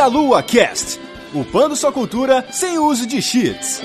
Meia Lua Cast, upando sua cultura sem uso de cheats.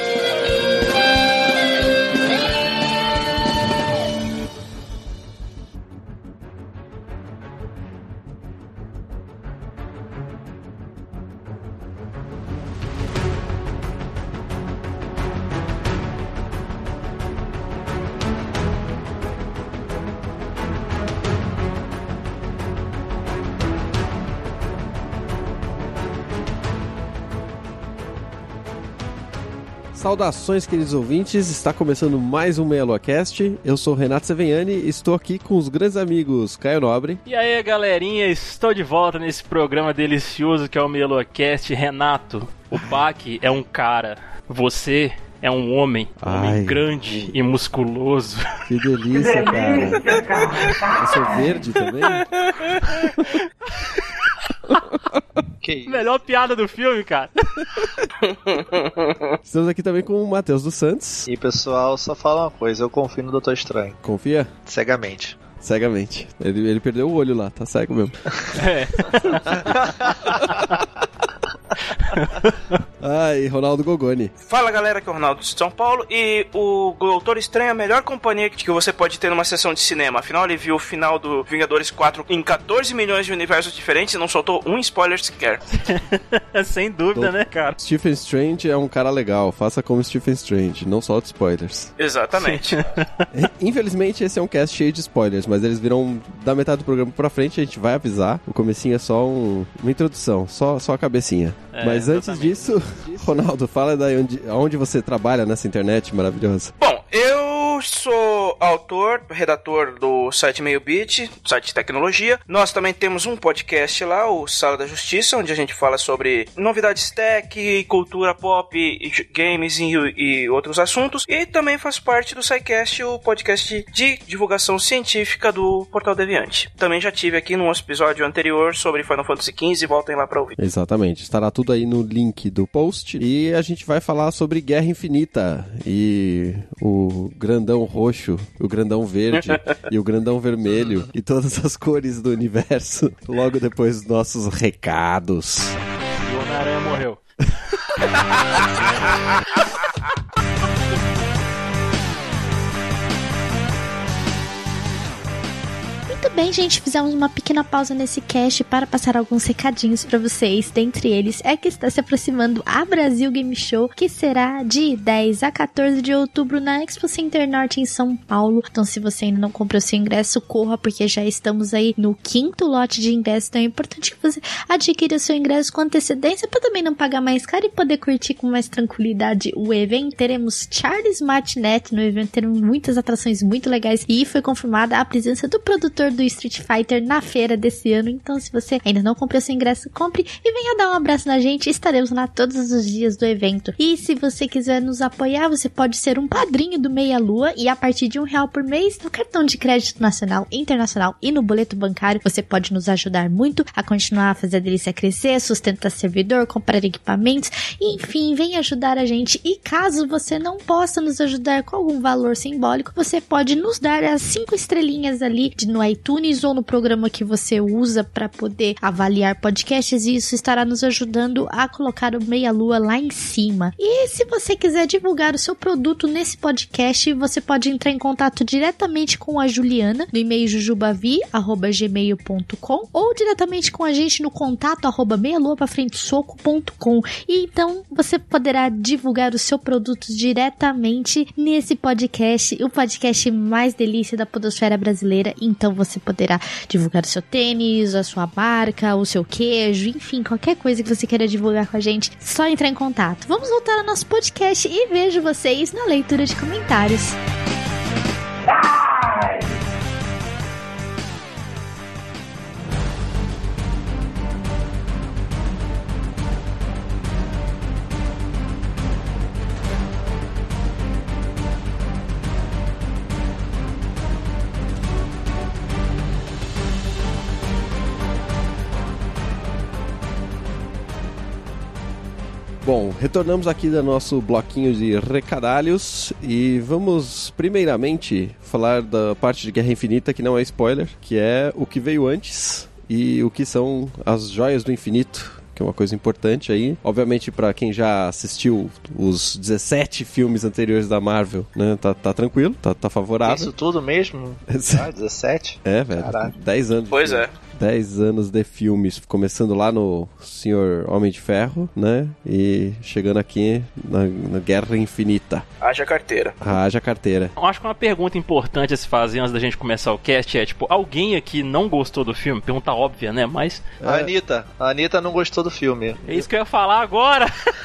Saudações, queridos ouvintes, está começando mais um Meia Lua Cast. Eu sou o Renato Sevenhani e estou aqui com os grandes amigos Caio Nobre. E aí, galerinha, estou de volta nesse programa delicioso que é o Meia Lua Cast. Renato, o Bach é um cara, você é um homem, grande e musculoso. Que delícia, cara. Eu sou verde também? Melhor piada do filme, cara. Estamos aqui também com o Matheus dos Santos. E pessoal, só fala uma coisa, eu confio no Doutor Estranho. Confia? Cegamente. Cegamente. Ele perdeu o olho lá, tá cego mesmo. É. E Ronaldo Gogoni. Fala, galera, que é o Ronaldo de São Paulo. E o Doutor Estranho é a melhor companhia que você pode ter numa sessão de cinema. Afinal, ele viu o final do Vingadores 4 em 14 milhões de universos diferentes e não soltou um spoiler sequer. Sem dúvida, né, cara? Stephen Strange é um cara legal. Faça como Stephen Strange, não solte spoilers. Exatamente. Infelizmente, esse é um cast cheio de spoilers, mas eles viram da metade do programa pra frente, a gente vai avisar. O comecinho é só uma introdução, só a cabecinha. Mas antes disso, Ronaldo, fala daí onde você trabalha nessa internet maravilhosa. Bom, eu sou autor, redator do site Meio Bit, site de tecnologia. Nós também temos um podcast lá, o Sala da Justiça, onde a gente fala sobre novidades tech, cultura pop, games e outros assuntos. E também faz parte do SciCast, o podcast de divulgação científica do Portal Deviante. Também já tive aqui num episódio anterior sobre Final Fantasy XV, voltem lá pra ouvir. Exatamente, estará tudo aí no link do post. E a gente vai falar sobre Guerra Infinita e o grandão roxo, o grandão verde e o grandão vermelho e todas as cores do universo logo depois dos nossos recados. E o Homem-Aranha morreu. Muito bem, gente, fizemos uma pequena pausa nesse cast para passar alguns recadinhos para vocês. Dentre eles é que está se aproximando a Brasil Game Show, que será de 10 a 14 de outubro na Expo Center Norte em São Paulo. Então, se você ainda não comprou seu ingresso, corra, porque já estamos aí no 5º lote de ingressos. Então é importante que você adquira o seu ingresso com antecedência para também não pagar mais caro e poder curtir com mais tranquilidade o evento. Teremos Charles Martinet no evento, teremos muitas atrações muito legais e foi confirmada a presença do produtor do Street Fighter na feira desse ano. Então, se você ainda não comprou seu ingresso, compre e venha dar um abraço na gente. Estaremos lá todos os dias do evento. E se você quiser nos apoiar, você pode ser um padrinho do Meia Lua e a partir de R$1 por mês no cartão de crédito nacional, internacional e no boleto bancário, você pode nos ajudar muito a continuar a fazer a delícia crescer, sustentar servidor, comprar equipamentos, enfim, vem ajudar a gente. E caso você não possa nos ajudar com algum valor simbólico, você pode nos dar as 5 estrelinhas ali no iTunes ou no programa que você usa para poder avaliar podcasts, e isso estará nos ajudando a colocar o Meia Lua lá em cima. E se você quiser divulgar o seu produto nesse podcast, você pode entrar em contato diretamente com a Juliana no e-mail jujubavi@gmail.com ou diretamente com a gente no contato @meialuapafrentesoco.com. E então você poderá divulgar o seu produto diretamente nesse podcast, o podcast mais delícia da podosfera brasileira. Então você poderá divulgar o seu tênis, a sua marca, o seu queijo, enfim, qualquer coisa que você queira divulgar com a gente, só entrar em contato. Vamos voltar ao nosso podcast e vejo vocês na leitura de comentários. Bom, retornamos aqui do nosso bloquinho de recadalhos e vamos primeiramente falar da parte de Guerra Infinita, que não é spoiler, que é o que veio antes e o que são as joias do infinito, Que é uma coisa importante aí. Obviamente, pra quem já assistiu os 17 filmes anteriores da Marvel, né? Tá tranquilo, tá favorável. Isso tudo mesmo? 17? É, velho. Caraca. 10 anos. Pois é. 10 anos de filmes, começando lá no Senhor Homem de Ferro, né? E chegando aqui na Guerra Infinita. Haja carteira. Haja carteira. Eu acho que uma pergunta importante a se fazer antes da gente começar o cast é, tipo, alguém aqui não gostou do filme? Pergunta óbvia, né? Mas... A Anitta não gostou do filme. É isso que eu ia falar agora!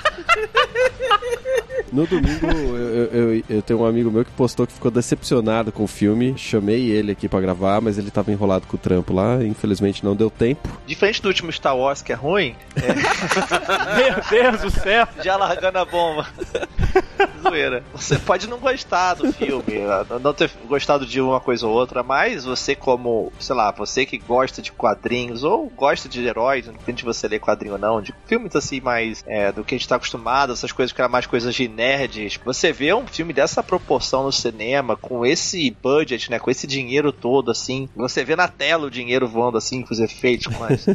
No domingo, eu tenho um amigo meu que postou que ficou decepcionado com o filme. Chamei ele aqui pra gravar, mas ele tava enrolado com o trampo lá. Infelizmente não deu tempo. Diferente do último Star Wars, que é ruim, Meu Deus do céu! já largando a bomba. Zoeira. Você pode não gostar do filme, não ter gostado de uma coisa ou outra, mas você como, sei lá, você que gosta de quadrinhos ou gosta de heróis, não depende de você ler quadrinho ou não, de filmes assim mais do que a gente tá acostumado, essas coisas que eram mais coisas de nerds, você vê um filme dessa proporção no cinema, com esse budget, né, com esse dinheiro todo, assim, você vê na tela o dinheiro voando assim, com os efeitos,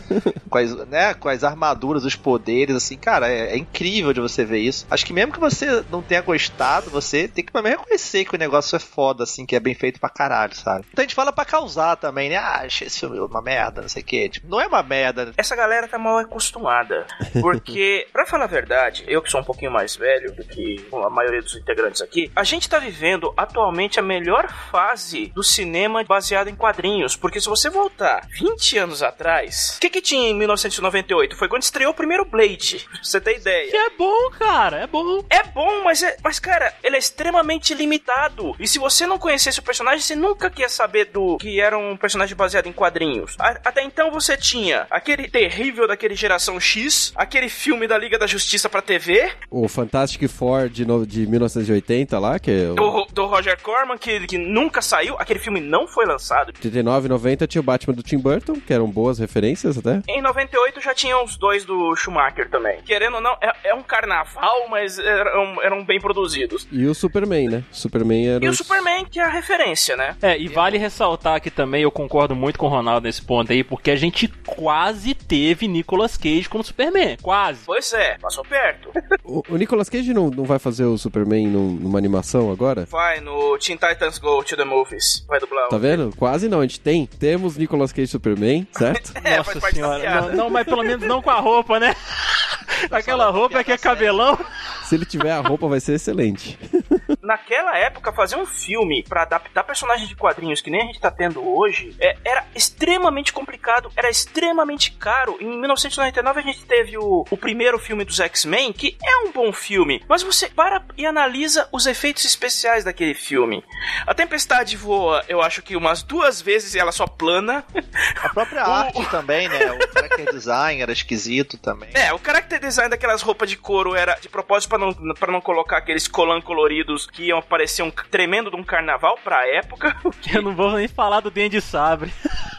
com as armaduras, os poderes, assim, cara, é incrível de você ver isso. Acho que mesmo que você não tenha gostado, você tem que também reconhecer que o negócio é foda, assim, que é bem feito pra caralho, sabe? Então a gente fala pra causar também, né? Achei esse filme uma merda, não sei o que. Tipo, não é uma merda. Essa galera tá mal acostumada. Porque, pra falar a verdade, eu que sou um pouquinho mais velho do que a maioria dos integrantes aqui, a gente tá vivendo atualmente a melhor fase do cinema baseado em quadrinhos. Porque se você voltar 20 anos atrás, o que tinha em 1998? Foi quando estreou o primeiro Blade, pra você ter ideia. Que é bom, cara, é bom. É bom, mas cara, ele é extremamente limitado. E se você não conhecesse o personagem, você nunca quer saber do que era um personagem baseado em quadrinhos. Até então você tinha aquele terrível daquele Geração X, aquele filme da Liga da Justiça pra TV. O Fantastic Four de 1980 lá, que é do Roger Corman, que nunca saiu. Aquele filme não foi lançado. 89 e 90 tinha o Batman do Tim Burton, que eram boas referências até. Em 98 já tinha os dois do Schumacher também. Querendo ou não, é um carnaval, mas eram bem produzidos. E o Superman, né? O Superman, que é a referência, né? E vale ressaltar aqui também, eu concordo muito com o Ronaldo nesse ponto aí, porque a gente quase teve Nicolas Cage como Superman. Quase. Pois é, passou perto. O Nicolas Cage não vai fazer o Superman numa animação agora? Vai, no Teen Titans Go to the Movies. Vai dublar. Tá vendo? Quase não. A gente temos Nicolas Cage Superman, certo? Nossa senhora. Não, mas pelo menos não com a roupa, né? Aquela roupa que é cabelão. Se ele tiver a roupa, vai ser excelente. Naquela época, fazer um filme pra adaptar personagens de quadrinhos que nem a gente tá tendo hoje, era extremamente complicado, era extremamente caro. Em 1999 a gente teve o primeiro filme dos X-Men, que é um bom filme, mas você para e analisa os efeitos especiais daquele filme. A Tempestade voa, eu acho que umas 2 vezes e ela só plana. A própria arte também, né? O character design era esquisito também. O character design daquelas roupas de couro era de propósito pra não colocar aqueles colãs coloridos que iam parecer um tremendo de um carnaval pra época. Eu não vou nem falar do Dente de Sabre.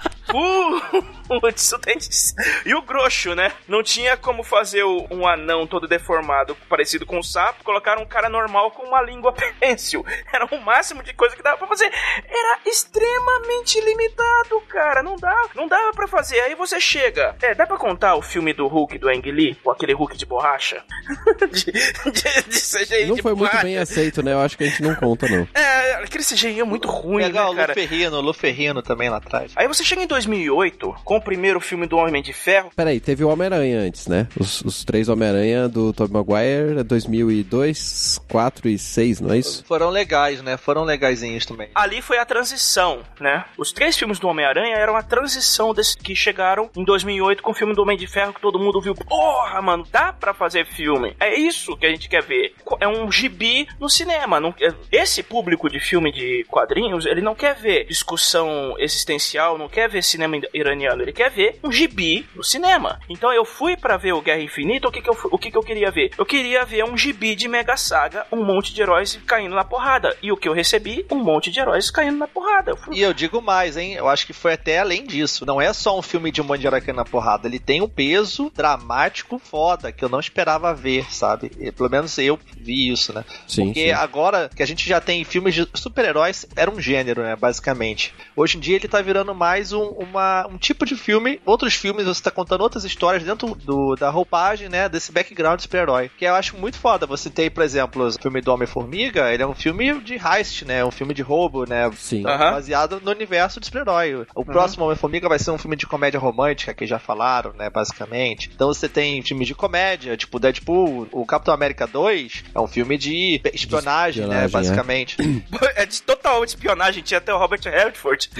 E o Groxo, né? Não tinha como fazer um anão todo deformado, parecido com um sapo, colocaram um cara normal com uma língua pêncil. Era o máximo de coisa que dava pra fazer. Era extremamente limitado, cara. Não dava pra fazer. Aí você chega. Dá pra contar o filme do Hulk do Ang Lee? Com aquele Hulk de borracha? de CGI não de foi borracha. Muito bem aceito, né? Eu acho que a gente não conta, não. Aquele CGI é muito ruim, legal, né, cara? O Luferrino também lá atrás. Aí você chega em 2008, com o primeiro filme do Homem de Ferro. Peraí, teve o Homem-Aranha antes, né? Os 3 Homem-Aranha do Tobey Maguire, 2002, 4 e 6, não é isso? Foram legais, né? Foram legaisinhos também. Ali foi a transição, né? Os 3 filmes do Homem-Aranha eram a transição que chegaram em 2008 com o filme do Homem de Ferro, que todo mundo viu. Porra, mano, dá pra fazer filme. É isso que a gente quer ver. É um gibi no cinema. Esse público de filme de quadrinhos, ele não quer ver discussão existencial, não quer ver cinema iraniano, ele quer ver um gibi no cinema. Então eu fui pra ver o Guerra Infinita, o que eu queria ver? Eu queria ver um gibi de Mega Saga, um monte de heróis caindo na porrada. E o que eu recebi? Um monte de heróis caindo na porrada. E eu digo mais, hein? Eu acho que foi até além disso. Não é só um filme de um monte de herói caindo na porrada, ele tem um peso dramático foda, que eu não esperava ver, sabe? E, pelo menos eu vi isso, né? Sim, porque agora que a gente já tem filmes de super-heróis, era um gênero, né? Basicamente. Hoje em dia ele tá virando mais um um tipo de filme, outros filmes, você tá contando outras histórias dentro da roupagem, né, desse background de super-herói, que eu acho muito foda. Você tem, por exemplo, o filme do Homem-Formiga, ele é um filme de heist, né, um filme de roubo, né, Sim. baseado no universo de super-herói. O próximo Homem-Formiga vai ser um filme de comédia romântica, que já falaram, né, basicamente. Então você tem filmes de comédia, tipo Deadpool, o Capitão América 2 é um filme de espionagem, né, basicamente. É de total espionagem, tinha até o Robert Redford.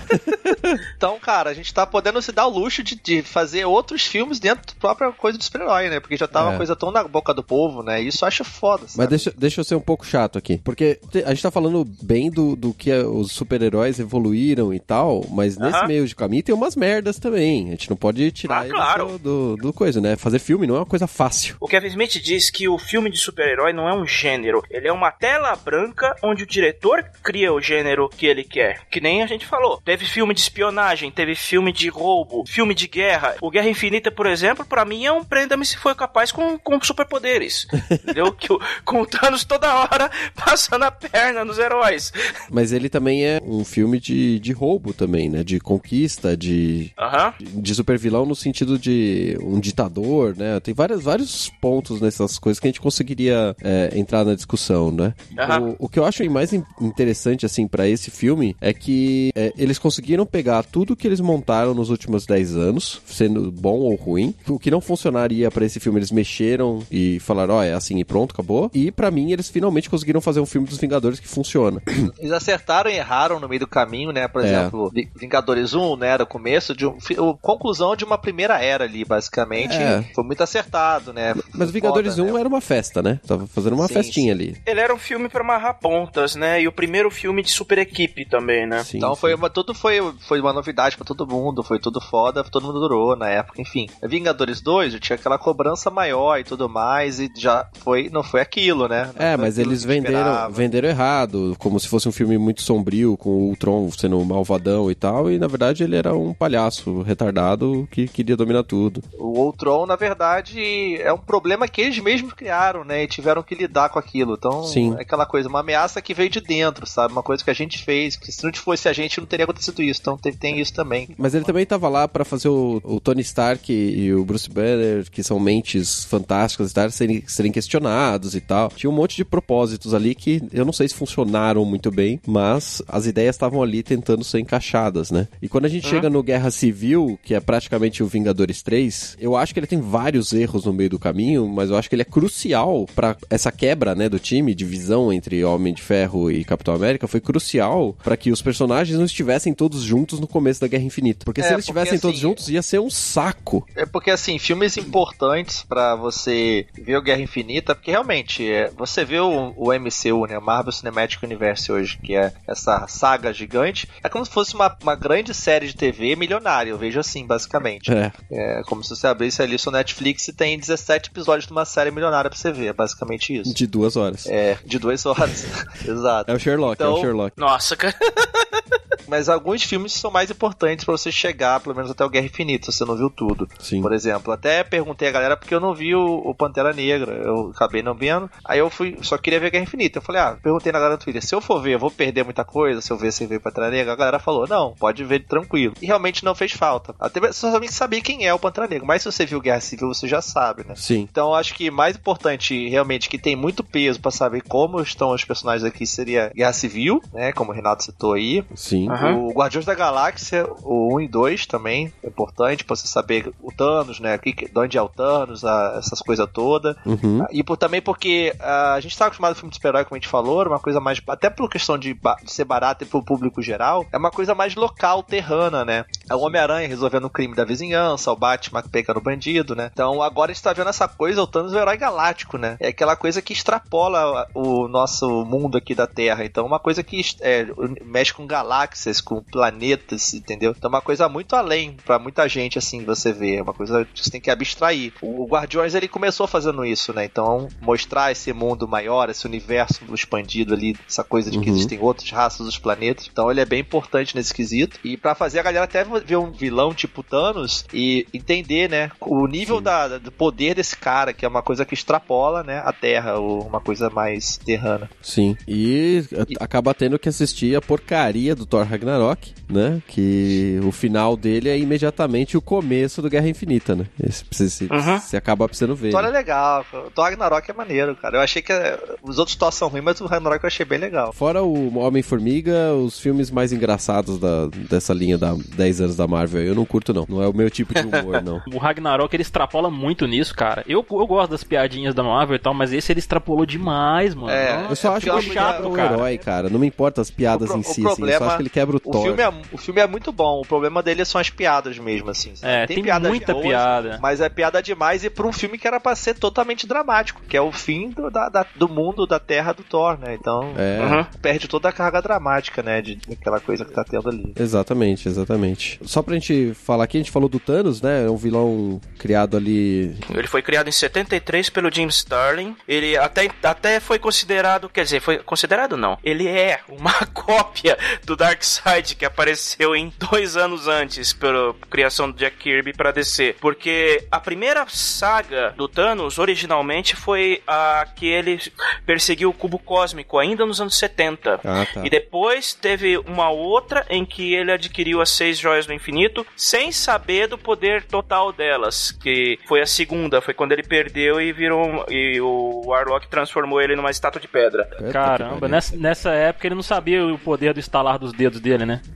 Então, cara, a gente tá podendo se dar o luxo de fazer outros filmes dentro da própria coisa do super-herói, né, porque já tá uma coisa tão na boca do povo, né, isso eu acho foda, sabe? Mas deixa eu ser um pouco chato aqui, porque a gente tá falando bem do que os super-heróis evoluíram e tal, mas nesse meio de caminho tem umas merdas também, a gente não pode tirar do coisa, né, fazer filme não é uma coisa fácil. O Kevin Smith diz que o filme de super-herói não é um gênero, ele é uma tela branca onde o diretor cria o gênero que ele quer, que nem a gente falou, teve filme de espionagem, teve filme de roubo, filme de guerra, o Guerra Infinita, por exemplo, pra mim é um prenda-me se for capaz com superpoderes, entendeu? Com o Thanos toda hora passando a perna nos heróis. Mas ele também é um filme de roubo também, né, de conquista, de super vilão no sentido de um ditador, né, tem vários pontos nessas coisas que a gente conseguiria entrar na discussão, né. O que eu acho mais interessante, assim, pra esse filme é que eles conseguiram pegar tudo que eles montaram nos últimos 10 anos, sendo bom ou ruim, o que não funcionaria pra esse filme, eles mexeram e falaram, é assim e pronto, acabou, e pra mim eles finalmente conseguiram fazer um filme dos Vingadores que funciona. Eles acertaram e erraram no meio do caminho, né, por exemplo, Vingadores 1, né, era o começo de conclusão de uma primeira era ali, basicamente, foi muito acertado, né. Mas Vingadores 1 era uma festa, né, tava fazendo uma festinha ali. Ele era um filme pra amarrar pontas, né, e o primeiro filme de super equipe também, né. Sim, então foi uma novidade pra todo mundo, foi tudo foda, todo mundo adorou na época, enfim. Vingadores 2, eu tinha aquela cobrança maior e tudo mais, e já não foi aquilo, né. Mas eles venderam errado, como se fosse um filme muito sombrio, com o Ultron sendo um malvadão e tal, e na verdade ele era um palhaço retardado que queria dominar tudo. O Ultron, na verdade, é um problema que eles mesmos criaram, né, e tiveram que lidar com aquilo, então é aquela coisa, uma ameaça que veio de dentro, sabe, uma coisa que a gente fez, que se não fosse a gente não teria acontecido isso, então tem isso também. Mas ele também tava lá pra fazer o Tony Stark e o Bruce Banner, que são mentes fantásticas e tal, serem questionados e tal. Tinha um monte de propósitos ali que eu não sei se funcionaram muito bem, mas as ideias estavam ali tentando ser encaixadas, né? E quando a gente chega no Guerra Civil, que é praticamente o Vingadores 3, eu acho que ele tem vários erros no meio do caminho, mas eu acho que ele é crucial pra essa quebra, né, do time, divisão entre Homem de Ferro e Capitão América, foi crucial pra que os personagens não estivessem todos juntos no começo da Guerra Infinita. Porque se eles estivessem todos juntos, ia ser um saco. É porque, assim, filmes importantes pra você ver o Guerra Infinita, porque realmente, você vê o MCU, né, Marvel Cinematic Universe hoje, que é essa saga gigante, é como se fosse uma grande série de TV milionária, eu vejo assim, basicamente. É como se você abrisse ali sua Netflix e tem 17 episódios de uma série milionária pra você ver, é basicamente isso. De 2 horas. De 2 horas, exato. É o Sherlock, então, Nossa, cara. Mas alguns filmes são mais importantes pra você chegar, pelo menos até o Guerra Infinita, se você não viu tudo. Sim. Por exemplo, até perguntei a galera porque eu não vi o Pantera Negra, eu acabei não vendo. Aí eu só queria ver Guerra Infinita. Eu falei, perguntei na galera do Twitter, se eu for ver, eu vou perder muita coisa, se eu ver sem ver Pantera Negra? A galera falou, não, pode ver tranquilo. E realmente não fez falta. Até somente sabia quem é o Pantera Negra, mas se você viu Guerra Civil, você já sabe, né? Sim. Então eu acho que mais importante, realmente, que tem muito peso pra saber como estão os personagens aqui, seria Guerra Civil, né, como o Renato citou aí. Sim. O Guardiões da Galáxia, o 1 e 2 também, é importante pra você saber o Thanos, né, de onde é o Thanos, essas coisas todas. E também porque a gente tá acostumado com filme de super-herói, como a gente falou, era uma coisa mais, até por questão de ser barato e pro público geral, é uma coisa mais local, terrana, né. É o Homem-Aranha resolvendo o crime da vizinhança, o Batman pegando o bandido, né. Então agora a gente tá vendo essa coisa, o Thanos é o herói galáctico, né. É aquela coisa que extrapola o nosso mundo aqui da Terra. Então uma coisa que mexe com galáxias, com planetas, entendeu? Então é uma coisa muito além pra muita gente, assim, você vê. É uma coisa que você tem que abstrair. O Guardiões, ele começou fazendo isso, né? Então mostrar esse mundo maior, esse universo expandido ali, essa coisa de que existem outras raças dos planetas. Então ele é bem importante nesse quesito. E pra fazer a galera até ver um vilão tipo Thanos e entender, né, o nível do poder desse cara, que é uma coisa que extrapola, né, a Terra, ou uma coisa mais terrana. Sim, e acaba tendo que assistir a porcaria do Thor Ragnarok, né, que o final dele é imediatamente o começo do Guerra Infinita, né, você acaba precisando ver. O Thor é legal, o Thor Ragnarok é maneiro, cara. Eu achei que os outros Thor são ruins, mas o Ragnarok eu achei bem legal. Fora o Homem-Formiga, os filmes mais engraçados dessa linha da 10 anos da Marvel, eu não curto não é o meu tipo de humor, não. O Ragnarok, ele extrapola muito nisso, cara. Eu gosto das piadinhas da Marvel e tal, mas esse ele extrapolou demais, mano. Eu só acho que chato, o herói, cara. Não me importa as piadas em si, assim. Eu só acho que ele quebra o Thor. O filme é muito bom. O problema dele são as piadas mesmo, assim. Tem muita boas, piada. Mas é piada demais e pra um filme que era pra ser totalmente dramático, que é o fim do mundo, da Terra do Thor, né? Então, perde toda a carga dramática, né? Daquela coisa que tá tendo ali. Exatamente. Só pra gente falar aqui, a gente falou do Thanos, né? É um vilão criado ali... Ele foi criado em 73 pelo Jim Starlin. Ele até foi considerado... Quer dizer, foi considerado não. Ele é uma cópia do Darkseid que apareceu 2 anos antes pela criação do Jack Kirby pra DC. Porque a primeira saga do Thanos, originalmente, foi a que ele perseguiu o cubo cósmico, ainda nos anos 70. Tá. E depois teve uma outra em que ele adquiriu as 6 joias do infinito, sem saber do poder total delas, que foi a segunda, foi quando ele perdeu e o Warlock transformou ele numa estátua de pedra. Caramba, nessa época ele não sabia o poder do estalar dos dedos dele, né?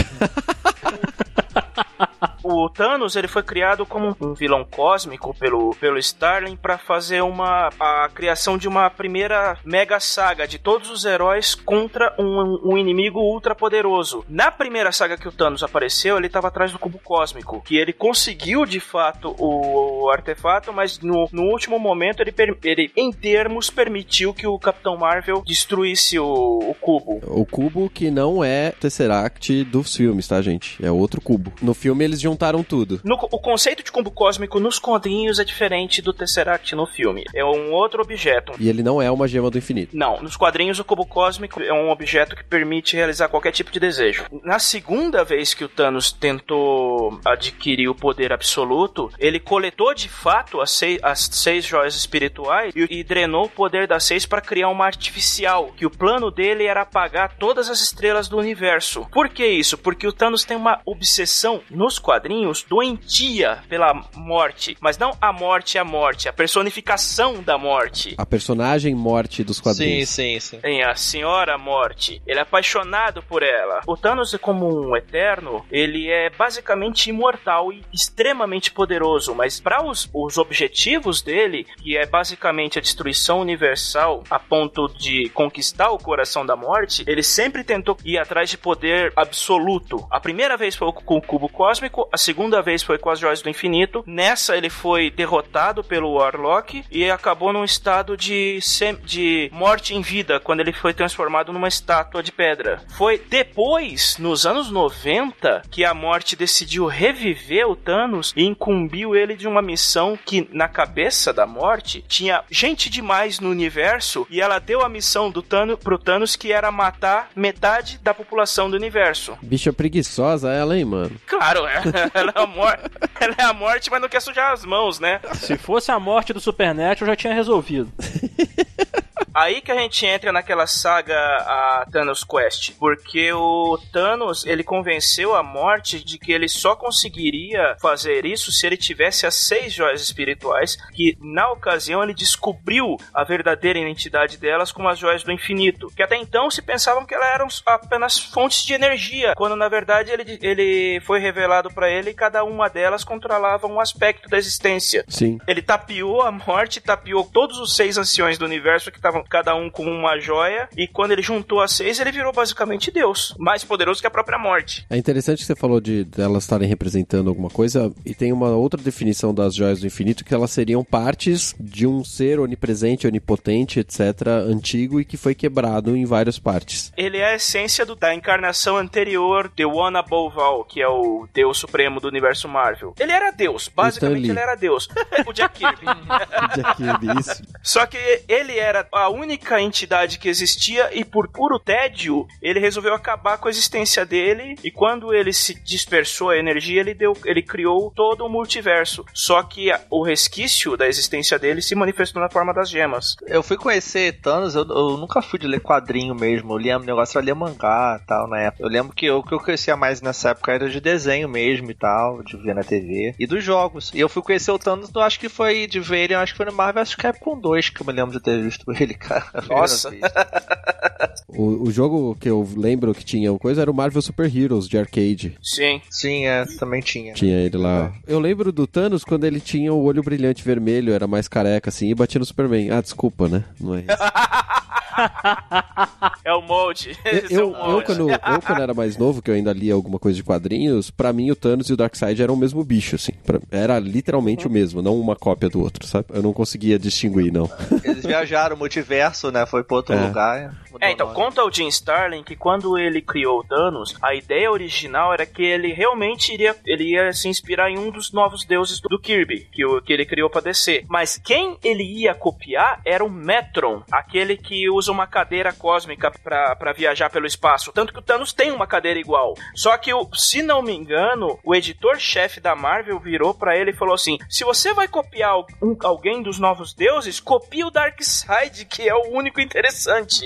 O Thanos, ele foi criado como um vilão cósmico pelo Starlin para fazer a criação de uma primeira mega saga de todos os heróis contra um inimigo ultra poderoso. Na primeira saga que o Thanos apareceu, ele estava atrás do cubo cósmico, que ele conseguiu de fato o artefato, mas no último momento ele em termos permitiu que o Capitão Marvel destruísse o cubo. O cubo que não é Tesseract dos filmes, tá, gente? É outro cubo. No filme eles juntaram tudo. O conceito de cubo cósmico nos quadrinhos é diferente do Tesseract no filme. É um outro objeto. E ele não é uma gema do infinito. Não, nos quadrinhos o cubo cósmico é um objeto que permite realizar qualquer tipo de desejo. Na segunda vez que o Thanos tentou adquirir o poder absoluto, ele coletou de fato as 6 joias espirituais e drenou o poder das 6 para criar uma artificial, que o plano dele era apagar todas as estrelas do universo. Por que isso? Porque o Thanos tem uma obsessão nos quadrinhos doentia pela morte, mas não a morte, a personificação da morte. A personagem morte dos quadrinhos. Sim. Tem a Senhora Morte. Ele é apaixonado por ela. O Thanos, como um eterno, ele é basicamente imortal e extremamente poderoso, mas para os objetivos dele, que é basicamente a destruição universal a ponto de conquistar o coração da morte, ele sempre tentou ir atrás de poder absoluto. A primeira vez foi com o cubo cósmico, a segunda vez foi com as joias do infinito. Nessa ele foi derrotado pelo Warlock e acabou num estado de morte em vida, quando ele foi transformado numa estátua de pedra. Foi depois, nos anos 90, que a morte decidiu reviver o Thanos e incumbiu ele de uma missão que, na cabeça da morte, tinha gente demais no universo e ela deu a missão pro Thanos, que era matar metade da população do universo. Bicha preguiçosa ela, hein, mano? Claro, ela é a morte, mas não quer sujar as mãos, né? Se fosse a morte do Supernatural, eu já tinha resolvido. Aí que a gente entra naquela saga, a Thanos Quest, porque o Thanos, ele convenceu a morte de que ele só conseguiria fazer isso se ele tivesse as 6 joias espirituais, que na ocasião ele descobriu a verdadeira identidade delas como as joias do infinito, que até então se pensavam que elas eram apenas fontes de energia, quando na verdade ele foi revelado pra ele e cada uma delas controlava um aspecto da existência. Sim. Ele tapeou a morte, tapeou todos os 6 anciões do universo que estavam cada um com uma joia, e quando ele juntou as 6, ele virou basicamente Deus, mais poderoso que a própria morte. É interessante que você falou de elas estarem representando alguma coisa, e tem uma outra definição das joias do infinito, que elas seriam partes de um ser onipresente, onipotente, etc., antigo, e que foi quebrado em várias partes. Ele é a essência da encarnação anterior, The One Above All, que é o Deus Supremo do universo Marvel. Ele era Deus, basicamente ele era Deus. O Jack Kirby. O Jack Kirby, isso. Só que ele era a única entidade que existia e por puro tédio, ele resolveu acabar com a existência dele e quando ele se dispersou a energia, ele criou todo o multiverso. Só que o resquício da existência dele se manifestou na forma das gemas. Eu fui conhecer Thanos, eu nunca fui de ler quadrinho mesmo, eu lia negócio, eu lia mangá e tal na época. Eu lembro que o que eu conhecia mais nessa época era de desenho mesmo e tal, de ver na TV, e dos jogos. E eu fui conhecer o Thanos, eu acho que foi de ver ele, eu acho que foi no Marvel vs Capcom 2 que eu me lembro de ter visto ele, cara. Nossa! O jogo que eu lembro que tinha coisa era o Marvel Super Heroes de arcade. Sim. Sim, também tinha. Tinha ele lá. Eu lembro do Thanos quando ele tinha o olho brilhante vermelho, era mais careca assim, e batia no Superman. Ah, desculpa, né? Não é isso. É o molde. Eu quando era mais novo, que eu ainda lia alguma coisa de quadrinhos, pra mim o Thanos e o Darkseid eram o mesmo bicho, assim. Era literalmente o mesmo, não uma cópia do outro, sabe? Eu não conseguia distinguir, não. Eles viajaram o multipulverso, né? Foi pra outro lugar. Então, conta o Jim Starlin que quando ele criou o Thanos, a ideia original era que ele realmente ia se inspirar em um dos novos deuses do Kirby, que ele criou pra DC. Mas quem ele ia copiar era o Metron, aquele que usa uma cadeira cósmica pra viajar pelo espaço. Tanto que o Thanos tem uma cadeira igual. Só que, se não me engano, o editor-chefe da Marvel virou pra ele e falou assim: se você vai copiar alguém dos novos deuses, copie o Darkseid, que é o único interessante.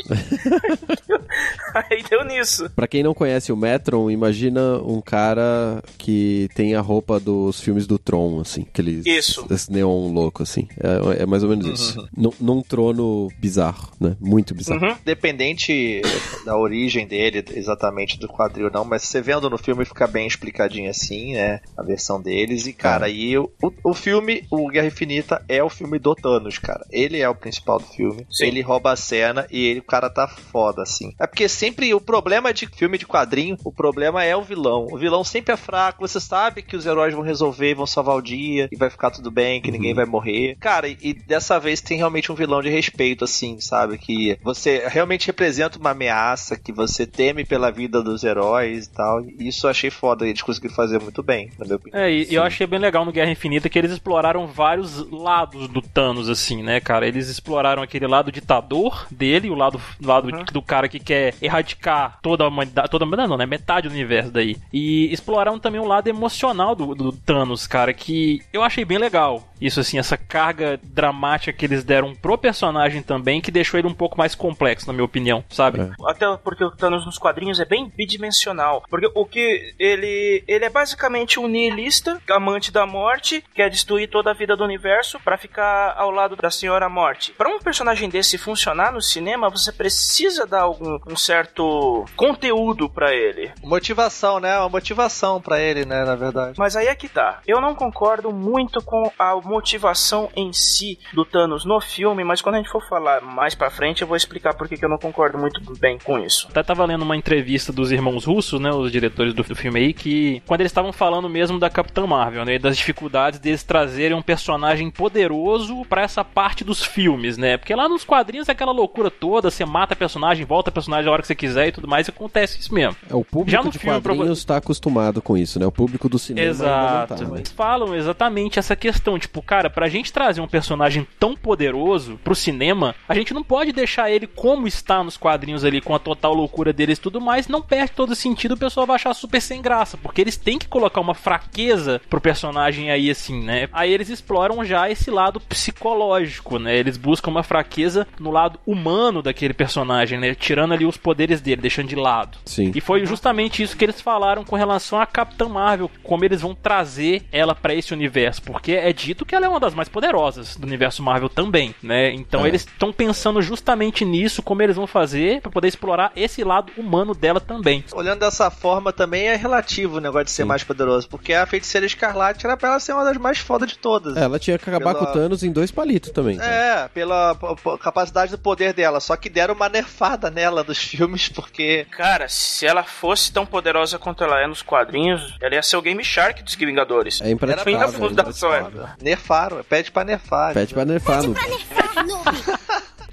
Aí deu nisso. Pra quem não conhece o Metron, imagina um cara que tem a roupa dos filmes do Tron, assim. Esse neon louco, assim. É mais ou menos isso. Num trono bizarro, né? Muito bizarro. Independente da origem dele, exatamente do quadril não, mas você vendo no filme fica bem explicadinho assim, né? A versão deles. E, cara, aí o filme, o Guerra Infinita, é o filme do Thanos, cara. Ele é o principal do filme. Sim. Ele rouba a cena e o cara tá foda, assim. É porque sempre o problema de filme de quadrinho, o problema é o vilão. O vilão sempre é fraco, você sabe que os heróis vão resolver, vão salvar o dia, e vai ficar tudo bem, que ninguém vai morrer. Cara, e dessa vez tem realmente um vilão de respeito, assim, sabe? Que você realmente representa uma ameaça, que você teme pela vida dos heróis e tal. E isso eu achei foda, eles conseguiram fazer muito bem, na minha opinião. E eu achei bem legal no Guerra Infinita que eles exploraram vários lados do Thanos, assim, né, cara? Eles exploraram aquele lado ditador dele, o lado do cara que quer erradicar toda a humanidade, não, né? Metade do universo daí. E exploraram também o lado emocional do Thanos, cara, que eu achei bem legal. Isso, assim, essa carga dramática que eles deram pro personagem também, que deixou ele um pouco mais complexo, na minha opinião, sabe? Até porque o Thanos nos quadrinhos é bem bidimensional. Porque o que ele é basicamente um nihilista, amante da morte, quer destruir toda a vida do universo pra ficar ao lado da Senhora Morte. Pra um personagem desse funcionar no cinema, você precisa dar um certo conteúdo pra ele. Motivação, né? Uma motivação pra ele, né, na verdade. Mas aí é que tá. Eu não concordo muito com a motivação em si do Thanos no filme, mas quando a gente for falar mais pra frente, eu vou explicar por que eu não concordo muito bem com isso. Até tava lendo uma entrevista dos irmãos russos, né, os diretores do filme aí, que quando eles estavam falando mesmo da Capitã Marvel, né, das dificuldades deles trazerem um personagem poderoso pra essa parte dos filmes, né, porque lá nos quadrinhos é aquela loucura toda, você mata personagem, volta personagem a hora que você quiser e tudo mais, acontece isso mesmo. O público de quadrinhos tá acostumado com isso, né, o público do cinema Exato. Ainda não tá, Eles falam exatamente essa questão, tipo, cara, pra gente trazer um personagem tão poderoso pro cinema, a gente não pode deixar ele como está nos quadrinhos ali, com a total loucura deles e tudo mais, não perde todo sentido, o pessoal vai achar super sem graça, porque eles têm que colocar uma fraqueza pro personagem aí, assim, né? Aí eles exploram já esse lado psicológico, né? Eles buscam uma fraqueza no lado humano daquele personagem, né? Tirando ali os poderes dele, deixando de lado. Sim. E foi justamente isso que eles falaram com relação a Capitã Marvel, como eles vão trazer ela pra esse universo, porque é dito que ela é uma das mais poderosas do universo Marvel também, né? Então eles estão pensando justamente nisso, como eles vão fazer pra poder explorar esse lado humano dela também. Olhando dessa forma também é relativo o negócio de ser mais poderoso, porque a Feiticeira Escarlate era pra ela ser uma das mais fodas de todas. Ela tinha que acabar com o Thanos em 2 palitos também. Pela capacidade do poder dela, só que deram uma nerfada nela dos filmes, porque... Cara, se ela fosse tão poderosa quanto ela é nos quadrinhos, ela ia ser o Game Shark dos Vingadores. É impraticável. Da sorte. Nerfaram, pede pra nerfar. Pede pra nerfar,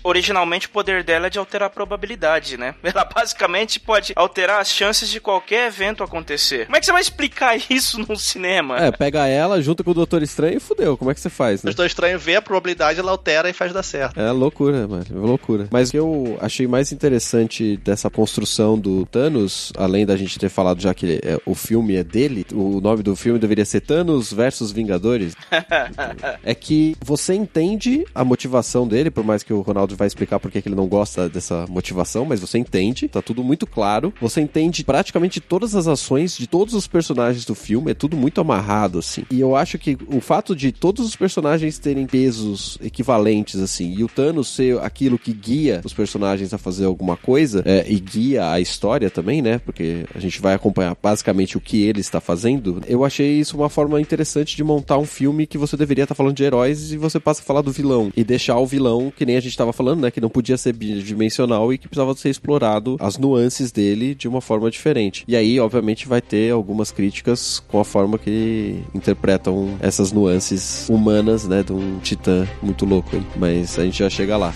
originalmente o poder dela é de alterar a probabilidade, né? Ela basicamente pode alterar as chances de qualquer evento acontecer. Como é que você vai explicar isso num cinema? Pega ela, junta com o Doutor Estranho e fudeu. Como é que você faz, né? O Doutor Estranho vê a probabilidade, ela altera e faz dar certo. É loucura, mano. É loucura. Mas o que eu achei mais interessante dessa construção do Thanos, além da gente ter falado já que o filme é dele, o nome do filme deveria ser Thanos versus Vingadores, é que você entende a motivação dele, por mais que o Ronaldo vai explicar por que ele não gosta dessa motivação, mas você entende, tá tudo muito claro. Você entende praticamente todas as ações de todos os personagens do filme, é tudo muito amarrado, assim. E eu acho que o fato de todos os personagens terem pesos equivalentes, assim, e o Thanos ser aquilo que guia os personagens a fazer alguma coisa, e guia a história também, né? Porque a gente vai acompanhar basicamente o que ele está fazendo. Eu achei isso uma forma interessante de montar um filme que você deveria estar falando de heróis e você passa a falar do vilão. E deixar o vilão, que nem a gente estava falando, né? Que não podia ser bidimensional e que precisava ser explorado as nuances dele de uma forma diferente. E aí, obviamente, vai ter algumas críticas com a forma que interpretam essas nuances humanas, né? De um titã muito louco aí. Mas a gente já chega lá.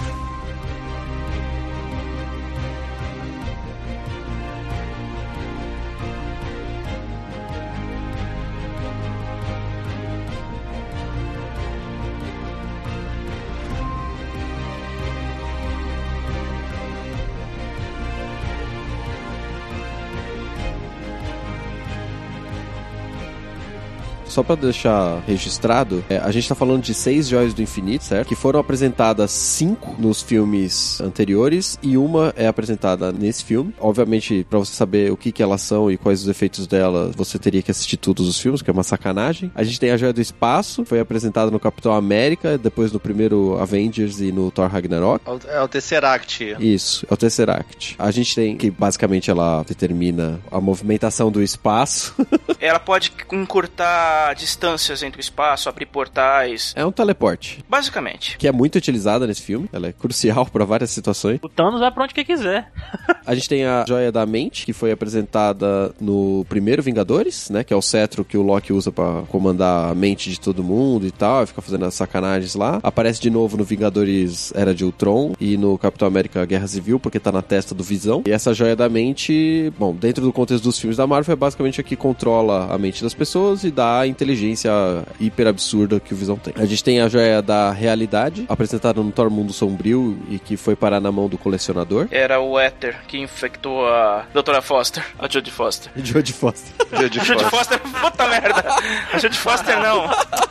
Só pra deixar registrado, a gente tá falando de 6 joias do infinito, certo? Que foram apresentadas 5 nos filmes anteriores e uma é apresentada nesse filme. Obviamente, pra você saber o que elas são e quais os efeitos delas, você teria que assistir todos os filmes, que é uma sacanagem. A gente tem a joia do espaço, foi apresentada no Capitão América, depois no primeiro Avengers e no Thor Ragnarok. É o Tesseract. Isso, é o Tesseract. A gente tem que, basicamente, ela determina a movimentação do espaço. Ela pode encurtar distâncias entre o espaço, abrir portais. É um teleporte. Basicamente. Que é muito utilizada nesse filme. Ela é crucial pra várias situações. O Thanos vai pra onde que quiser. A gente tem a Joia da Mente, que foi apresentada no primeiro Vingadores, né? Que é o cetro que o Loki usa pra comandar a mente de todo mundo e tal. Fica fazendo as sacanagens lá. Aparece de novo no Vingadores Era de Ultron e no Capitão América Guerra Civil, porque tá na testa do Visão. E essa Joia da Mente, bom, dentro do contexto dos filmes da Marvel, é basicamente a que controla a mente das pessoas e dá a inteligência hiper absurda que o Visão tem. A gente tem a Joia da Realidade, apresentada no Thor Mundo Sombrio e que foi parar na mão do colecionador. Era o Éter que infectou a Doutora Foster, a Jodie Foster. Jodie Foster. Jodie Foster, puta merda. A Jodie Foster não.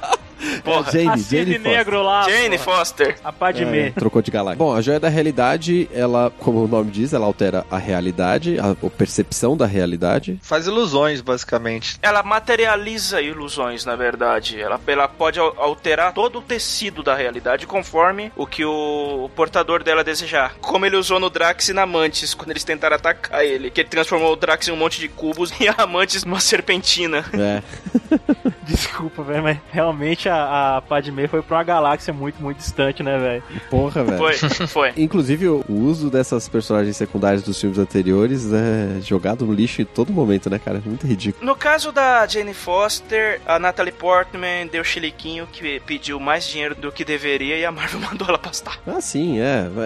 Porra. Jane Negro lá. Jane Foster. A Padmé. Trocou de galáxia. Bom, a Joia da Realidade, ela, como o nome diz, ela altera a realidade, a percepção da realidade. Faz ilusões, basicamente. Ela materializa ilusões, na verdade. Ela pode alterar todo o tecido da realidade conforme o que o portador dela desejar. Como ele usou no Drax e na Mantis, quando eles tentaram atacar ele. Que ele transformou o Drax em um monte de cubos e a Mantis numa serpentina. É. Desculpa, velho, mas realmente a Padmé foi pra uma galáxia muito, muito distante, né, velho? Porra, velho. Foi. Inclusive, o uso dessas personagens secundárias dos filmes anteriores é jogado no lixo em todo momento, né, cara? Muito ridículo. No caso da Jane Foster, a Natalie Portman deu chiliquinho que pediu mais dinheiro do que deveria e a Marvel mandou ela pastar. Ah, sim,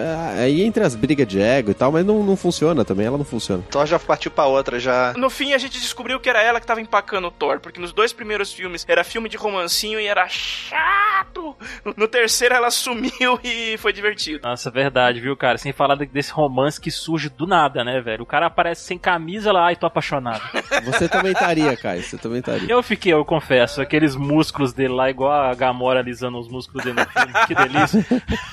aí entre as brigas de ego e tal, mas não funciona também, ela não funciona. Thor já partiu pra outra, já. No fim, a gente descobriu que era ela que tava empacando o Thor, porque nos 2 primeiros filmes era filme de romancinho e era chato. No terceiro ela sumiu e foi divertido. Nossa, verdade, viu, cara? Sem falar desse romance que surge do nada, né, velho? O cara aparece sem camisa lá, ai, tô apaixonado. Você também estaria, Caio, você também estaria. Eu confesso, aqueles músculos dele lá, igual a Gamora alisando os músculos dele no filme, que delícia.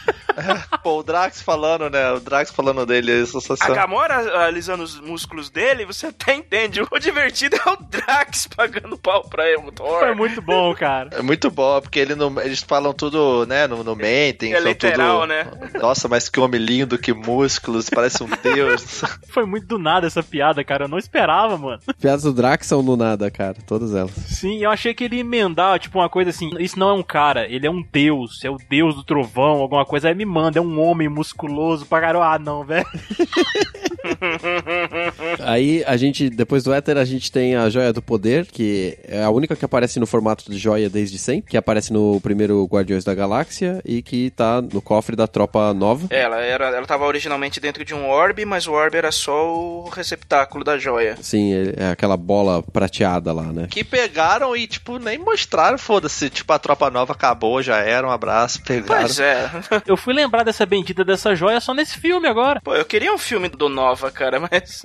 Pô, o Drax falando, né? O Drax falando dele, essa sensação. A Gamora alisando os músculos dele, você até entende. O divertido é o Drax pagando pau pra ele, o Thor. Foi muito bom, cara. É muito bom, porque eles falam tudo, né, no mentem. É literal, tudo... né? Nossa, mas que homem lindo, que músculos, parece um deus. Foi muito do nada essa piada, cara. Eu não esperava, mano. Piadas do Drax são do nada, cara. Todas elas. Sim, eu achei que ele ia emendar, tipo, uma coisa assim. Isso não é um cara, ele é um deus. É o deus do trovão, alguma coisa. Aí me manda, é um homem musculoso pra caralho. Ah, não, velho. Aí a gente, depois do éter, a gente tem a Joia do Poder, que é a única que aparece no formato de joia desde sempre, que aparece no primeiro Guardiões da Galáxia e que tá no cofre da Tropa Nova. Ela tava originalmente dentro de um orbe, mas o orbe era só o receptáculo da joia. Sim, é aquela bola prateada lá, né? Que pegaram e, tipo, nem mostraram, foda-se. Tipo, a Tropa Nova acabou, já era, um abraço, pegaram. Pois é. Eu fui lembrar dessa bendita dessa joia só nesse filme agora. Pô, eu queria um filme do Nova, cara, mas...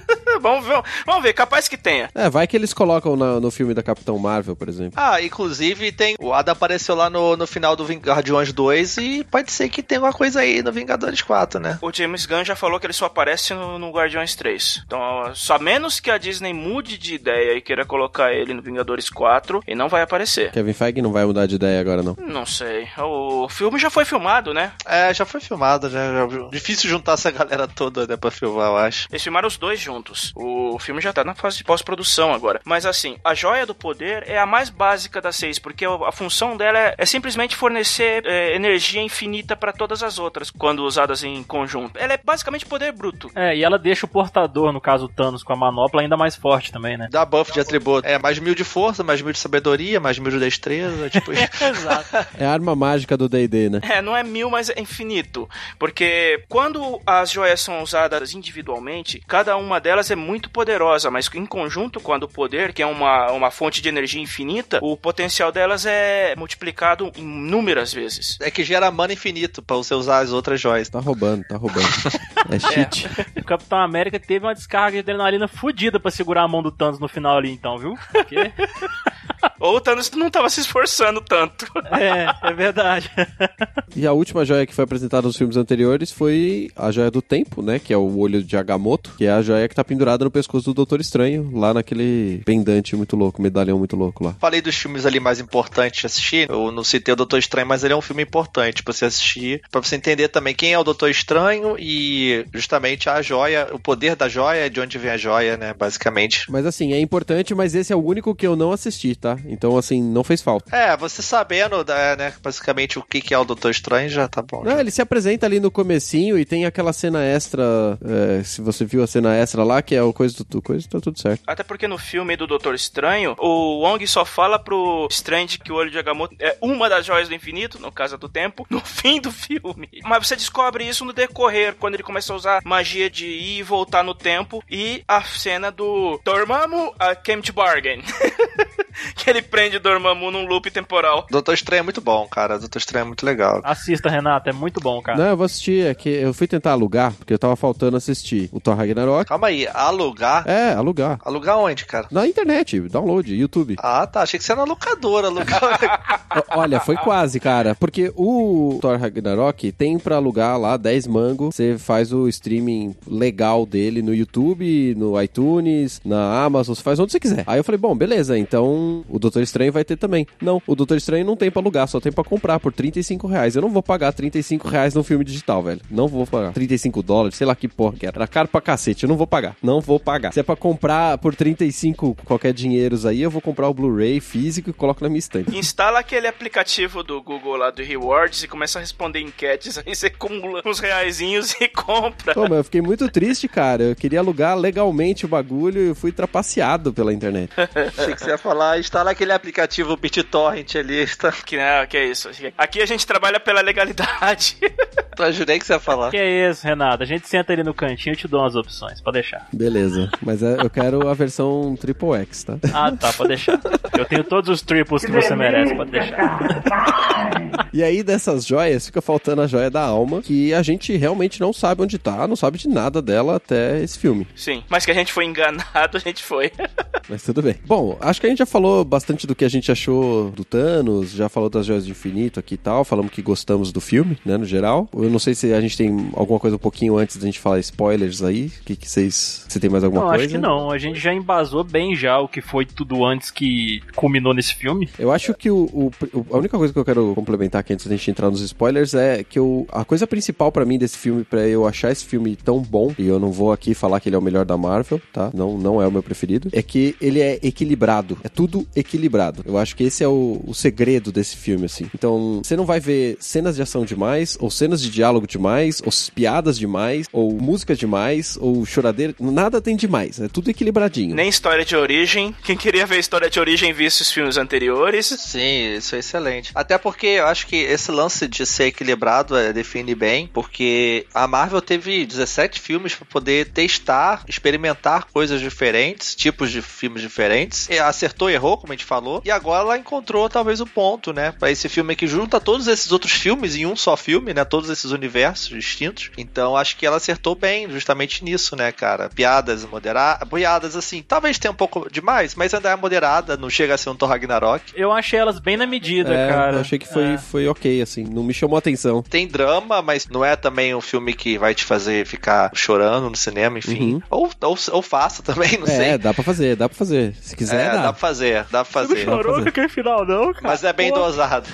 vamos ver, capaz que tenha. Vai que eles colocam no filme da Capitão Marvel, por exemplo. Inclusive tem... O Ada apareceu lá no final do Guardiões 2 e pode ser que tenha alguma coisa aí no Vingadores 4, né? O James Gunn já falou que ele só aparece no Guardiões 3. Então, só menos que a Disney mude de ideia e queira colocar ele no Vingadores 4, ele não vai aparecer. Kevin Feige não vai mudar de ideia agora, não? Não sei. O filme já foi filmado, né? Já foi filmado, já. Difícil juntar essa galera toda, né, pra filmar, eu acho. Eles filmaram os dois juntos. O filme já tá na fase de pós-produção agora. Mas assim, a Joia do Poder é a mais básica das 6, porque a função dela é simplesmente fornecer energia infinita pra todas as outras, quando usadas em conjunto. Ela é basicamente poder bruto. E ela deixa o portador, no caso o Thanos, com a manopla ainda mais forte também, né? Dá buff de atributo. Mais 1000 de força, mais 1000 de sabedoria, mais 1000 de destreza, tipo... Exato. É a arma mágica do D&D, né? Não é 1000, mas é infinito. Porque quando as joias são usadas individualmente, cada uma delas é muito poderosa, mas em conjunto com a do poder, que é uma fonte de energia infinita, o potencial delas é multiplicado inúmeras vezes. É que gera mana infinito pra você usar as outras joias. Tá roubando. É cheat. O Capitão América teve uma descarga de adrenalina fodida pra segurar a mão do Thanos no final ali, então, viu? Porque... Ou o Thanos não tava se esforçando tanto. É verdade. E a última joia que foi apresentada nos filmes anteriores foi a Joia do Tempo, né? Que é o olho de Agamotto, que é a joia que tá pendurada no pescoço do Doutor Estranho, lá naquele pendante muito louco, medalhão muito louco lá. Falei dos filmes ali mais importantes de assistir, eu não citei o Doutor Estranho, mas ele é um filme importante pra você assistir, pra você entender também quem é o Doutor Estranho e justamente a joia, o poder da joia, de onde vem a joia, né, basicamente. Mas assim, é importante, mas esse é o único que eu não assisti, tá? Então, assim, não fez falta. Você sabendo, né, basicamente o que é o Doutor Estranho, já tá bom. Já. Ele se apresenta ali no comecinho e tem aquela cena extra, se você viu a cena extra lá, que é o coisa do coisa, tá tudo certo. Até porque no filme do Doutor Estranho, o Wong só fala pro Strange que o olho de Agamotto é uma das joias do infinito, no caso do tempo, no fim do filme. Mas você descobre isso no decorrer, quando ele começa a usar magia de ir e voltar no tempo, e a cena do Dormammu came to bargain. Que ele prende Dormammu num loop temporal. Doutor Estranho é muito bom, cara. Doutor Estranho é muito legal. Assista, Renato, é muito bom, cara. Não, eu vou assistir, é que eu fui tentar alugar, porque eu tava faltando assistir o Thor Ragnarok. Calma aí, alugar? Alugar. Alugar onde, cara? Na internet, download, YouTube. Ah, tá, achei que você era na locadora, alugar. Olha, foi quase, cara, porque o Thor Ragnarok tem pra alugar lá 10 mango, você faz o streaming legal dele no YouTube, no iTunes, na Amazon, você faz onde você quiser. Aí eu falei, bom, beleza, então o Doutor Estranho vai ter também. Não, o Doutor Estranho não tem pra alugar, só tem pra comprar por R$35. Eu não vou pagar R$35 num filme digital, velho. Não vou pagar. $35, sei lá que porra que era. Era caro pra cacete, eu não vou pagar. Não vou pagar. Se é pra comprar por 35 qualquer dinheiros aí, eu vou comprar o Blu-ray físico e coloco na minha estante. Instala aquele aplicativo do Google lá do Rewards e começa a responder enquetes, aí você acumula uns reaisinhos e compra. Pô, mas eu fiquei muito triste, cara. Eu queria alugar legalmente o bagulho e eu fui trapaceado pela internet. Achei que você ia falar, instala aquele aplicativo BitTorrent ali. Que é isso. Aqui a gente trabalha pela legalidade. Eu jurei que você ia falar. Que é isso, Renato. A gente senta ali no cantinho e te dou umas opções. Pode deixar. Beleza. Mas eu quero a versão Triple X, tá? Ah, tá. Pode deixar. Eu tenho todos os triples que você merece. Pode deixar. E aí, dessas joias, fica faltando a joia da alma, que a gente realmente não sabe onde tá, não sabe de nada dela até esse filme. Sim, mas que a gente foi enganado, a gente foi. Mas tudo bem. Bom, acho que a gente já falou bastante do que a gente achou do Thanos, já falou das joias do infinito aqui e tal, falamos que gostamos do filme, né, no geral. Eu não sei se a gente tem alguma coisa um pouquinho antes da gente falar spoilers aí, que vocês... Se tem mais alguma coisa? Não, acho que não. A gente já embasou bem já o que foi tudo antes que culminou nesse filme. Eu acho que a única coisa que eu quero complementar aqui antes da gente entrar nos spoilers é que a coisa principal pra mim desse filme, pra eu achar esse filme tão bom, e eu não vou aqui falar que ele é o melhor da Marvel, tá? Não é o meu preferido, é que ele é equilibrado. É tudo equilibrado. Eu acho que esse é o segredo desse filme, assim. Então, você não vai ver cenas de ação demais, ou cenas de diálogo demais, ou piadas demais, ou música demais, ou choradeira. Nada tem demais. É tudo equilibradinho. Nem história de origem. Quem queria ver história de origem visse os filmes anteriores. Sim, isso é excelente. Até porque eu acho que esse lance de ser equilibrado define bem, porque a Marvel teve 17 filmes para poder testar, experimentar coisas diferentes, tipos de filmes diferentes. E acertou e errou, como a gente falou. E agora ela encontrou talvez o ponto, né? Pra esse filme que junta todos esses outros filmes em um só filme, né? Todos esses universos distintos. Então acho que ela acertou bem justamente nisso, né, cara? Piadas moderadas. Piadas assim, talvez tenha um pouco demais, mas ainda é moderada, não chega a ser um Thor Ragnarok. Eu achei elas bem na medida, cara. Eu achei que foi ok, assim. Não me chamou a atenção. Tem drama, mas não é também um filme que vai te fazer ficar chorando no cinema, enfim. Ou faça também, não sei. Dá pra fazer. Se quiser, dá. Dá pra fazer. Você não chorou com aquele final, não, cara? Mas é bem dosado.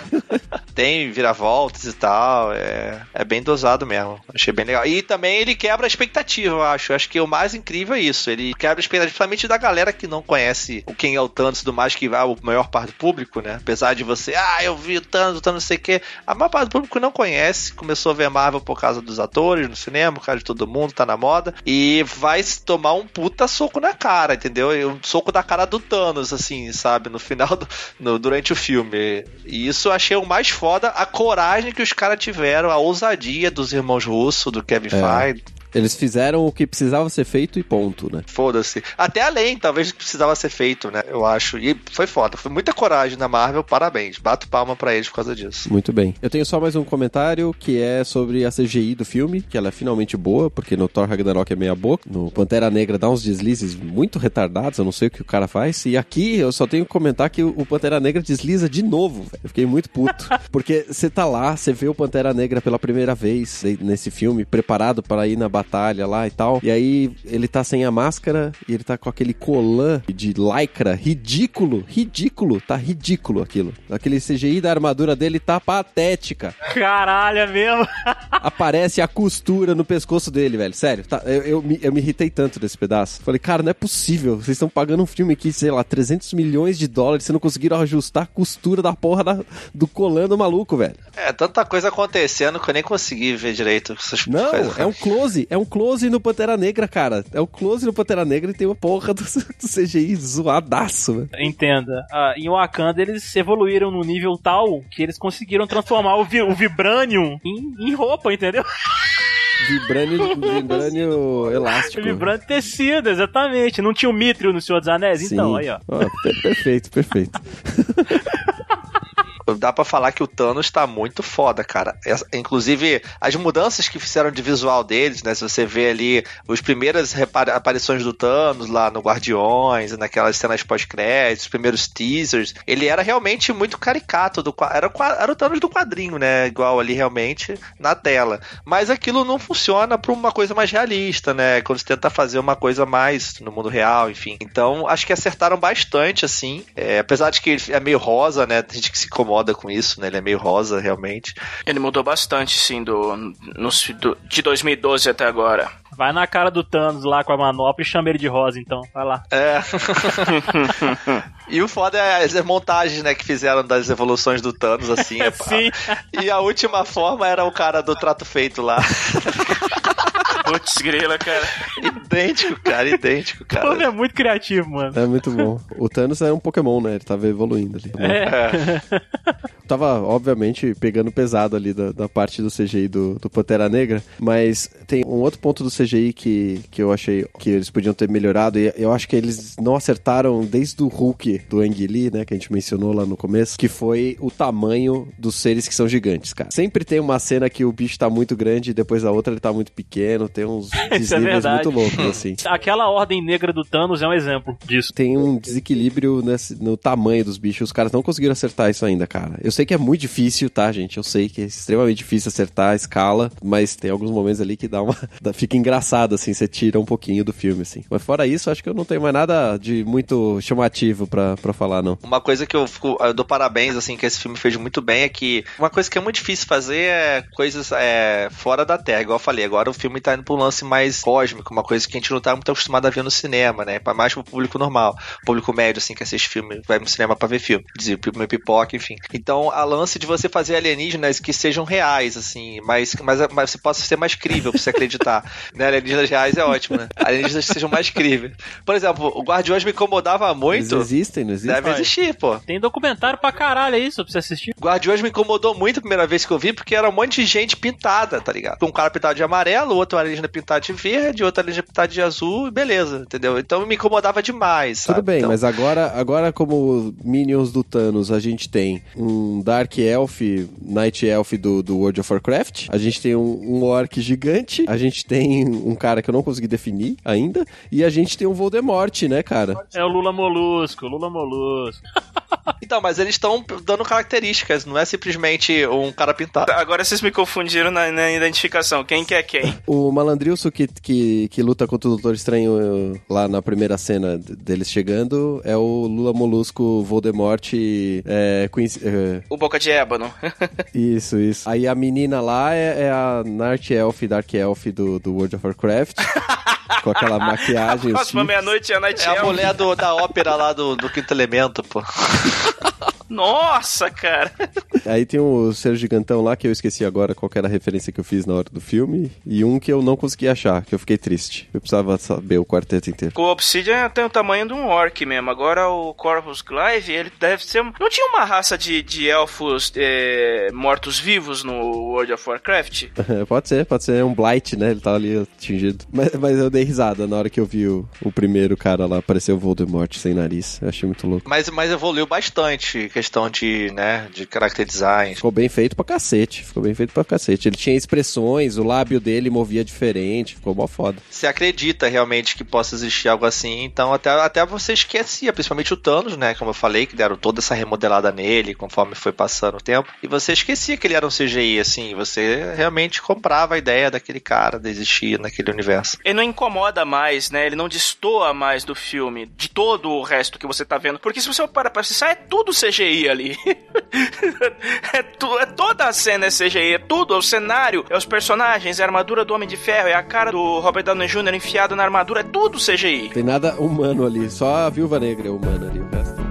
Tem viravoltas e tal. É bem dosado mesmo. Achei bem legal. E também ele quebra a expectativa, eu acho. Acho que o mais incrível é isso. Ele quebra a expectativa, principalmente da galera que não conhece quem é o Thanos e tudo mais, que vai a maior parte do público, né? Apesar de você, eu vi o Thanos não sei o quê. A maior parte do público não conhece. Começou a ver Marvel por causa dos atores no cinema, por causa de todo mundo, tá na moda. E vai tomar um puta soco na cara, entendeu? Um soco da cara do Thanos, assim, sabe? No final, durante o filme. E isso eu achei o mais foda, a coragem que os caras tiveram, a ousadia dos irmãos Russo, do Kevin Feige. Eles fizeram o que precisava ser feito e ponto, né? Foda-se. Até além, talvez, do que precisava ser feito, né? Eu acho. E foi foda. Foi muita coragem na Marvel. Parabéns. Bato palma pra eles por causa disso. Muito bem. Eu tenho só mais um comentário, que é sobre a CGI do filme, que ela é finalmente boa, porque no Thor Ragnarok é meia boca. No Pantera Negra dá uns deslizes muito retardados, eu não sei o que o cara faz. E aqui eu só tenho que comentar que o Pantera Negra desliza de novo, velho. Eu fiquei muito puto. Porque você tá lá, você vê o Pantera Negra pela primeira vez nesse filme, preparado para ir na batalha lá e tal, e aí ele tá sem a máscara e ele tá com aquele colã de lycra ridículo, tá ridículo aquele CGI da armadura dele tá patética. Caralho, é mesmo? Aparece a costura no pescoço dele, velho, sério, tá, eu me irritei tanto desse pedaço, falei, cara, não é possível, vocês estão pagando um filme aqui, sei lá, $300 milhões, vocês não conseguiram ajustar a costura da porra do colã do maluco, velho. Tanta coisa acontecendo que eu nem consegui ver direito essas não, coisas. É um close no Pantera Negra, cara. É o close no Pantera Negra e tem uma porra do CGI zoadaço, velho. Entenda. Em Wakanda eles evoluíram no nível tal que eles conseguiram transformar o Vibranium em roupa, entendeu? Vibrânio elástico. Vibrânio tecido, exatamente. Não tinha o Mithril no Senhor dos Anéis? Sim. Então, aí, ó. Perfeito. Dá pra falar que o Thanos tá muito foda, cara. Inclusive, as mudanças que fizeram de visual deles, né? Se você vê ali as primeiras aparições do Thanos lá no Guardiões, naquelas cenas pós-créditos, os primeiros teasers, ele era realmente muito caricato. Era o Thanos do quadrinho, né? Igual ali realmente na tela. Mas aquilo não funciona pra uma coisa mais realista, né? Quando você tenta fazer uma coisa mais no mundo real, enfim. Então, acho que acertaram bastante, assim. Apesar de que ele é meio rosa, né? Tem gente que se incomoda com isso, né? Ele é meio rosa, realmente. Ele mudou bastante, sim, de 2012 até agora. Vai na cara do Thanos lá com a manopla e chama ele de rosa, então. Vai lá. E o foda é as montagens, né, que fizeram das evoluções do Thanos, assim. Sim. E a última forma era o cara do Trato Feito lá. Putz, grila, cara. Idêntico, cara. Pô, é muito criativo, mano. É muito bom. O Thanos é um Pokémon, né? Ele tava evoluindo ali. Tava, obviamente, pegando pesado ali da parte do CGI do Pantera Negra, mas tem um outro ponto do CGI que eu achei que eles podiam ter melhorado, e eu acho que eles não acertaram desde o Hulk do Ang Lee, né, que a gente mencionou lá no começo, que foi o tamanho dos seres que são gigantes, cara. Sempre tem uma cena que o bicho tá muito grande e depois a outra ele tá muito pequeno, tem uns desníveis muito loucos, assim. Aquela ordem negra do Thanos é um exemplo disso. Tem um desequilíbrio no tamanho dos bichos, os caras não conseguiram acertar isso ainda, cara. Eu sei que é muito difícil, tá, gente? Eu sei que é extremamente difícil acertar a escala, mas tem alguns momentos ali que fica engraçado, assim, você tira um pouquinho do filme, assim. Mas fora isso, acho que eu não tenho mais nada de muito chamativo pra falar, não. Uma coisa que eu dou parabéns, assim, que esse filme fez muito bem é que uma coisa que é muito difícil fazer é coisas fora da Terra, igual eu falei. Agora o filme tá indo pra um lance mais cósmico, uma coisa que a gente não tá muito acostumado a ver no cinema, né? Mais pro público normal, público médio, assim, que assiste filme, vai no cinema pra ver filme, pipoca, enfim. Então, a lance de você fazer alienígenas que sejam reais, assim, mas você possa ser mais crível pra você acreditar, né? Alienígenas reais é ótimo, né? Alienígenas que sejam mais críveis. Por exemplo, o Guardiões me incomodava muito. Eles existem, não existem? Deve existir, pô. Tem documentário pra caralho aí, só pra você assistir. Guardiões me incomodou muito a primeira vez que eu vi, porque era um monte de gente pintada, tá ligado? Um cara pintado de amarelo, outro alienígena pintado de verde, outro alienígena pintado de azul, e beleza, entendeu? Então me incomodava demais, sabe? Tudo bem, então... mas agora como Minions do Thanos, a gente tem um Dark Elf, Night Elf do World of Warcraft, a gente tem um orc gigante, a gente tem um cara que eu não consegui definir ainda, e a gente tem um Voldemort, né, cara? É o Lula Molusco. Então, mas eles estão dando características, não é simplesmente um cara pintado. Agora vocês me confundiram na identificação. Quem que é quem? O Malandrilso que luta contra o Doutor Estranho lá na primeira cena deles chegando é o Lula Molusco Voldemort o Boca de Ébano. Isso. Aí a menina lá é a Dark Elf do World of Warcraft. Com aquela maquiagem. Próxima meia-noite é a Night Elf. É a mulher da ópera lá do Quinto Elemento, pô. Nossa, cara. Aí tem o Ser Gigantão lá, que eu esqueci agora qual era a referência que eu fiz na hora do filme. E um que eu não consegui achar, que eu fiquei triste. Eu precisava saber o quarteto inteiro. O Obsidian tem o tamanho de um orc mesmo. Agora o Corvus Glaive, ele deve ser... Não tinha uma raça de elfos mortos-vivos no World of Warcraft? Pode ser. É um Blight, né? Ele tá ali atingido. Mas eu dei risada na hora que eu vi o primeiro cara lá, apareceu o Voldemort sem nariz. Eu achei muito louco. Mas evoluiu bastante, questão de character design. Ficou bem feito pra cacete. Ele tinha expressões, o lábio dele movia diferente, ficou mó foda. Você acredita realmente que possa existir algo assim, então até você esquecia, principalmente o Thanos, né, como eu falei, que deram toda essa remodelada nele, conforme foi passando o tempo, e você esquecia que ele era um CGI, assim, você realmente comprava a ideia daquele cara de existir naquele universo. Ele não incomoda mais, né, ele não destoa mais do filme, de todo o resto que você tá vendo, porque se você parar pra pensar, é tudo CGI ali. Toda a cena é CGI, é tudo, é o cenário, é os personagens, é a armadura do Homem de Ferro, é a cara do Robert Downey Jr. enfiado na armadura, é tudo CGI. Tem nada humano ali, só a Viúva Negra é humana ali, o resto.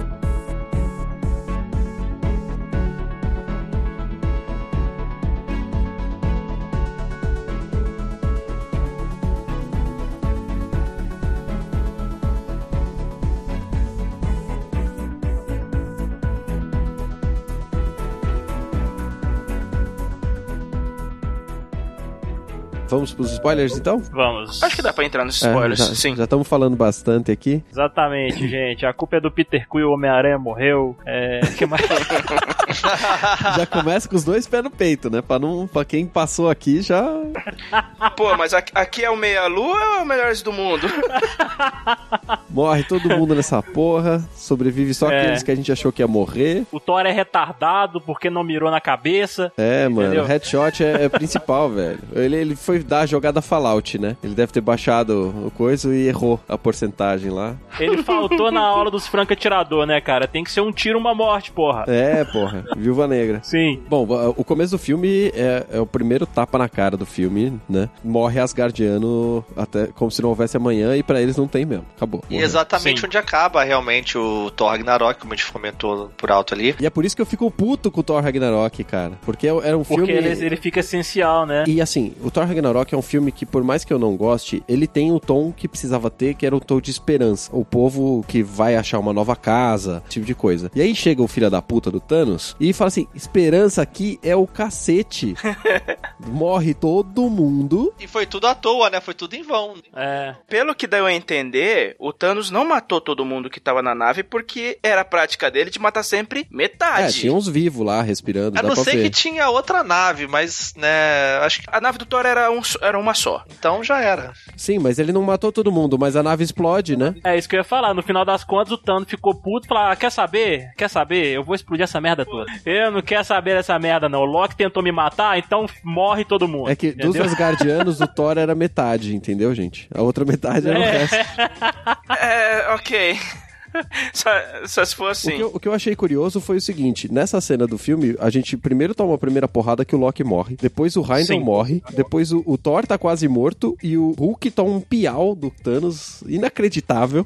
Vamos pros spoilers, então? Vamos. Acho que dá pra entrar nos spoilers, sim. Já estamos falando bastante aqui. Exatamente, gente. A culpa é do Peter Quill, o Homem-Aranha morreu. Que mais? Já começa com os dois pés no peito, né? Pra quem passou aqui já... Pô, mas aqui é o Meia-Lua ou é o Melhores do Mundo? Morre todo mundo nessa porra. Sobrevive só aqueles que a gente achou que ia morrer. O Thor é retardado porque não mirou na cabeça. Mano, o headshot é principal, velho. Ele foi dar a jogada Fallout, né? Ele deve ter baixado o coisa e errou a porcentagem lá. Ele faltou na aula dos franco-atirador, né, cara? Tem que ser um tiro, uma morte, porra. Porra. Viúva Negra. Sim. Bom, o começo do filme é o primeiro tapa na cara do filme, né? Morre Asgardiano até como se não houvesse amanhã e pra eles não tem mesmo. Acabou. E exatamente onde acaba realmente o Thor Ragnarok, como a gente comentou por alto ali. E é por isso que eu fico puto com o Thor Ragnarok, cara. Porque era um filme... Porque ele fica essencial, né? E assim, o Thor Ragnarok é um filme que, por mais que eu não goste, ele tem o tom que precisava ter, que era o tom de esperança. O povo que vai achar uma nova casa, esse tipo de coisa. E aí chega o filho da puta do Thanos e fala assim, esperança aqui é o cacete. Morre todo mundo. E foi tudo à toa, né? Foi tudo em vão. Pelo que deu a entender, o Thanos não matou todo mundo que tava na nave porque era a prática dele de matar sempre metade. Tinha uns vivos lá respirando. A não ser que tinha outra nave, mas, né, acho que... A nave do Thor era era uma só. Então já era. Sim, mas ele não matou todo mundo, mas a nave explode, né? É isso que eu ia falar. No final das contas, o Thanos ficou puto e falou: quer saber? Eu vou explodir essa merda toda. Eu não quero saber dessa merda, não. O Loki tentou me matar, então morre todo mundo. É que entendeu? Dos Asgardianos, o Thor era metade, entendeu, gente? A outra metade era o resto. Ok. Só se for assim. O que eu achei curioso foi o seguinte: nessa cena do filme, a gente primeiro toma a primeira porrada que o Loki morre, depois o Heimdall morre, depois o Thor tá quase morto e o Hulk toma um piau do Thanos inacreditável.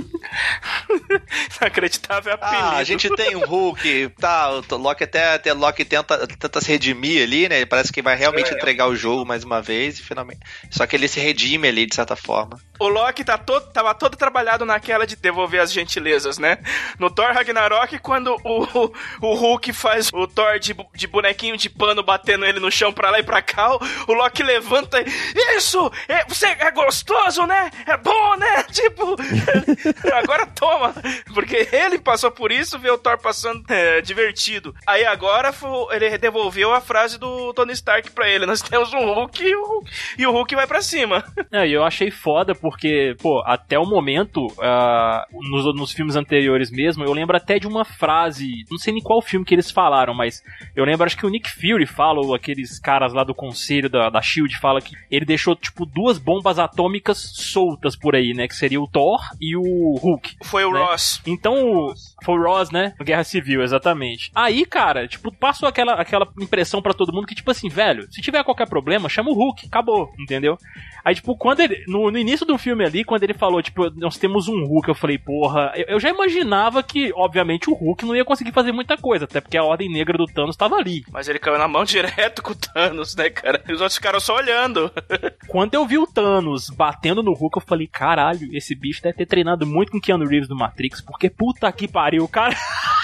Inacreditável é apelido. A gente tem um Hulk, tá, o Loki Loki tenta se redimir ali, né? Ele parece que vai realmente entregar o jogo mais uma vez e finalmente. Só que ele se redime ali de certa forma. O Loki tava todo trabalhado naquela de devolver as gentilezas, né? No Thor Ragnarok, quando o Hulk faz o Thor de bonequinho de pano batendo ele no chão pra lá e pra cá, o Loki levanta e... Isso! Você é gostoso, né? É bom, né? Tipo... agora toma! Porque ele passou por isso, vê o Thor passando divertido. Aí agora ele devolveu a frase do Tony Stark pra ele. Nós temos um Hulk e o Hulk vai pra cima. E eu achei foda porque, pô, até o momento, nos filmes anteriores mesmo, eu lembro até de uma frase, não sei nem qual filme que eles falaram, mas eu lembro, acho que o Nick Fury fala, ou aqueles caras lá do conselho da SHIELD fala que ele deixou, tipo, 2 bombas atômicas soltas por aí, né, que seria o Thor e o Hulk. Foi o Ross. Então, foi o Ross, né, Guerra Civil, exatamente. Aí, cara, tipo, passou aquela impressão pra todo mundo que, tipo assim, velho, se tiver qualquer problema, chama o Hulk, acabou, entendeu? Aí, tipo, quando ele, no início do filme ali, quando ele falou, tipo, nós temos um Hulk, eu falei, porra, eu já imaginava que, obviamente, o Hulk não ia conseguir fazer muita coisa, até porque a Ordem Negra do Thanos tava ali. Mas ele caiu na mão direto com o Thanos, né, cara? E os outros ficaram só olhando. Quando eu vi o Thanos batendo no Hulk, eu falei, caralho, esse bicho deve ter treinado muito com o Keanu Reeves do Matrix, porque puta que pariu, cara...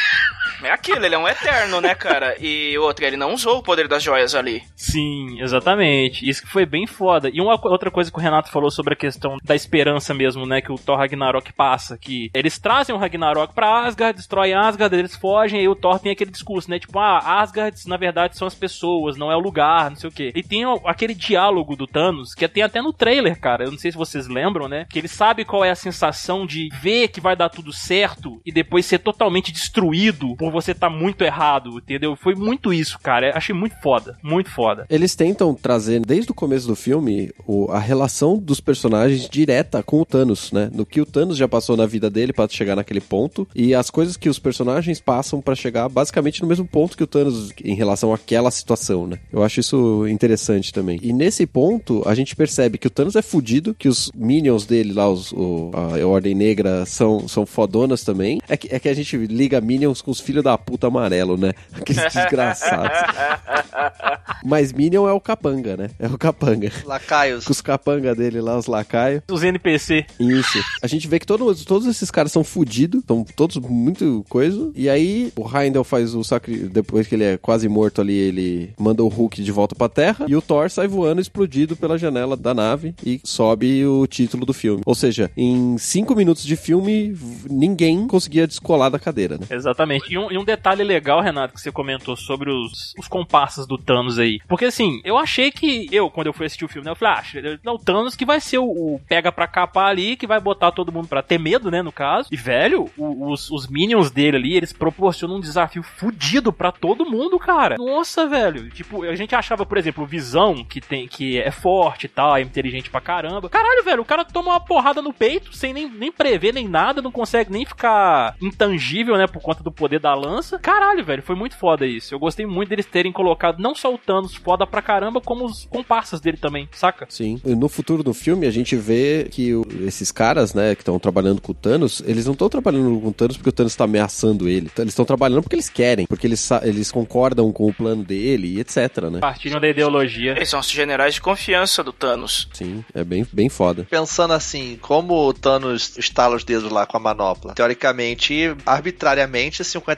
É aquilo, ele é um eterno, né, cara? E outro, ele não usou o poder das joias ali. Sim, exatamente. Isso que foi bem foda. E uma outra coisa que o Renato falou sobre a questão da esperança mesmo, né, que o Thor Ragnarok passa, que eles trazem o Ragnarok pra Asgard, destroem Asgard, eles fogem, e o Thor tem aquele discurso, né, tipo, Asgard, na verdade, são as pessoas, não é o lugar, não sei o quê. E tem aquele diálogo do Thanos, que tem até no trailer, cara, eu não sei se vocês lembram, né, que ele sabe qual é a sensação de ver que vai dar tudo certo e depois ser totalmente destruído por você tá muito errado, entendeu? Foi muito isso, cara. Achei muito foda. Muito foda. Eles tentam trazer, desde o começo do filme, a relação dos personagens direta com o Thanos, né? No que o Thanos já passou na vida dele pra chegar naquele ponto e as coisas que os personagens passam pra chegar basicamente no mesmo ponto que o Thanos em relação àquela situação, né? Eu acho isso interessante também. E nesse ponto, a gente percebe que o Thanos é fudido, que os minions dele lá, a Ordem Negra, são fodonas também. É que a gente liga minions com os filhos da puta amarelo, né? Aqueles desgraçados. Mas Minion é o capanga, né? É o capanga. Lacaios. Com os capanga dele lá, os lacaios. Os NPC. Isso. A gente vê que todos esses caras são fudidos, são todos muito coisa. E aí, o Heimdall faz o sacrifício. Depois que ele é quase morto ali, ele manda o Hulk de volta pra Terra. E o Thor sai voando, explodido pela janela da nave e sobe o título do filme. Ou seja, em 5 minutos de filme, ninguém conseguia descolar da cadeira, né? Exatamente. E um detalhe legal, Renato, que você comentou sobre os comparsas do Thanos aí. Porque assim, eu achei que, quando eu fui assistir o filme, né, eu falei, o Thanos que vai ser o pega pra capar ali, que vai botar todo mundo pra ter medo, né, no caso. E, velho, os minions dele ali, eles proporcionam um desafio fudido pra todo mundo, cara. Nossa, velho. Tipo, a gente achava, por exemplo, o Visão, que é forte e tal, é inteligente pra caramba. Caralho, velho, o cara toma uma porrada no peito, sem nem prever nem nada, não consegue nem ficar intangível, né, por conta do poder da lança. Caralho, velho, foi muito foda isso. Eu gostei muito deles terem colocado não só o Thanos foda pra caramba, como os comparsas dele também, saca? Sim. No futuro do filme, a gente vê que esses caras, né, que estão trabalhando com o Thanos, eles não estão trabalhando com o Thanos porque o Thanos tá ameaçando ele. Eles estão trabalhando porque eles querem, porque eles concordam com o plano dele e etc, né? Partilham da ideologia. Eles são os generais de confiança do Thanos. Sim, é bem foda. Pensando assim, como o Thanos estala os dedos lá com a manopla, teoricamente, arbitrariamente, 50%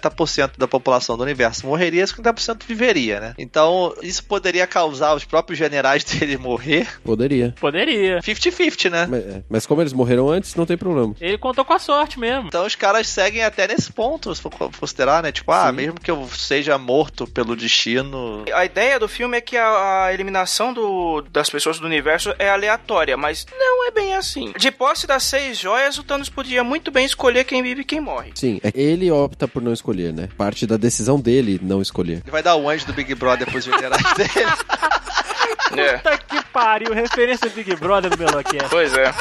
50% da população do universo morreria, 50% viveria, né? Então, isso poderia causar os próprios generais dele morrer? Poderia. 50-50, né? Mas como eles morreram antes, não tem problema. Ele contou com a sorte mesmo. Então os caras seguem até nesse ponto, se for considerar, né? Tipo, mesmo que eu seja morto pelo destino... A ideia do filme é que a eliminação das pessoas do universo é aleatória, mas não é bem assim. De posse das 6 joias, o Thanos podia muito bem escolher quem vive e quem morre. Sim, ele opta por não escolher, né? Parte da decisão dele não escolher. Ele vai dar o anjo do Big Brother pros generais dele. Puta que pariu, referência Big Brother do Melocast. Pois é.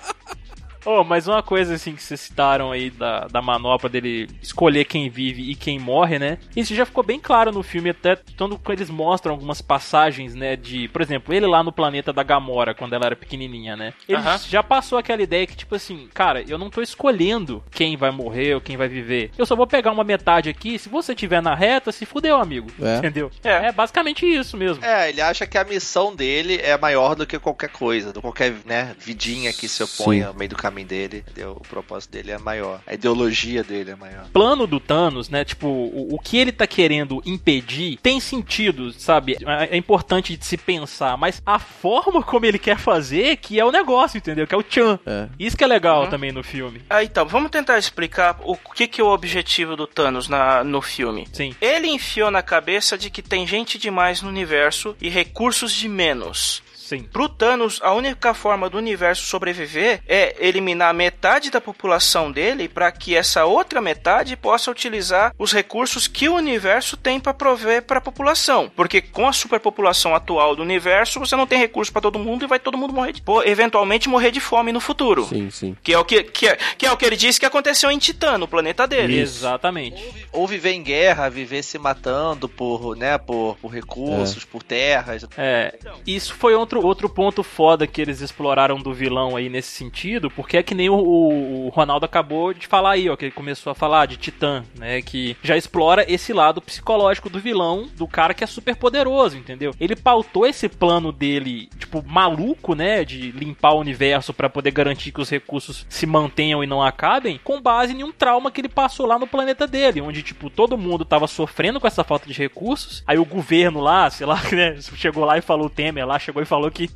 Mas uma coisa assim que vocês citaram aí da manopla dele escolher quem vive e quem morre, né? Isso já ficou bem claro no filme, até quando eles mostram algumas passagens, né? De, por exemplo, ele lá no planeta da Gamora, quando ela era pequenininha, né? Ele já passou aquela ideia que, tipo assim, cara, eu não tô escolhendo quem vai morrer ou quem vai viver. Eu só vou pegar uma metade aqui, se você tiver na reta, se fudeu, amigo. Entendeu? É basicamente isso mesmo. Ele acha que a missão dele é maior do que qualquer coisa, do qualquer, né, vidinha que se opõe ao meio do caminho dele, entendeu? O propósito dele é maior, a ideologia dele é maior. O plano do Thanos, né, tipo, o que ele tá querendo impedir tem sentido, sabe? É importante de se pensar, mas a forma como ele quer fazer que é o negócio, entendeu? Que é o tchan. Isso que é legal também no filme. Então, vamos tentar explicar o que é o objetivo do Thanos no filme. Sim. Ele enfiou na cabeça de que tem gente demais no universo e recursos de menos. Sim. Pro Thanos, a única forma do universo sobreviver é eliminar metade da população dele para que essa outra metade possa utilizar os recursos que o universo tem para prover para a população. Porque com a superpopulação atual do universo, você não tem recurso para todo mundo e vai todo mundo morrer eventualmente morrer de fome no futuro. Sim, sim. Que é o que ele disse que aconteceu em Titã, no planeta dele. Exatamente. Ou viver em guerra, viver se matando por recursos, por terras. Isso foi outro ponto foda que eles exploraram do vilão aí nesse sentido, porque é que nem o Ronaldo acabou de falar aí, ó, que ele começou a falar de Titã, né, que já explora esse lado psicológico do vilão, do cara que é super poderoso, entendeu? Ele pautou esse plano dele, tipo, maluco, né, de limpar o universo pra poder garantir que os recursos se mantenham e não acabem, com base em um trauma que ele passou lá no planeta dele, onde, tipo, todo mundo tava sofrendo com essa falta de recursos, aí o governo lá, sei lá, né, chegou lá e falou, o Temer lá, chegou e falou que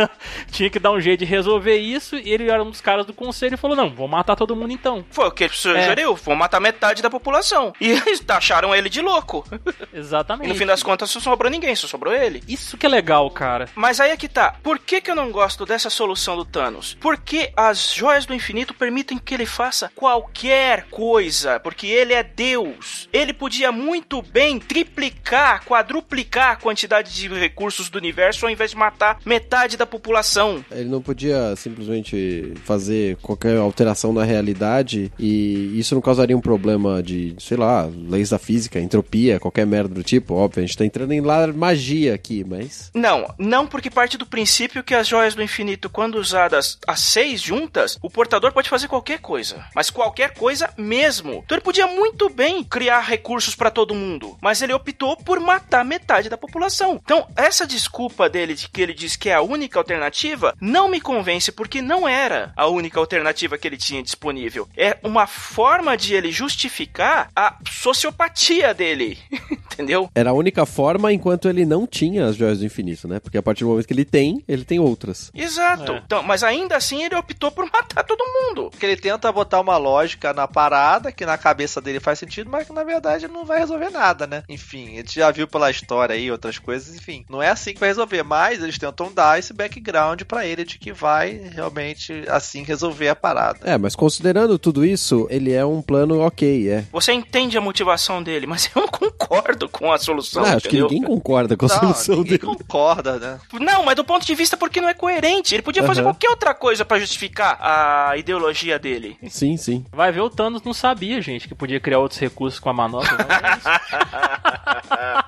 tinha que dar um jeito de resolver isso, e ele era um dos caras do conselho e falou, não, vou matar todo mundo então. Foi o que ele sugeriu, vou matar metade da população. E eles acharam ele de louco. Exatamente. E no fim das contas não sobrou ninguém, só sobrou ele. Isso que é legal, cara. Mas aí é que tá, por que eu não gosto dessa solução do Thanos? Porque as joias do infinito permitem que ele faça qualquer coisa, porque ele é Deus. Ele podia muito bem triplicar, quadruplicar a quantidade de recursos do universo ao invés de matar metade da população. Ele não podia simplesmente fazer qualquer alteração na realidade e isso não causaria um problema de, sei lá, leis da física, entropia, qualquer merda do tipo. Óbvio, a gente tá entrando em magia aqui, mas... Não porque parte do princípio que as joias do infinito, quando usadas as 6 juntas, o portador pode fazer qualquer coisa. Mas qualquer coisa mesmo. Então ele podia muito bem criar recursos pra todo mundo, mas ele optou por matar metade da população. Então, essa desculpa dele de que ele diz que é a única alternativa, não me convence, porque não era a única alternativa que ele tinha disponível. É uma forma de ele justificar a sociopatia dele, entendeu? Era a única forma enquanto ele não tinha as joias do infinito, né? Porque a partir do momento que ele tem outras. Exato. Então, mas ainda assim ele optou por matar todo mundo. Porque ele tenta botar uma lógica na parada, que na cabeça dele faz sentido, mas que na verdade não vai resolver nada, né? Enfim, a gente já viu pela história aí, outras coisas, enfim. Não é assim que vai resolver, mas eles tentam dar esse background pra ele de que vai realmente assim resolver a parada. Mas considerando tudo isso, ele é um plano ok, Você entende a motivação dele, mas eu não concordo com a solução, acho que ninguém concorda com a solução dele. Ninguém concorda, né? Não, mas do ponto de vista porque não é coerente. Ele podia fazer qualquer outra coisa pra justificar a ideologia dele. Sim, sim. Vai ver, o Thanos não sabia, gente, que podia criar outros recursos com a manopla. Não é isso.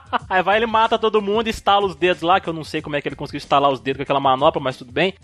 Aí vai, ele mata todo mundo, estala os dedos lá, que eu não sei como é que ele conseguiu estalar os dedos com aquela manopla, mas tudo bem.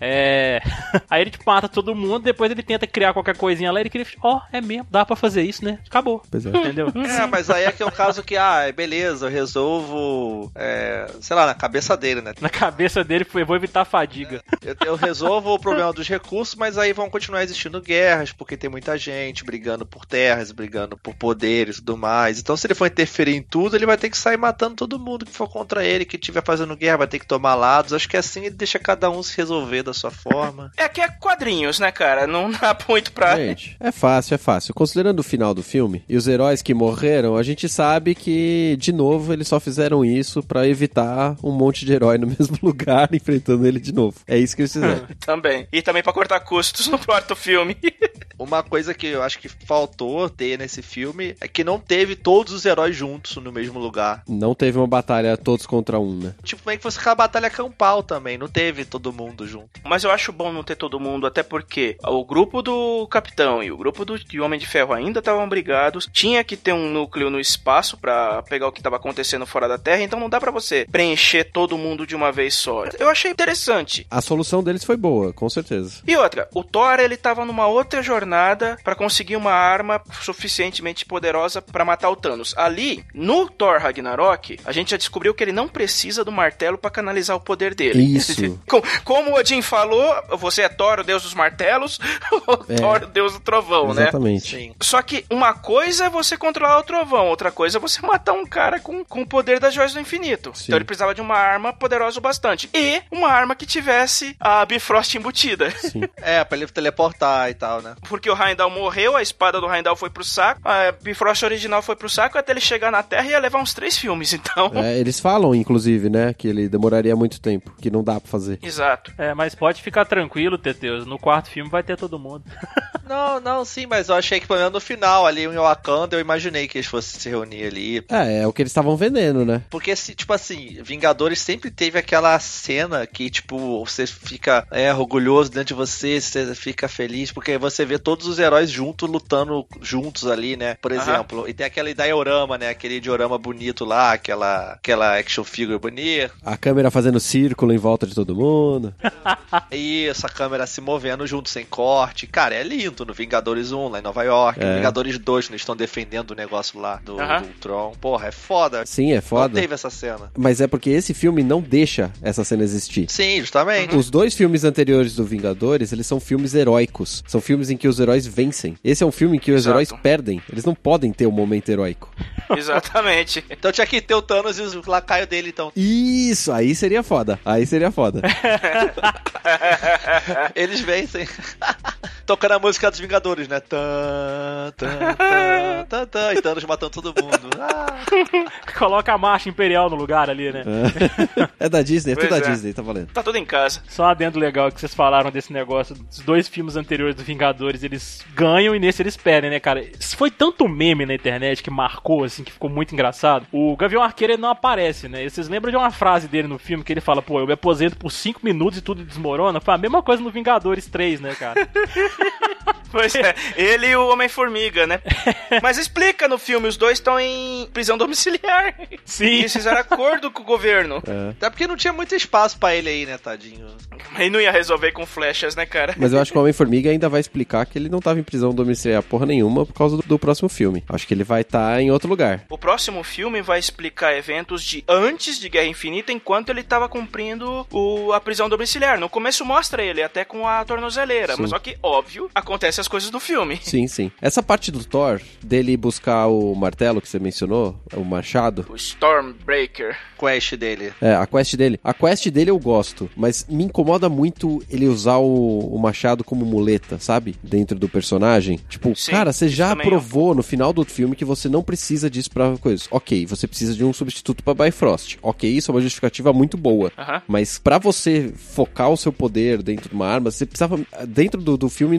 Aí ele tipo, mata todo mundo, depois ele tenta criar qualquer coisinha lá, ele queria, é mesmo, dá pra fazer isso, né? Acabou. Pois é. Entendeu? Mas aí é que é o caso que, beleza, eu resolvo, sei lá, na cabeça dele, né? Na cabeça dele foi, vou evitar a fadiga. Eu resolvo o problema dos recursos, mas aí vão continuar existindo guerras, porque tem muita gente brigando por terras, brigando por poderes e tudo mais. Então, se ele for interferir em tudo, ele vai ter que sair matando todo mundo que for contra ele, que estiver fazendo guerra, vai ter que tomar lados. Acho que assim ele deixa cada um se resolver da sua forma. É que é quadrinhos, né, cara? Não dá muito pra... Gente, é fácil. Considerando o final do filme e os heróis que morreram, a gente sabe que, de novo, eles só fizeram isso pra evitar um monte de herói no mesmo lugar enfrentando ele de novo. É isso que eles fizeram. Também. E também pra cortar custos no quarto filme. Uma coisa que eu acho que faltou ter nesse filme é que não teve todos os heróis juntos no mesmo lugar. Não teve uma batalha todos contra um, né? Tipo, meio que fosse aquela batalha campal também, não teve todo mundo junto. Mas eu acho bom não ter todo mundo, até porque o grupo do Capitão e o grupo do Homem de Ferro ainda estavam brigados, tinha que ter um núcleo no espaço pra pegar o que estava acontecendo fora da Terra, então não dá pra você preencher todo mundo de uma vez só. Eu achei interessante. A solução deles foi boa, com certeza. E outra, o Thor, ele tava numa outra jornada pra conseguir uma arma suficientemente poderosa pra matar o Thanos. Ali, no Thor Ragnarok, a gente já descobriu que ele não precisa do martelo pra canalizar o poder dele. Isso. Como o Odin falou, você é Thor, o deus dos martelos, ou Thor, o deus do trovão, exatamente. Né? Sim. Só que uma coisa é você controlar o trovão, outra coisa é você matar um cara com o poder das joias do infinito. Sim. Então ele precisava de uma arma poderosa o bastante. E uma arma que tivesse a Bifrost embutida. Sim. Pra ele teleportar e tal, né? Porque o Heimdall morreu, a espada do Heimdall foi pro saco, a Bifrost original foi pro saco, até ele chegar na Terra ia levar uns 3 filmes, então... Eles falam, inclusive, né, que ele demoraria muito tempo, que não dá pra fazer. Exato. Mas pode ficar tranquilo, Teteus, no quarto filme vai ter todo mundo. Não, sim, mas eu achei que pelo menos no final, ali em Wakanda, eu imaginei que eles fossem se reunir ali. É o que eles estavam vendendo, né? Porque, tipo assim, Vingadores sempre teve aquela cena que, tipo, você fica orgulhoso dentro de você fica feliz, porque você vê todos os heróis juntos, lutando juntos ali, né? Por exemplo, e tem aquele diorama, né? Aquele diorama bonito lá, aquela action figure bonita. A câmera fazendo círculo em volta de todo mundo. Isso, a câmera se movendo junto, sem corte. Cara, é lindo no Vingadores 1, lá em Nova York. No Vingadores 2, eles estão defendendo o negócio lá do Ultron. Porra, é foda. Sim, é foda. Não teve essa cena. Mas é porque esse filme não deixa essa cena existir. Sim, justamente. Os 2 filmes anteriores do Vingadores, eles são filmes heróicos. São filmes em que os heróis vencem. Esse é um filme em que os heróis perdem. Eles não podem ter um momento heróico. Exatamente. Então tinha que ter o Thanos e os lacaios dele, então. Isso, aí seria foda. Eles vencem. Tocando a música dos Vingadores, né? E Thanos matando todo mundo. Coloca a marcha imperial no lugar ali, né? É da Disney, é tudo da Pois é. Disney, tá valendo. Tá tudo em casa. Só um adendo legal que vocês falaram desse negócio. Os 2 filmes anteriores do Vingadores, eles ganham e nesse eles perdem, né, cara? Isso foi tanto meme na internet que marcou, assim, que ficou muito engraçado. O Gavião Arqueiro, ele não aparece, né? E vocês lembram de uma frase dele no filme que ele fala, eu me aposento por 5 minutos e tudo desmorona? Foi a mesma coisa no Vingadores 3, né, cara? Pois é, ele e o Homem-Formiga, né? Mas explica no filme, os 2 estão em prisão domiciliar. Sim. Eles fizeram acordo com o governo. Até porque não tinha muito espaço pra ele aí, né, tadinho? Aí não ia resolver com flechas, né, cara? Mas eu acho que o Homem-Formiga ainda vai explicar que ele não tava em prisão domiciliar porra nenhuma por causa do próximo filme. Acho que ele vai estar em outro lugar. O próximo filme vai explicar eventos de antes de Guerra Infinita, enquanto ele tava cumprindo a prisão domiciliar. No começo mostra ele até com a tornozeleira, Sim. mas só que, óbvio, acontece as coisas do filme. Sim. Essa parte do Thor, dele buscar o martelo que você mencionou, o machado. O Stormbreaker. Quest dele. A quest dele. A quest dele eu gosto, mas me incomoda muito ele usar o machado como muleta, sabe? Dentro do personagem. Tipo, Sim, cara, você já também provou no final do filme que você não precisa disso pra coisas. Ok, você precisa de um substituto pra Bifrost. Ok, isso é uma justificativa muito boa. Mas pra você focar o seu poder dentro de uma arma, você precisava... Dentro do filme não me convence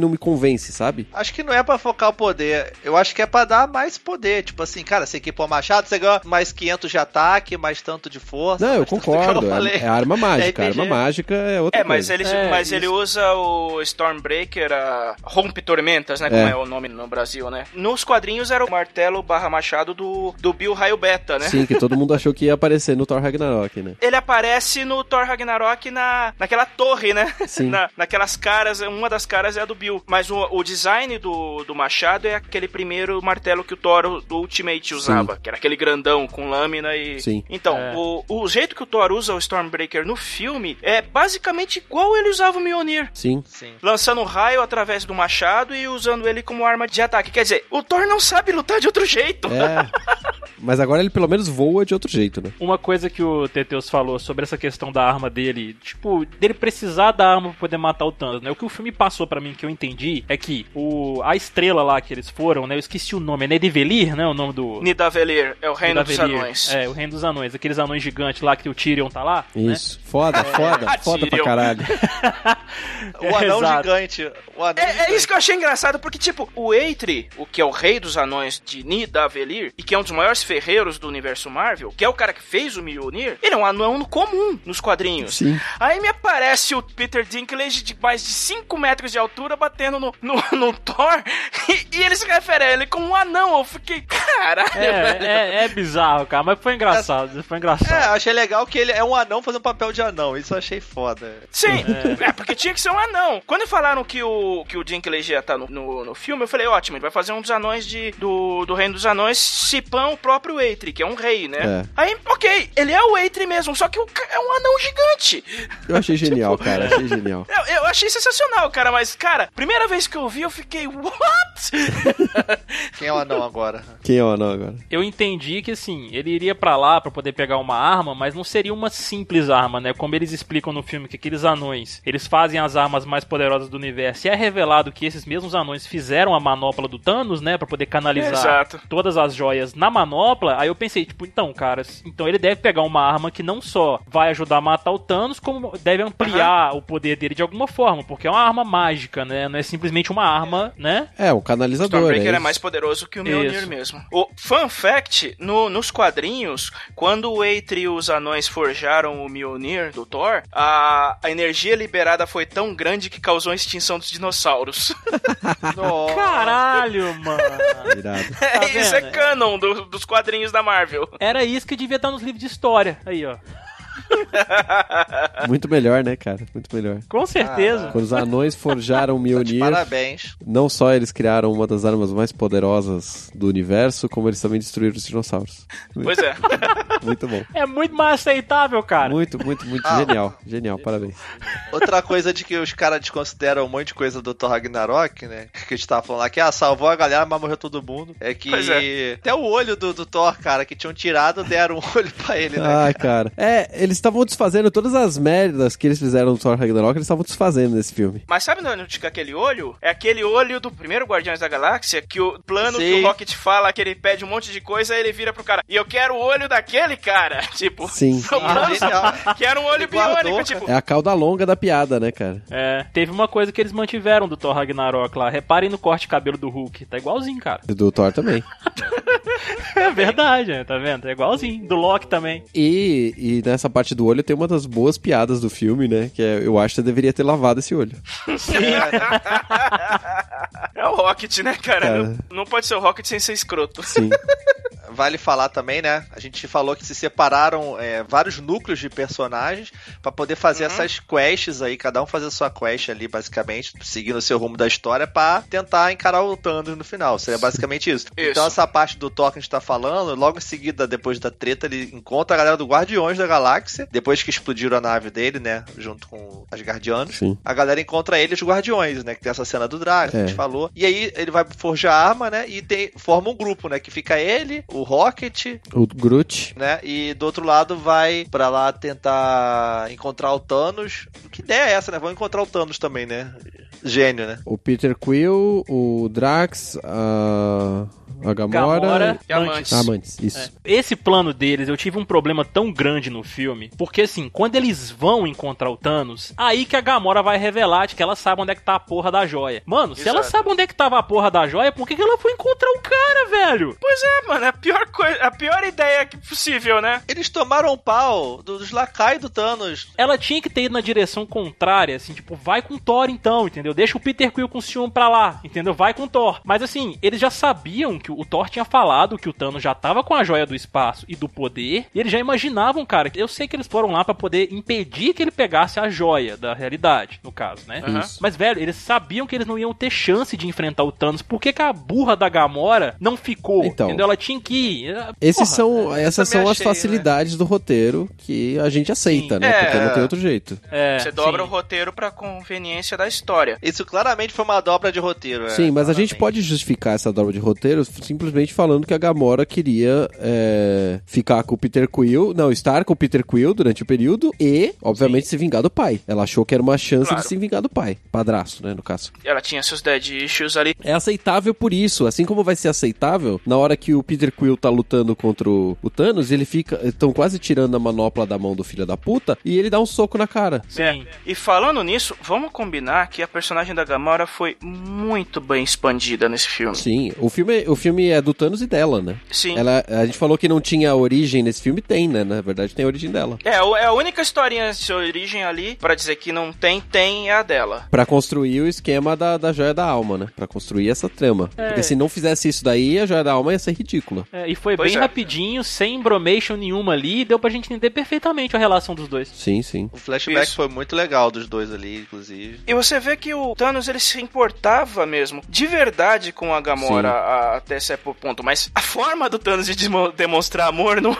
convence, sabe? Acho que não é pra focar o poder. Eu acho que é pra dar mais poder. Tipo assim, cara, você equipou o machado, você ganha mais 500 de ataque, mais tanto de força. Não, eu concordo. É arma mágica. A arma mágica é outra coisa. Mas ele usa o Stormbreaker, a Rompe Tormentas, né? Como é o nome no Brasil, né? Nos quadrinhos era o martelo / machado do Bill Raio Beta, né? Sim, que todo mundo achou que ia aparecer no Thor Ragnarok, né? Ele aparece no Thor Ragnarok naquela torre, né? Sim. Naquelas caras, uma das caras é a do Bill. Mas o design do machado é aquele primeiro martelo que o Thor do Ultimate usava. Sim. Que era aquele grandão com lâmina e... Sim. Então, o jeito que o Thor usa o Stormbreaker no filme é basicamente igual ele usava o Mjolnir. Sim. Lançando raio através do machado e usando ele como arma de ataque. Quer dizer, o Thor não sabe lutar de outro jeito. Mas agora ele pelo menos voa de outro jeito, né? Uma coisa que o Teteus falou sobre essa questão da arma dele, tipo, dele precisar da arma pra poder matar o Thanos, né? O que o filme passou pra mim, que eu entendi, é que a estrela lá que eles foram, né? Eu esqueci o nome, é Nidavellir, né? O nome do... Nidavellir, é o reino dos anões. É, o reino dos anões. Aqueles anões gigantes lá que o Tyrion tá lá. Isso. Né? Foda pra caralho. O anão gigante. É isso que eu achei engraçado, porque, tipo, o Eitri, o que é o rei dos anões de Nidavellir, e que é um dos maiores ferreiros do universo Marvel, que é o cara que fez o Mjolnir, ele é um anão comum nos quadrinhos. Sim. Aí me aparece o Peter Dinklage de mais de 5 metros de altura batendo no Thor, e ele se refere a ele como um anão. Eu fiquei, caralho. É bizarro, cara, mas foi engraçado. Achei legal que ele é um anão fazendo papel de anão. Isso eu achei foda. Sim, porque tinha que ser um anão. Quando falaram que o Dinklage ia estar no filme, eu falei, ótimo, ele vai fazer um dos anões do Reino dos Anões, cipão o próprio Eitri, que é um rei, né? Aí, ok, ele é o Eitri mesmo, só que é um anão gigante. Eu achei genial, cara, achei genial. Eu achei sensacional, cara, mas, cara, primeira vez que eu vi, eu fiquei, what? Quem é o anão agora? Eu entendi que, assim, ele iria pra lá pra poder pegar uma arma, mas não seria uma simples arma, né? Como eles explicam no filme que aqueles anões, eles fazem as armas mais poderosas do universo, e é revelado que esses mesmos anões fizeram a manopla do Thanos, né? Pra poder canalizar todas as joias na manopla. Aí eu pensei, tipo, então, cara, então ele deve pegar uma arma que não só vai ajudar a matar o Thanos, como deve ampliar o poder dele de alguma forma, porque é uma arma mágica, né? Não é simplesmente uma arma, né? É, um canalizador. O Stormbreaker é mais poderoso que o Mjolnir mesmo. O fun fact, nos quadrinhos, quando o Eitri e os anões forjaram o Mjolnir do Thor, a energia liberada foi tão grande que causou a extinção dos dinossauros. Caralho, mano. Irado. Tá isso é canon dos quadrinhos da Marvel. Era isso que devia estar nos livros de história. Aí, ó. Muito melhor, né, cara? Muito melhor. Com certeza. Quando os anões forjaram o Mjolnir, parabéns. Não só eles criaram uma das armas mais poderosas do universo, como eles também destruíram os dinossauros. Pois é. Muito bom. É muito mais aceitável, cara. Muito genial, parabéns. Outra coisa de que os caras desconsideram um monte de coisa do Thor Ragnarok, né? Que a gente tava falando lá, que salvou a galera, mas morreu todo mundo. É que até o olho do Thor, cara, que tinham tirado, deram um olho pra ele, né? Ai, cara. Eles estavam desfazendo todas as merdas que eles fizeram no Thor Ragnarok, eles estavam desfazendo nesse filme. Mas sabe onde fica aquele olho? É aquele olho do primeiro Guardiões da Galáxia, que o plano que o Rocket fala, que ele pede um monte de coisa, aí ele vira pro cara, e eu quero o olho daquele cara. Tipo, sim. Que era um olho biônico, tipo. É a cauda longa da piada, né, cara? Teve uma coisa que eles mantiveram do Thor Ragnarok lá. Reparem no corte de cabelo do Hulk. Tá igualzinho, cara. Do Thor também. É verdade, tá vendo? É igualzinho. Do Loki também. E nessa parte do olho tem uma das boas piadas do filme, né? Que eu acho que você deveria ter lavado esse olho. É o Rocket, né, cara? Não pode ser o Rocket sem ser escroto. Sim. Vale falar também, né? A gente falou que se separaram vários núcleos de personagens pra poder fazer essas quests aí, cada um fazer a sua quest ali, basicamente, seguindo o seu rumo da história pra tentar encarar o Thanos no final. Seria basicamente isso. Então essa parte do Thor que a gente tá falando, logo em seguida, depois da treta, ele encontra a galera do Guardiões da Galáxia, depois que explodiram a nave dele, né? Junto com as Guardianos. Sim. A galera encontra ele e os Guardiões, né? Que tem essa cena do Drax, que a gente falou. E aí ele vai forjar a arma, né? E forma um grupo, né? Que fica ele, o Rocket, o Groot, né? E do outro lado vai pra lá tentar encontrar o Thanos. Que ideia é essa, né? Vão encontrar o Thanos também, né? Gênio, né? O Peter Quill, o Drax, A Gamora e Amantes. Amantes, isso. Esse plano deles, eu tive um problema tão grande no filme, porque assim, quando eles vão encontrar o Thanos, aí que a Gamora vai revelar de que ela sabe onde é que tá a porra da joia. Mano, se ela sabe onde é que tava a porra da joia, por que ela foi encontrar o cara, velho? Pois é, mano, a pior ideia possível, né? Eles tomaram o pau dos lacaios do Thanos. Ela tinha que ter ido na direção contrária, assim, tipo, vai com Thor então, entendeu? Deixa o Peter Quill com o ciúme pra lá, entendeu? Vai com Thor. Mas assim, eles já sabiam que o Thor tinha falado que o Thanos já tava com a joia do espaço e do poder, e eles já imaginavam, cara, eu sei que eles foram lá pra poder impedir que ele pegasse a joia da realidade, no caso, né? Mas, velho, eles sabiam que eles não iam ter chance de enfrentar o Thanos. Por que a burra da Gamora não ficou? Então, entendeu? Ela tinha que ir. Essas são as facilidades do roteiro que a gente aceita, né? Porque não tem outro jeito. Você dobra o roteiro pra conveniência da história. Isso claramente foi uma dobra de roteiro. Sim, mas a gente pode justificar essa dobra de roteiro simplesmente falando que a Gamora queria ficar com o Peter Quill, estar com o Peter Quill durante o período e, obviamente, se vingar do pai. Ela achou que era uma chance de se vingar do pai. Padrasto, né, no caso. Ela tinha seus dead issues ali. É aceitável por isso, assim como vai ser aceitável na hora que o Peter Quill tá lutando contra o Thanos, estão quase tirando a manopla da mão do filho da puta e ele dá um soco na cara. Sim. E falando nisso, vamos combinar que a personagem da Gamora foi muito bem expandida nesse filme. Sim, o filme é do Thanos e dela, né? Sim. A gente falou que não tinha origem nesse filme, tem, né? Na verdade tem a origem dela. É a única historinha de origem ali, pra dizer que não tem é a dela. Pra construir o esquema da Joia da Alma, né? Pra construir essa trama. Porque se não fizesse isso daí, a Joia da Alma ia ser ridícula. E foi bem rapidinho, sem bromation nenhuma ali, deu pra gente entender perfeitamente a relação dos dois. Sim, sim. O flashback foi muito legal dos dois ali, inclusive. E você vê que o Thanos, ele se importava mesmo, de verdade, com a Gamora até certo ponto, mas a forma do Thanos de demonstrar amor não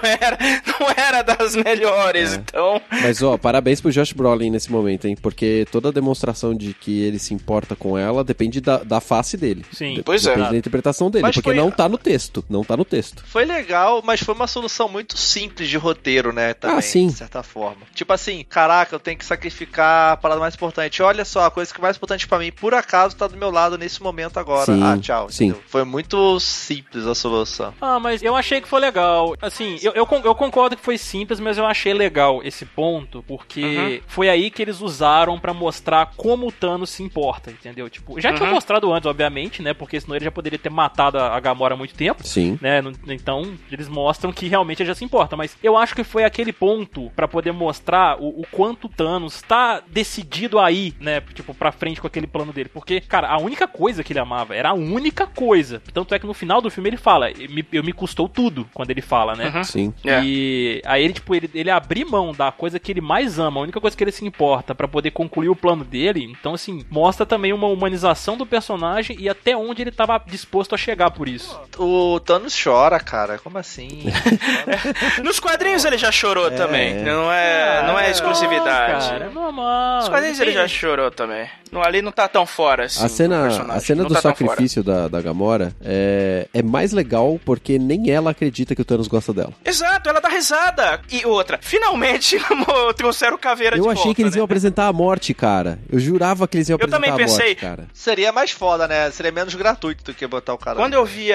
era das melhores, então... Mas, parabéns pro Josh Brolin nesse momento, hein, porque toda a demonstração de que ele se importa com ela depende da face dele. Sim. Depende da interpretação dele, porque não tá no texto, Foi legal, mas foi uma solução muito simples de roteiro, né, também, sim. De certa forma. Tipo assim, caraca, eu tenho que sacrificar a parada mais importante. Olha só, a coisa que é mais importante pra mim, por acaso, tá do meu lado nesse momento agora. Sim, tchau. Sim. Entendeu? Foi muito simples a solução. Mas eu achei que foi legal. Assim, eu concordo que foi simples, mas eu achei legal esse ponto, porque foi aí que eles usaram pra mostrar como o Thanos se importa, entendeu? Tipo, já tinha mostrado antes, obviamente, né? Porque senão ele já poderia ter matado a Gamora há muito tempo. Sim. Né? Então, eles mostram que realmente ele já se importa. Mas eu acho que foi aquele ponto pra poder mostrar o quanto o Thanos tá decidido a ir, né? Tipo, pra frente com aquele plano dele. Porque, cara, a única coisa que ele amava era a única coisa. Tanto é que no final do filme ele fala, me custou tudo, quando ele fala, né? Sim. E aí ele abrir mão da coisa que ele mais ama, a única coisa que ele se importa pra poder concluir o plano dele. Então, assim, mostra também uma humanização do personagem e até onde ele tava disposto a chegar por isso. O Thanos chora, cara. Como assim? Nos quadrinhos ele já chorou também. Não é exclusividade. Cara, é normal. Nos quadrinhos ele já chorou também. Ali não tá tão fora assim. A cena do sacrifício da Gamora é mais legal porque nem ela acredita que o Thanos gosta dela. Exato, ela dá risada. E outra, finalmente trouxeram o Caveira de volta. Eu achei que eles iam apresentar a morte, cara. Eu jurava que eles iam apresentar a morte, pensei, cara. Seria mais foda, né? Seria menos gratuito do que botar o cara. Quando eu vi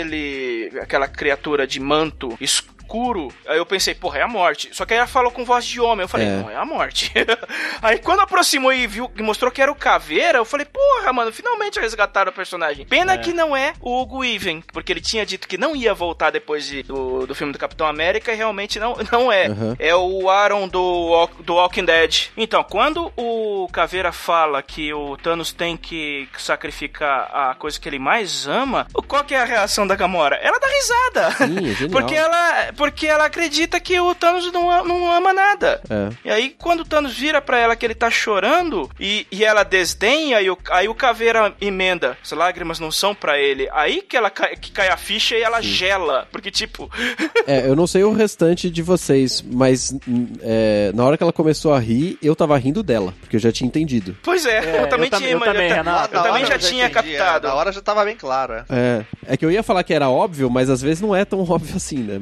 aquela criatura de manto escuro, aí eu pensei, porra, é a morte. Só que aí ela falou com voz de homem, eu falei, não, é a morte. Aí quando aproximou e viu, e mostrou que era o Caveira, eu falei, porra, mano, finalmente resgataram o personagem. Pena que não é o Hugo Weaving, porque ele tinha dito que não ia voltar depois do filme do Capitão América, e realmente não é. É o Aaron do Walking Dead. Então, quando o Caveira fala que o Thanos tem que sacrificar a coisa que ele mais ama, qual que é a reação da Gamora? Ela dá risada. Sim, é genial. Porque ela acredita que o Thanos não ama nada. E aí, quando o Thanos vira pra ela que ele tá chorando e ela desdenha, aí o Caveira emenda, as lágrimas não são pra ele. Aí que cai a ficha e ela gela. Porque, tipo... eu não sei o restante de vocês, mas na hora que ela começou a rir, eu tava rindo dela, porque eu já tinha entendido. Pois eu também já tinha captado. Na hora já tava bem claro. É que eu ia falar que era óbvio, mas às vezes não é tão óbvio assim, né? Mas...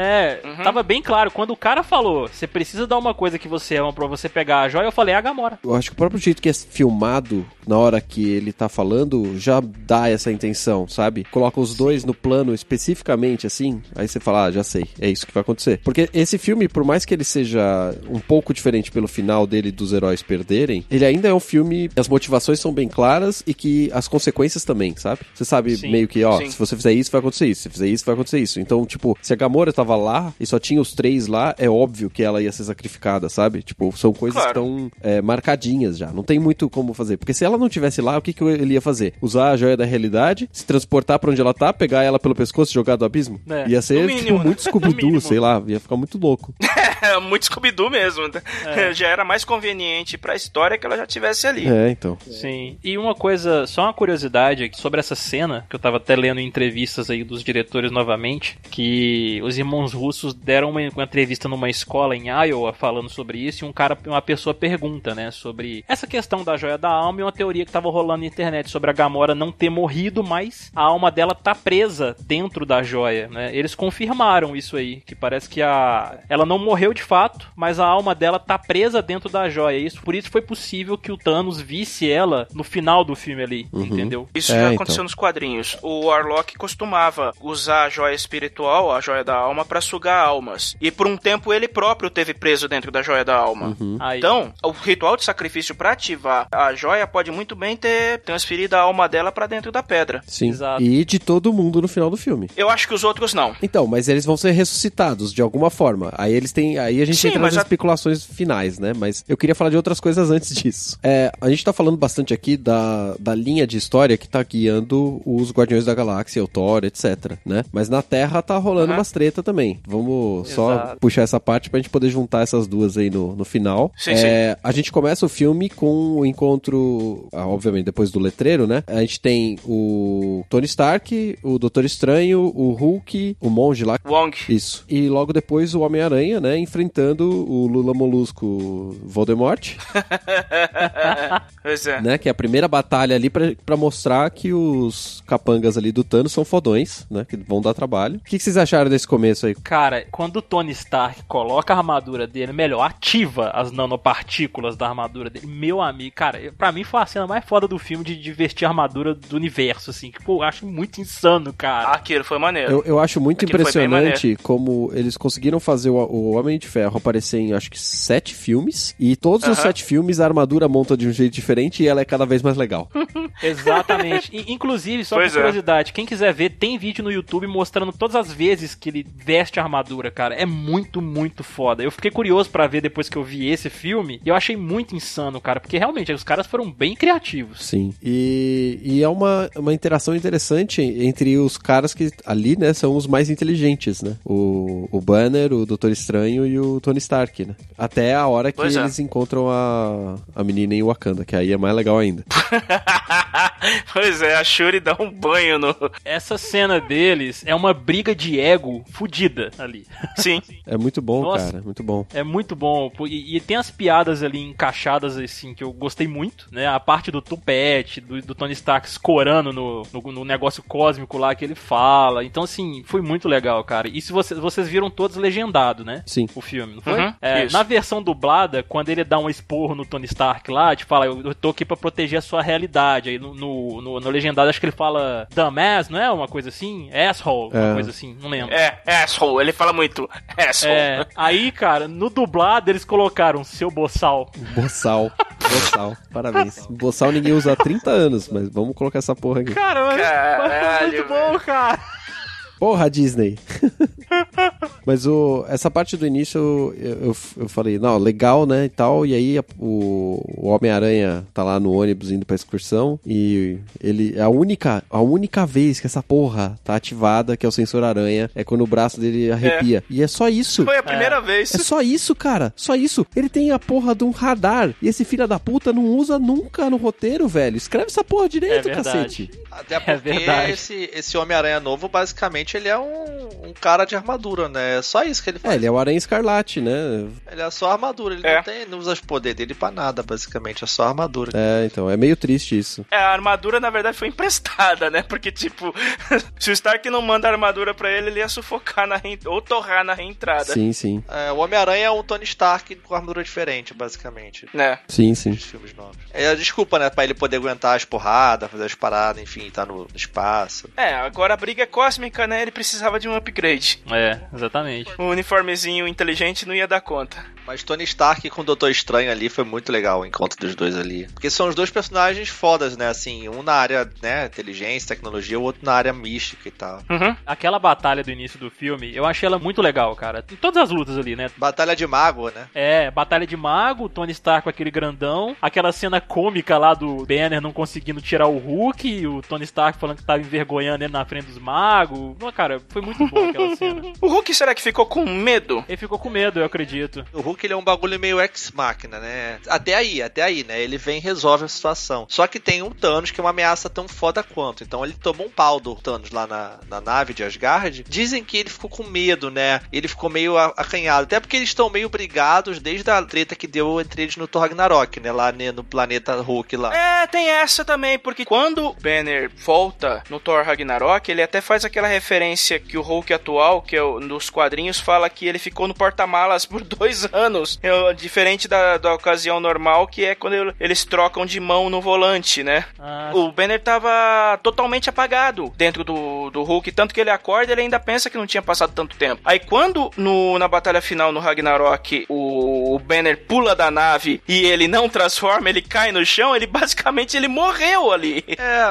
Tava bem claro. Quando o cara falou, você precisa dar uma coisa que você ama pra você pegar a joia, eu falei, a Gamora. Eu acho que o próprio jeito que é filmado, na hora que ele tá falando, já dá essa intenção, sabe? Coloca os dois no plano especificamente, assim, aí você fala, já sei, é isso que vai acontecer. Porque esse filme, por mais que ele seja um pouco diferente pelo final dele dos heróis perderem, ele ainda é um filme, as motivações são bem claras e que as consequências também, sabe? Você sabe meio que, se você fizer isso, vai acontecer isso, se fizer isso, vai acontecer isso. Então, tipo, se a Gamora tava lá e só tinha os 3 lá, é óbvio que ela ia ser sacrificada, sabe? Tipo, são coisas que estão marcadinhas já, não tem muito como fazer. Porque se ela não tivesse lá, o que ele ia fazer? Usar a joia da realidade, se transportar pra onde ela tá, pegar ela pelo pescoço e jogar do abismo? Ia ser, tipo, muito Scooby-Doo, sei lá, ia ficar muito louco. Muito Scooby-Doo mesmo. Já era mais conveniente pra história que ela já tivesse ali. Então. Sim. E uma coisa, só uma curiosidade aqui sobre essa cena, que eu tava até lendo em entrevistas aí dos diretores novamente, que os irmãos russos deram uma entrevista numa escola em Iowa falando sobre isso, e uma pessoa pergunta, né, sobre essa questão da joia da alma e uma teoria que tava rolando na internet sobre a Gamora não ter morrido, mas a alma dela tá presa dentro da joia, né? Eles confirmaram isso aí, que parece que ela não morreu de fato, mas a alma dela tá presa dentro da joia. Por isso foi possível que o Thanos visse ela no final do filme ali, entendeu? Isso já aconteceu nos quadrinhos. O Warlock costumava usar a joia espiritual, a joia da alma, pra sugar almas. E por um tempo ele próprio teve preso dentro da joia da alma. Então, o ritual de sacrifício pra ativar a joia pode muito bem ter transferido a alma dela pra dentro da pedra. Sim. Exato. E de todo mundo no final do filme. Eu acho que os outros não. Então, mas eles vão ser ressuscitados de alguma forma. Aí a gente entra nas especulações finais, né? Mas eu queria falar de outras coisas antes disso. A gente tá falando bastante aqui da linha de história que tá guiando os Guardiões da Galáxia, o Thor, etc, né? Mas na Terra tá rolando umas treta também. Vamos só puxar essa parte pra gente poder juntar essas duas aí no final. Sim. A gente começa o filme com o encontro, obviamente depois do letreiro, né? A gente tem o Tony Stark, o Doutor Estranho, o Hulk, o monge lá. Wong. Isso. E logo depois o Homem-Aranha, né? Enfrentando o Lula Molusco Voldemort. Pois é. Né? Que é a primeira batalha ali pra mostrar que os capangas ali do Thanos são fodões, né? Que vão dar trabalho. O que vocês acharam desse começo aí? Cara, quando o Tony Stark coloca a armadura dele, melhor, ativa as nanopartículas da armadura dele, meu amigo, cara, pra mim foi a cena mais foda do filme de vestir a armadura do universo, assim, que, pô, eu acho muito insano, cara. Aquilo foi maneiro. Eu acho muito impressionante como eles conseguiram fazer o Homem de Ferro aparecer em, acho que 7 filmes, e todos os 7 filmes a armadura monta de um jeito diferente e ela é cada vez mais legal. Exatamente. Inclusive, só por curiosidade, quem quiser ver, tem vídeo no YouTube mostrando todas as vezes que ele veste a armadura, cara. É muito, muito foda. Eu fiquei curioso pra ver depois que eu vi esse filme, e eu achei muito insano, cara, porque realmente os caras foram bem criativos. Sim. E é uma interação interessante entre os caras que ali, né, são os mais inteligentes, né? O Banner, o Doutor Estranho e o Tony Stark, né? Até a hora que eles encontram a menina em Wakanda, que aí é mais legal ainda. Pois é, a Shuri dá um banho no... Essa cena deles é uma briga de ego fodida ali. Sim. É muito bom, cara, muito bom. É muito bom. E tem as piadas ali encaixadas, assim, que eu gostei muito, né? A parte do tupete, do Tony Stark escorando no negócio cósmico lá que ele fala. Então, assim, foi muito legal, cara. E se vocês viram todos legendado, né? Sim. O filme, não foi? Na versão dublada, quando ele dá um esporro no Tony Stark lá, te fala, eu tô aqui pra proteger a sua realidade. Aí no legendado, acho que ele fala dumbass, não é? Uma coisa assim? Asshole, uma coisa assim, não lembro. Asshole, ele fala muito asshole. Aí, cara, no dublado eles colocaram seu boçal. Boçal, parabéns. Boçal ninguém usa há 30 anos, mas vamos colocar essa porra aqui. Caramba, é muito bom, cara. Porra, Disney. Mas essa parte do início eu falei, não, legal, né, e tal, e aí o Homem-Aranha tá lá no ônibus indo pra excursão e ele, a única vez que essa porra tá ativada, que é o sensor aranha, é quando o braço dele arrepia. E é só isso. Foi a primeira vez. É só isso, cara, só isso. Ele tem a porra de um radar e esse filho da puta não usa nunca no roteiro, velho. Escreve essa porra direito, cacete. Até porque esse Homem-Aranha novo, basicamente, ele é um cara de armadura, né? É só isso que ele faz. Ele é o Aranha Escarlate, né? Ele é só armadura, ele não usa os poderes dele pra nada, basicamente, é só armadura. Então, é meio triste isso. A armadura, na verdade, foi emprestada, né? Porque, tipo, se o Stark não manda a armadura pra ele ia sufocar ou torrar na reentrada. Sim. O Homem-Aranha é um Tony Stark com armadura diferente, basicamente. Né? Sim. Os filmes novos. Desculpa, né? Pra ele poder aguentar as porradas, fazer as paradas, enfim, tá no espaço. Agora a briga é cósmica, né? Ele precisava de um upgrade. Exatamente. O uniformezinho inteligente não ia dar conta. Mas Tony Stark com o Doutor Estranho ali foi muito legal o encontro dos dois ali. Porque são os dois personagens fodas, né? Assim, um na área, né, inteligência, tecnologia, o outro na área mística e tal. Uhum. Aquela batalha do início do filme, eu achei ela muito legal, cara. Em todas as lutas ali, né? Batalha de mago, né? Batalha de mago, o Tony Stark com aquele grandão, aquela cena cômica lá do Banner não conseguindo tirar o Hulk, e o Tony Stark falando que tava envergonhando ele na frente dos magos. Cara, foi muito boa aquela cena. O Hulk, será que ficou com medo? Ele ficou com medo, eu acredito. O Hulk, ele é um bagulho meio ex-máquina, né? Até aí, né? Ele vem e resolve a situação. Só que tem um Thanos que é uma ameaça tão foda quanto. Então ele tomou um pau do Thanos lá na nave de Asgard. Dizem que ele ficou com medo, né? Ele ficou meio acanhado. Até porque eles estão meio brigados desde a treta que deu entre eles no Thor Ragnarok, né? Lá no planeta Hulk lá. Tem essa também, porque quando o Banner volta no Thor Ragnarok, ele até faz aquela referência que o Hulk atual, que é nos quadrinhos, fala que ele ficou no porta-malas por 2 anos. Diferente da ocasião normal, que é quando eles trocam de mão no volante, né? O Banner tava totalmente apagado dentro do Hulk, tanto que ele acorda e ele ainda pensa que não tinha passado tanto tempo. Aí quando na batalha final no Ragnarok o Banner pula da nave e ele não transforma, ele cai no chão, ele basicamente morreu ali.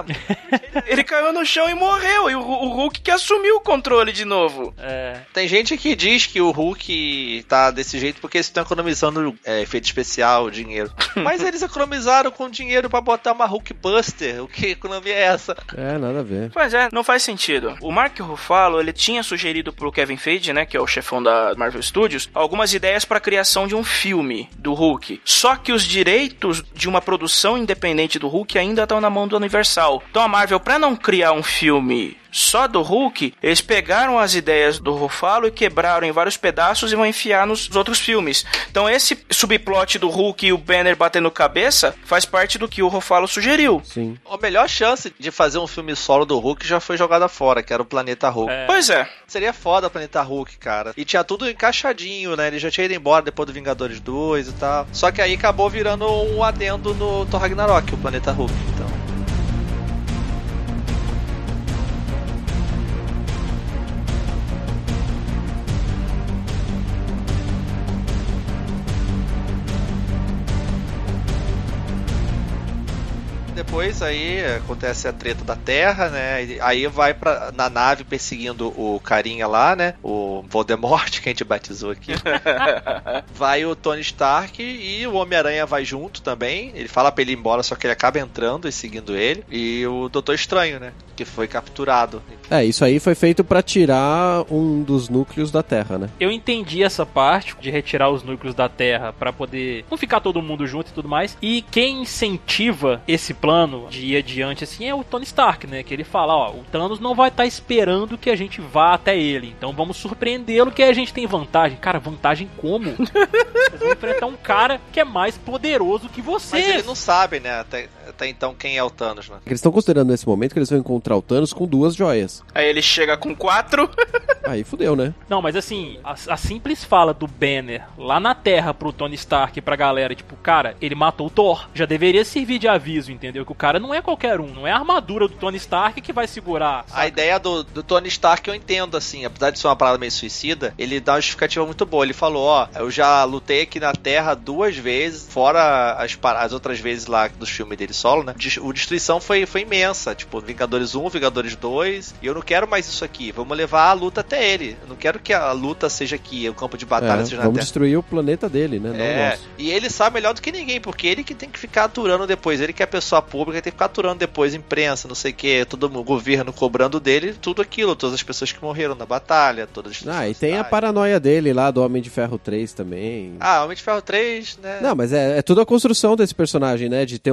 Ele caiu no chão e morreu, e o Hulk que assumiu o controle de novo. Tem gente que diz que o Hulk tá desse jeito porque eles estão economizando efeito especial, dinheiro. Mas eles economizaram com dinheiro pra botar uma Hulk Buster. O que economia é essa? Nada a ver. Pois não faz sentido. O Mark Ruffalo, ele tinha sugerido pro Kevin Feige, né, que é o chefão da Marvel Studios, algumas ideias pra criação de um filme do Hulk. Só que os direitos de uma produção independente do Hulk ainda estão na mão do Universal. Então a Marvel, pra não criar um filme só do Hulk, eles pegaram as ideias do Ruffalo e quebraram em vários pedaços e vão enfiar nos outros filmes. Então esse subplot do Hulk e o Banner batendo cabeça faz parte do que o Ruffalo sugeriu. Sim. A melhor chance de fazer um filme solo do Hulk já foi jogada fora, que era o Planeta Hulk. Pois é. Seria foda o Planeta Hulk, cara. E tinha tudo encaixadinho, né? Ele já tinha ido embora depois do Vingadores 2 e tal. Só que aí acabou virando um adendo no Thor Ragnarok, o Planeta Hulk, então. Depois aí acontece a treta da Terra, né? E aí vai na nave perseguindo o carinha lá, né? O Voldemort, que a gente batizou aqui. Vai o Tony Stark e o Homem-Aranha vai junto também. Ele fala pra ele ir embora, só que ele acaba entrando e seguindo ele. E o Doutor Estranho, né? Que foi capturado. Isso aí foi feito pra tirar um dos núcleos da Terra, né? Eu entendi essa parte de retirar os núcleos da Terra pra poder não ficar todo mundo junto e tudo mais. E quem incentiva esse plano de ir adiante assim é o Tony Stark, né? Que ele fala, o Thanos não vai estar esperando que a gente vá até ele. Então vamos surpreendê-lo que a gente tem vantagem. Cara, vantagem como? Vocês vão enfrentar um cara que é mais poderoso que vocês. Mas ele não sabe, né? Até então quem é o Thanos, né? Eles estão considerando nesse momento que eles vão encontrar o Thanos com 2 joias. Aí ele chega com 4. Aí fudeu, né? Não, mas assim, a simples fala do Banner lá na Terra pro Tony Stark e pra galera, tipo, cara, ele matou o Thor. Já deveria servir de aviso, entendeu? Que o cara não é qualquer um, não é a armadura do Tony Stark que vai segurar. Saca? A ideia do Tony Stark eu entendo, assim, apesar de ser uma parada meio suicida, ele dá uma justificativa muito boa. Ele falou, eu já lutei aqui na Terra 2 vezes, fora as outras vezes lá do filme dele solo, né? A destruição foi imensa, tipo, Vingadores 1, Vingadores 2, e eu não quero mais isso aqui, vamos levar a luta até ele. Eu não quero que a luta seja aqui, o campo de batalha seja na Terra. Vamos destruir o planeta dele, né? Não o nosso. E ele sabe melhor do que ninguém, porque ele que tem que ficar aturando depois, ele que é pessoa pública, tem que ficar aturando depois, imprensa, não sei o que, todo o governo cobrando dele, tudo aquilo, todas as pessoas que morreram na batalha, todas as e tem a paranoia dele lá do Homem de Ferro 3 também. Homem de Ferro 3, né? Não, mas é toda a construção desse personagem, né? De ter um problema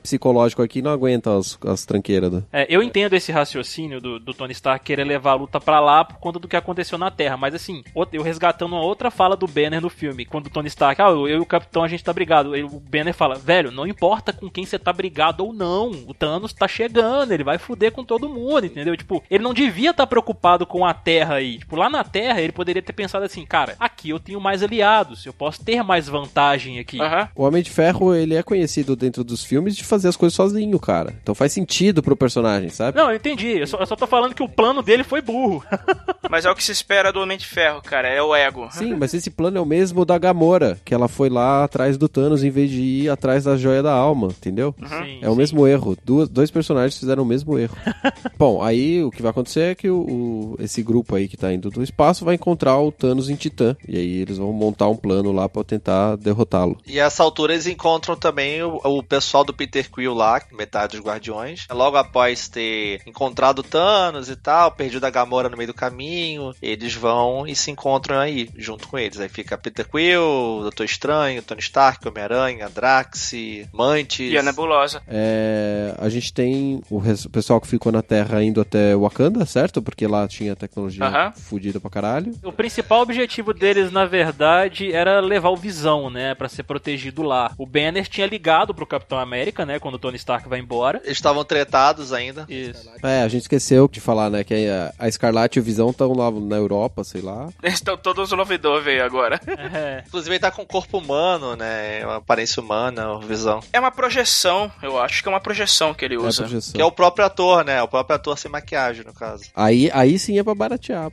psicológico aqui não aguenta as tranqueiras. Né? Eu entendo esse raciocínio do Tony Stark querer levar a luta pra lá por conta do que aconteceu na Terra, mas assim, eu resgatando uma outra fala do Banner no filme, quando o Tony Stark, eu e o Capitão a gente tá brigado, o Banner fala, velho, não importa com quem você tá brigado ou não, o Thanos tá chegando, ele vai fuder com todo mundo, entendeu? Tipo, ele não devia estar preocupado com a Terra aí, tipo, lá na Terra ele poderia ter pensado assim, cara, aqui eu tenho mais aliados, eu posso ter mais vantagem aqui. O Homem de Ferro, ele é conhecido dentro dos filmes de fazer as coisas sozinho, cara, então faz sentido pro personagem, sabe? Não, eu entendi, eu só tô falando que o plano dele foi burro. Mas é o que se espera do Homem de Ferro, cara, é o ego. Sim, mas esse plano é o mesmo da Gamora, que ela foi lá atrás do Thanos em vez de ir atrás da Joia da Alma, entendeu? Sim, é o mesmo erro, dois personagens fizeram o mesmo erro. Bom, aí o que vai acontecer é que esse grupo aí que tá indo do espaço vai encontrar o Thanos em Titã, e aí eles vão montar um plano lá pra tentar derrotá-lo. E a essa altura eles encontram também o pessoal do Peter Quill lá, metade dos Guardiões. Logo após ter encontrado o Thanos e tal, perdido a Gamora no meio do caminho, eles vão e se encontram aí, junto com eles. Aí fica Peter Quill, Doutor Estranho, Tony Stark, Homem-Aranha, Drax, Mantis... E a Nebulosa. A gente tem o pessoal que ficou na Terra indo até Wakanda, certo? Porque lá tinha tecnologia fodida pra caralho. O principal objetivo deles, na verdade, era levar o Visão, né? Pra ser protegido lá. O Banner tinha ligado pro Capitão América, né? Quando o Tony Stark vai embora. Eles estavam tretados ainda. Isso. A gente esqueceu de falar, né? Que a Escarlate e o Visão estão lá na Europa, sei lá. Eles estão todos novidove aí agora. Inclusive ele tá com um corpo humano, né? Uma aparência humana, o Visão. É uma projeção, eu acho que é uma projeção que ele usa. Que é o próprio ator, né? O próprio ator sem maquiagem, no caso. Aí sim é pra baratear.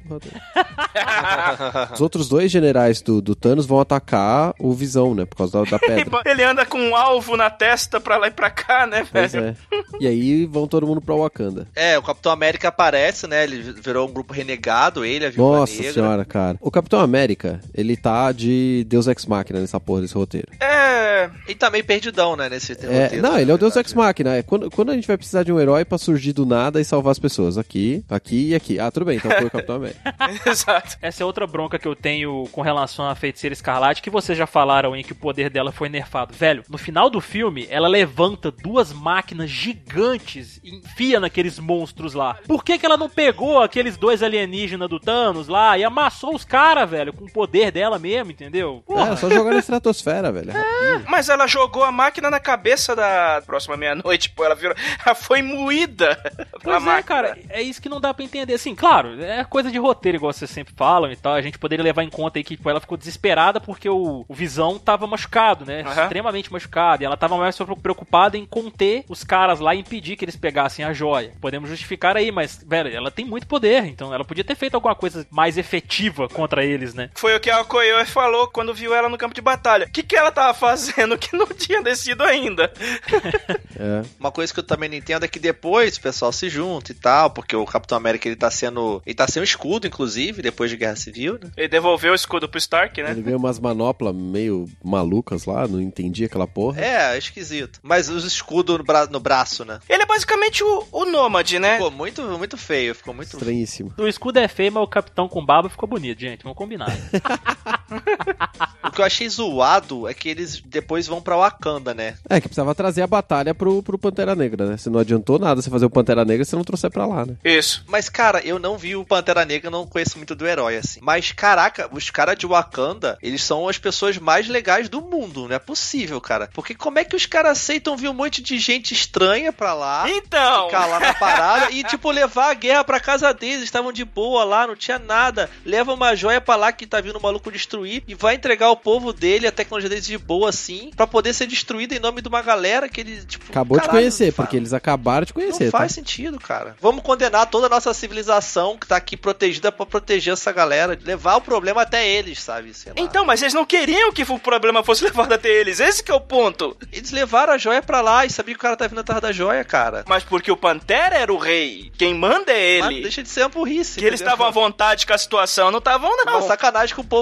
Os outros dois generais do Thanos vão atacar o Visão, né? Por causa da pedra. Ele anda com um alvo na testa pra lá e pra cá, né, velho? Pois é. E aí vão todo mundo pra Wakanda. O Capitão América aparece, né? Ele virou um grupo renegado, ele, a Viúva Negra. Nossa senhora, cara. O Capitão América, ele tá de Deus Ex Machina nessa porra desse roteiro. Ele tá meio perdidão, né, nesse roteiro. Não, ele é o Deus Ex Machina. Quando a gente vai precisar de um herói pra surgir do nada e salvar as pessoas. Aqui e aqui. Ah, tudo bem, então foi o Capitão América. Exato. Essa é outra bronca que eu tenho com relação à Feiticeira Escarlate, que vocês já falaram aí que o poder dela foi nerfado. Velho, no final do filme, ela levanta duas máquinas gigantes e enfia naqueles monstros lá. Por que ela não pegou aqueles dois alienígenas do Thanos lá e amassou os caras, velho, com o poder dela mesmo, entendeu? É só jogar na estratosfera, velho. Mas ela jogou a máquina na cabeça da próxima meia-noite, pô, ela foi moída. Pois é, cara, é isso que não dá pra entender. Assim, claro, é coisa de roteiro, igual vocês sempre falam e tal. A gente poderia levar em conta aí que ela ficou desesperada porque o Visão tava machucado, né? Extremamente machucado. E ela tava mais preocupada em conter os caras lá e impedir que eles pegassem a joia. Podemos justificar aí, mas, velho, ela tem muito poder. Então ela podia ter feito alguma coisa mais efetiva contra eles, né? Foi o que a Okoye falou quando viu ela no campo de batalha. O que ela tava fazendo que não tinha descido ainda? Uma coisa que eu também não entendo é que depois o pessoal se junta e tal, porque o Capitão América ele tá sem o escudo, inclusive, depois de Guerra Civil, né? Ele devolveu o escudo pro Stark, né? Ele veio umas manoplas meio malucas lá, não entendi aquela porra. É esquisito. Mas os escudos no braço, né? Ele é basicamente o Nômade, né? Ficou muito, muito feio, ficou muito estranhíssimo. O escudo é feio, mas o Capitão com barba ficou bonito, gente, vamos combinar. O que eu achei zoado é que eles depois vão pra Wakanda, né? Que precisava trazer a batalha pro Pantera Negra, né? Se não adiantou nada você fazer o Pantera Negra se você não trouxer pra lá, né? Isso. Mas, cara, eu não vi o Pantera Negra, não conheço muito do herói, assim. Mas, caraca, os caras de Wakanda, eles são as pessoas mais legais do mundo, não é possível, cara. Porque como é que os caras aceitam vir um monte de gente estranha pra lá, então, ficar lá na parada e, tipo, levar a guerra pra casa deles, estavam de boa lá, não tinha nada. Leva uma joia pra lá que tá vindo um maluco destruir e vai entregar ao povo dele, a tecnologia deles de boa, assim, pra poder ser destruída em nome de uma galera que eles, tipo... Acabou de conhecer, porque eles acabaram de conhecer, não faz sentido, cara. Vamos condenar toda a nossa civilização que tá aqui protegida pra proteger essa galera, levar o problema até eles, sabe? Sei lá. Então, mas eles não queriam que o problema fosse levado até eles, esse que é o ponto. Eles levaram a joia pra lá e sabiam que o cara tá vindo atrás da joia, cara. Mas porque o Pantera era o rei, quem manda é ele. Mas deixa de ser uma burrice. Que eles estavam à vontade com a situação, não estavam não. Uma sacanagem com o povo dele.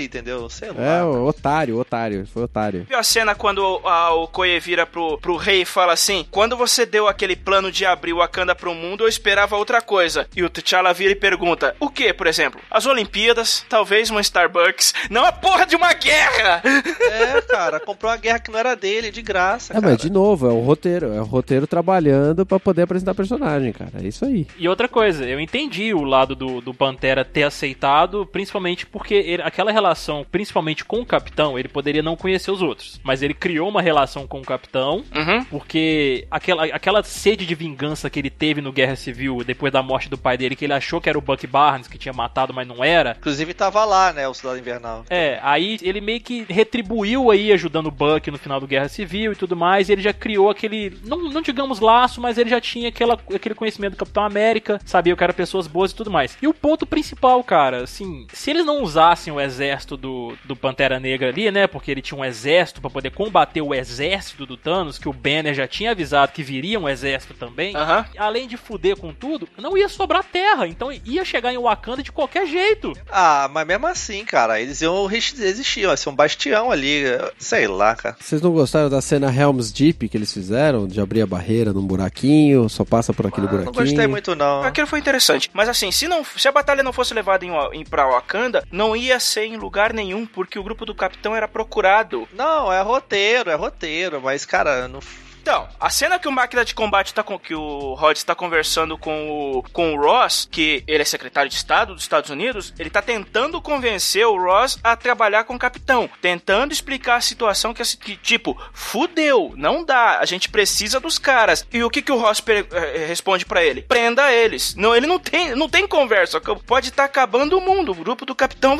dele, entendeu? Sei lá. É, otário, foi otário. Viu a cena quando o Koye vira pro rei e fala assim: quando você deu aquele plano de abrir o Wakanda pro mundo, eu esperava outra coisa. E o T'Challa vira e pergunta: o que, por exemplo? As Olimpíadas, talvez uma Starbucks, não a porra de uma guerra! É, cara, comprou uma guerra que não era dele, de graça, cara. Mas de novo, é o roteiro trabalhando pra poder apresentar personagem, cara, é isso aí. E outra coisa, eu entendi o lado do Pantera ter aceitado, principalmente porque aquela relação, principalmente com o Capitão, ele poderia não conhecer os outros, mas ele criou uma relação com o Capitão, porque aquela sede de vingança que ele teve no Guerra Civil, depois da morte do pai dele, que ele achou que era o Bucky Barnes que tinha matado, mas não era. Inclusive tava lá, né, o Soldado Invernal. Aí ele meio que retribuiu aí, ajudando o Bucky no final do Guerra Civil e tudo mais, e ele já criou aquele, não digamos laço, mas ele já tinha aquele conhecimento do Capitão América, sabia que eram pessoas boas e tudo mais. E o ponto principal, cara, assim, se eles não usassem o exército do Pantera Negra ali, né, porque ele tinha um exército pra poder combater o exército do Thanos, que o Banner já tinha avisado que viria um exército também, além de fuder com tudo, não ia sobrar terra, então ia chegar em Wakanda de qualquer jeito. Ah, mas mesmo assim, cara, eles iam resistir, ia ser um bastião ali, sei lá, cara. Vocês não gostaram da cena Helm's Deep que eles fizeram, de abrir a barreira num buraquinho, só passa por aquele buraquinho? Não gostei muito, não. Aquilo foi interessante, mas assim, se a batalha não fosse levada pra Wakanda, não ia ser em lugar nenhum, porque o grupo do Capitão era procurado. Não, é roteiro, mas, cara, não... Então, a cena que o máquina de combate que o Rhodes tá conversando com o Ross, que ele é secretário de Estado dos Estados Unidos, ele tá tentando convencer o Ross a trabalhar com o Capitão, tentando explicar a situação que tipo, fudeu, não dá, a gente precisa dos caras. E o que o Ross responde pra ele? Prenda eles. Não, ele não tem conversa, pode estar acabando o mundo, o grupo do Capitão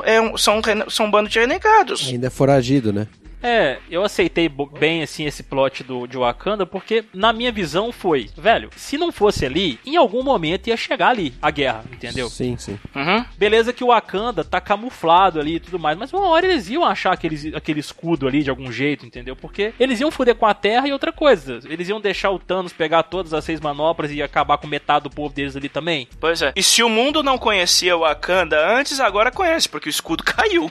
são um bando de renegados. Ainda é foragido, né? Eu aceitei bem, assim, esse plot de Wakanda, porque na minha visão foi, velho, se não fosse ali, em algum momento ia chegar ali a guerra, entendeu? Sim. Beleza que o Wakanda tá camuflado ali e tudo mais, mas uma hora eles iam achar aquele escudo ali de algum jeito, entendeu? Porque eles iam foder com a Terra e outra coisa, eles iam deixar o Thanos pegar todas as 6 manoplas e acabar com metade do povo deles ali também. Pois é. E se o mundo não conhecia o Wakanda antes, agora conhece, porque o escudo caiu.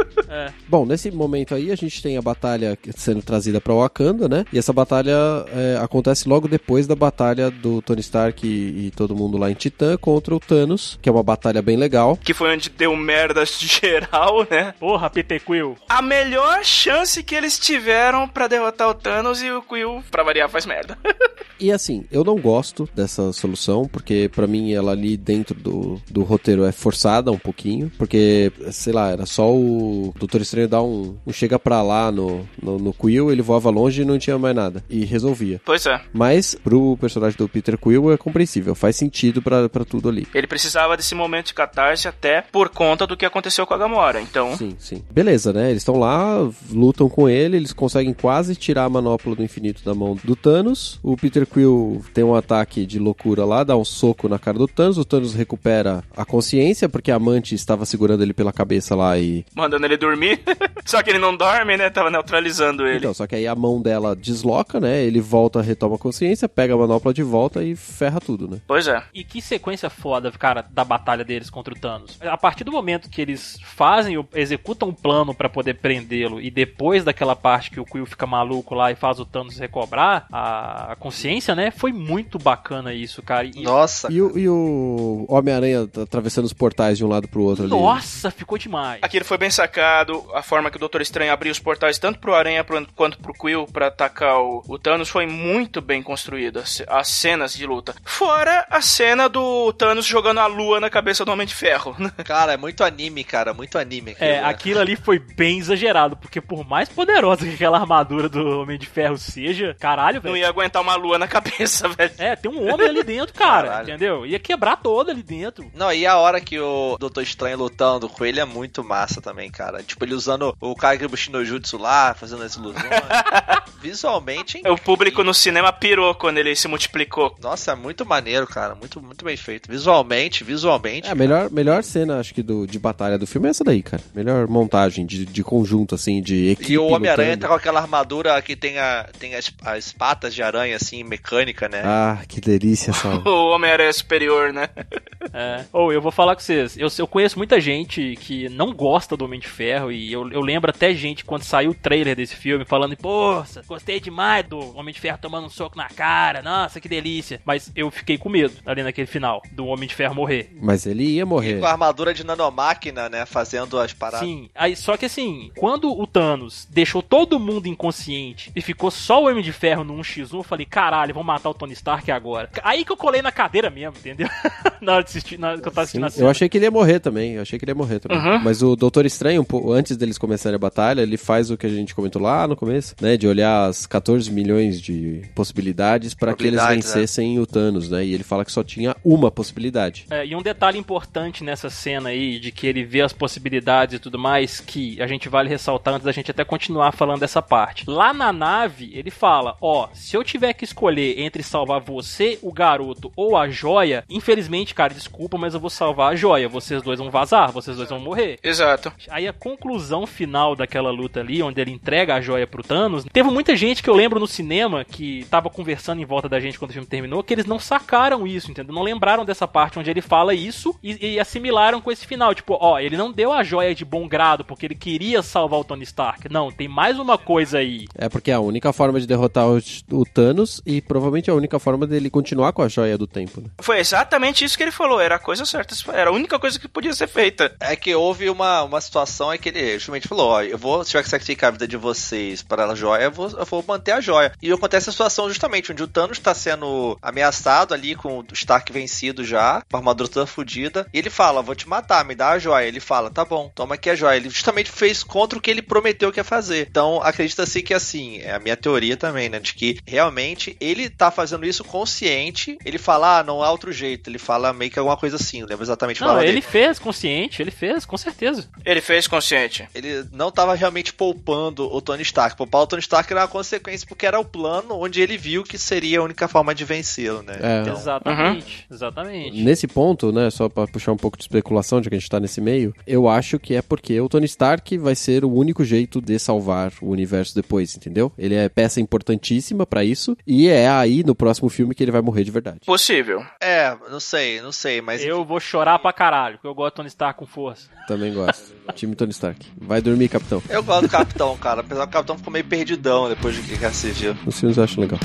Bom, nesse momento aí a gente tem a batalha sendo trazida pra Wakanda, né? E essa batalha acontece logo depois da batalha do Tony Stark e todo mundo lá em Titã contra o Thanos, que é uma batalha bem legal. Que foi onde deu merdas de geral, né? Porra, Peter Quill. A melhor chance que eles tiveram pra derrotar o Thanos, e o Quill, pra variar, faz merda. E assim, eu não gosto dessa solução, porque pra mim ela ali dentro do roteiro é forçada um pouquinho, porque, sei lá, era só o Doutor Estranho dar um chega pra lá no Quill, ele voava longe e não tinha mais nada, e resolvia. Pois é. Mas pro personagem do Peter Quill é compreensível, faz sentido pra tudo ali. Ele precisava desse momento de catarse até por conta do que aconteceu com a Gamora, então... Sim. Beleza, né? Eles estão lá, lutam com ele, eles conseguem quase tirar a manopla do infinito da mão do Thanos. O Peter Quill tem um ataque de loucura lá, dá um soco na cara do Thanos, o Thanos recupera a consciência, porque a Mantis estava segurando ele pela cabeça lá e... mandando ele dormir. Só que ele não dorme, né? Tava neutralizando ele. Então, só que aí a mão dela desloca, né? Ele volta, retoma a consciência, pega a manopla de volta e ferra tudo, né? Pois é. E que sequência foda, cara, da batalha deles contra o Thanos. A partir do momento que eles executam um plano pra poder prendê-lo, e depois daquela parte que o Quill fica maluco lá e faz o Thanos recobrar a consciência, né? Foi muito bacana isso, cara. Nossa. E o Homem-Aranha atravessando os portais de um lado pro outro ali. Nossa, ficou demais. Aquilo foi bem sacado, a forma que o Doutor Estranho abriu os portais tanto pro Aranha quanto pro Quill pra atacar o Thanos foi muito bem construída, as cenas de luta. Fora a cena do Thanos jogando a lua na cabeça do Homem de Ferro. Cara, é muito anime, cara, muito anime. Aquilo ali foi bem exagerado, porque por mais poderosa que aquela armadura do Homem de Ferro seja, caralho, velho. Não ia aguentar uma lua na cabeça, velho. Tem um homem ali dentro, cara, caralho. Entendeu? Ia quebrar toda ali dentro. Não, e a hora que o Doutor Estranho lutando com ele é muito massa também, cara. Tipo, ele usando o Kagebushi no Jutsu lá, fazendo as ilusões. visualmente... O público no cinema pirou quando ele se multiplicou. Nossa, é muito maneiro, cara. Muito, muito bem feito. Visualmente. A melhor cena, acho que, de batalha do filme é essa daí, cara. Melhor montagem de conjunto, assim, de equipe. E o Homem-Aranha tá com aquela armadura que tem as patas de aranha, assim, mecânica, né? Ah, que delícia, Sal. O Homem-Aranha superior, né? Eu vou falar com vocês. Eu conheço muita gente que não gosta do Homem de Ferro e eu lembro até gente quando saiu o trailer desse filme falando, poxa, gostei demais do Homem de Ferro tomando um soco na cara, nossa, que delícia. Mas eu fiquei com medo ali naquele final do Homem de Ferro morrer. Mas ele ia morrer. E com a armadura de nanomáquina, né, fazendo as paradas. Sim, aí, só que assim, quando o Thanos deixou todo mundo inconsciente e ficou só o Homem de Ferro no 1x1, eu falei, caralho, vão matar o Tony Stark agora. Aí que eu colei na cadeira mesmo, entendeu? Na hora de assistir, na hora que eu tava assistindo a cena. Eu achei que ele ia morrer também, Uhum. Mas o Doutor Estranho, antes deles começarem a batalha, ele faz o que a gente comentou lá no começo, né, de olhar as 14 milhões de possibilidades para que eles vencessem o Thanos, né, e ele fala que só tinha uma possibilidade. E um detalhe importante nessa cena aí, de que ele vê as possibilidades e tudo mais, que a gente vale ressaltar antes da gente até continuar falando dessa parte. Lá na nave, ele fala, se eu tiver que escolher entre salvar você, o garoto ou a joia, infelizmente, cara, desculpa, mas eu vou salvar a joia. Vocês dois vão vazar, vocês dois vão morrer. Exato. Aí a conclusão final daquela luta ali, onde ele entrega a joia pro Thanos, teve muita gente que eu lembro no cinema, que tava conversando em volta da gente quando o filme terminou, que eles não sacaram isso, entendeu? Não lembraram dessa parte onde ele fala isso e assimilaram com esse final. Tipo, ele não deu a joia de bom grado porque ele queria salvar o Tony Stark. Não, tem mais uma coisa aí. É porque a única forma de derrotar o Thanos e provavelmente a única forma dele continuar com a joia do tempo, né? Foi exatamente isso que ele falou, era a coisa certa, era a única coisa que podia ser feita. É que houve uma situação em que ele justamente falou, se tiver que sacrificar a vida de vocês para a joia, eu vou manter a joia. E acontece a situação justamente onde o Thanos tá sendo ameaçado ali com o Stark vencido já, com a armadura toda fodida, e ele fala, vou te matar, me dá a joia. Ele fala, tá bom, toma aqui a joia. Ele justamente fez contra o que ele prometeu que ia fazer. Então, acredita-se que assim, é a minha teoria também, né, de que realmente ele tá fazendo isso consciente, ele fala, não há outro jeito, ele fala meio que alguma coisa assim, não lembro exatamente o que ele fez consciente, ele fez, com certeza. Ele fez consciente. Ele não tava realmente poupando o Tony Stark. Poupar o Tony Stark era uma consequência, porque era o plano onde ele viu que seria a única forma de vencê-lo, né? Então... Exatamente. Nesse ponto, né, só pra puxar um pouco de especulação, já que a gente tá nesse meio, eu acho que é porque o Tony Stark vai ser o único jeito de salvar o universo depois, entendeu? Ele é peça importantíssima pra isso, e é aí no próximo filme que ele vai morrer de verdade. Possível. Não sei, mas... Eu vou chorar pra caralho, porque eu gosto do Tony Stark com força. Também gosto. Time Tony Stark. Vai dormir, capitão. Eu gosto do capitão, cara, apesar que o capitão ficou meio perdidão depois de que assistiu. Os filmes eu acho legal.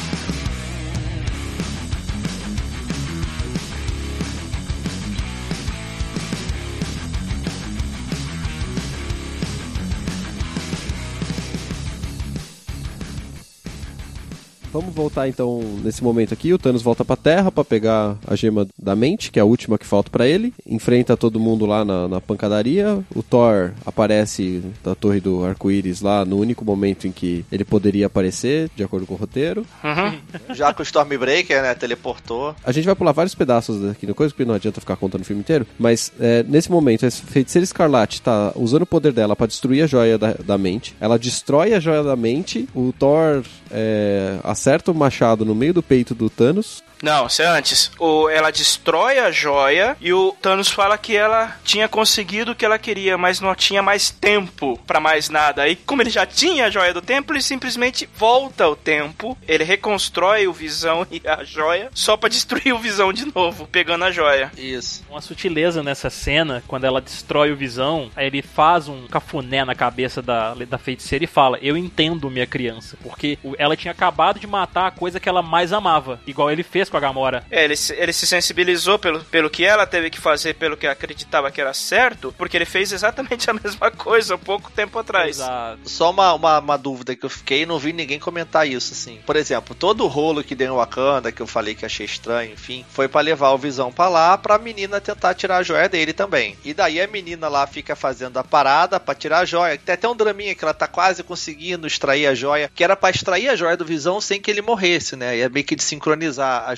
Vamos voltar então nesse momento aqui. O Thanos volta pra Terra pra pegar a gema da mente, que é a última que falta pra ele. Enfrenta todo mundo lá na pancadaria. O Thor aparece da Torre do Arco-Íris lá no único momento em que ele poderia aparecer, de acordo com o roteiro. Já que o Stormbreaker, né, teleportou. A gente vai pular vários pedaços daqui no coisa, porque não adianta ficar contando o filme inteiro. Mas nesse momento, a Feiticeira Escarlate tá usando o poder dela pra destruir a joia da mente. Ela destrói a joia da mente. O Thor acerta o machado no meio do peito do Thanos. Não, isso é antes. Ela destrói a joia e o Thanos fala que ela tinha conseguido o que ela queria, mas não tinha mais tempo pra mais nada. Aí, como ele já tinha a joia do tempo, ele simplesmente volta ao tempo, ele reconstrói o Visão e a joia só pra destruir o Visão de novo, pegando a joia. Isso. Uma sutileza nessa cena, quando ela destrói o Visão, aí ele faz um cafuné na cabeça da feiticeira e fala, eu entendo minha criança, porque ela tinha acabado de matar a coisa que ela mais amava, igual ele fez com a Gamora. Ele se sensibilizou pelo que ela teve que fazer, pelo que acreditava que era certo, porque ele fez exatamente a mesma coisa há pouco tempo atrás. Exato. Só uma dúvida que eu fiquei, não vi ninguém comentar isso, assim. Por exemplo, todo o rolo que deu em Wakanda, que eu falei que achei estranho, enfim, foi pra levar o Visão pra lá, pra menina tentar tirar a joia dele também. E daí a menina lá fica fazendo a parada pra tirar a joia. Tem até um draminha que ela tá quase conseguindo extrair a joia, que era pra extrair a joia do Visão sem que ele morresse, né? E é meio que de sincronizar as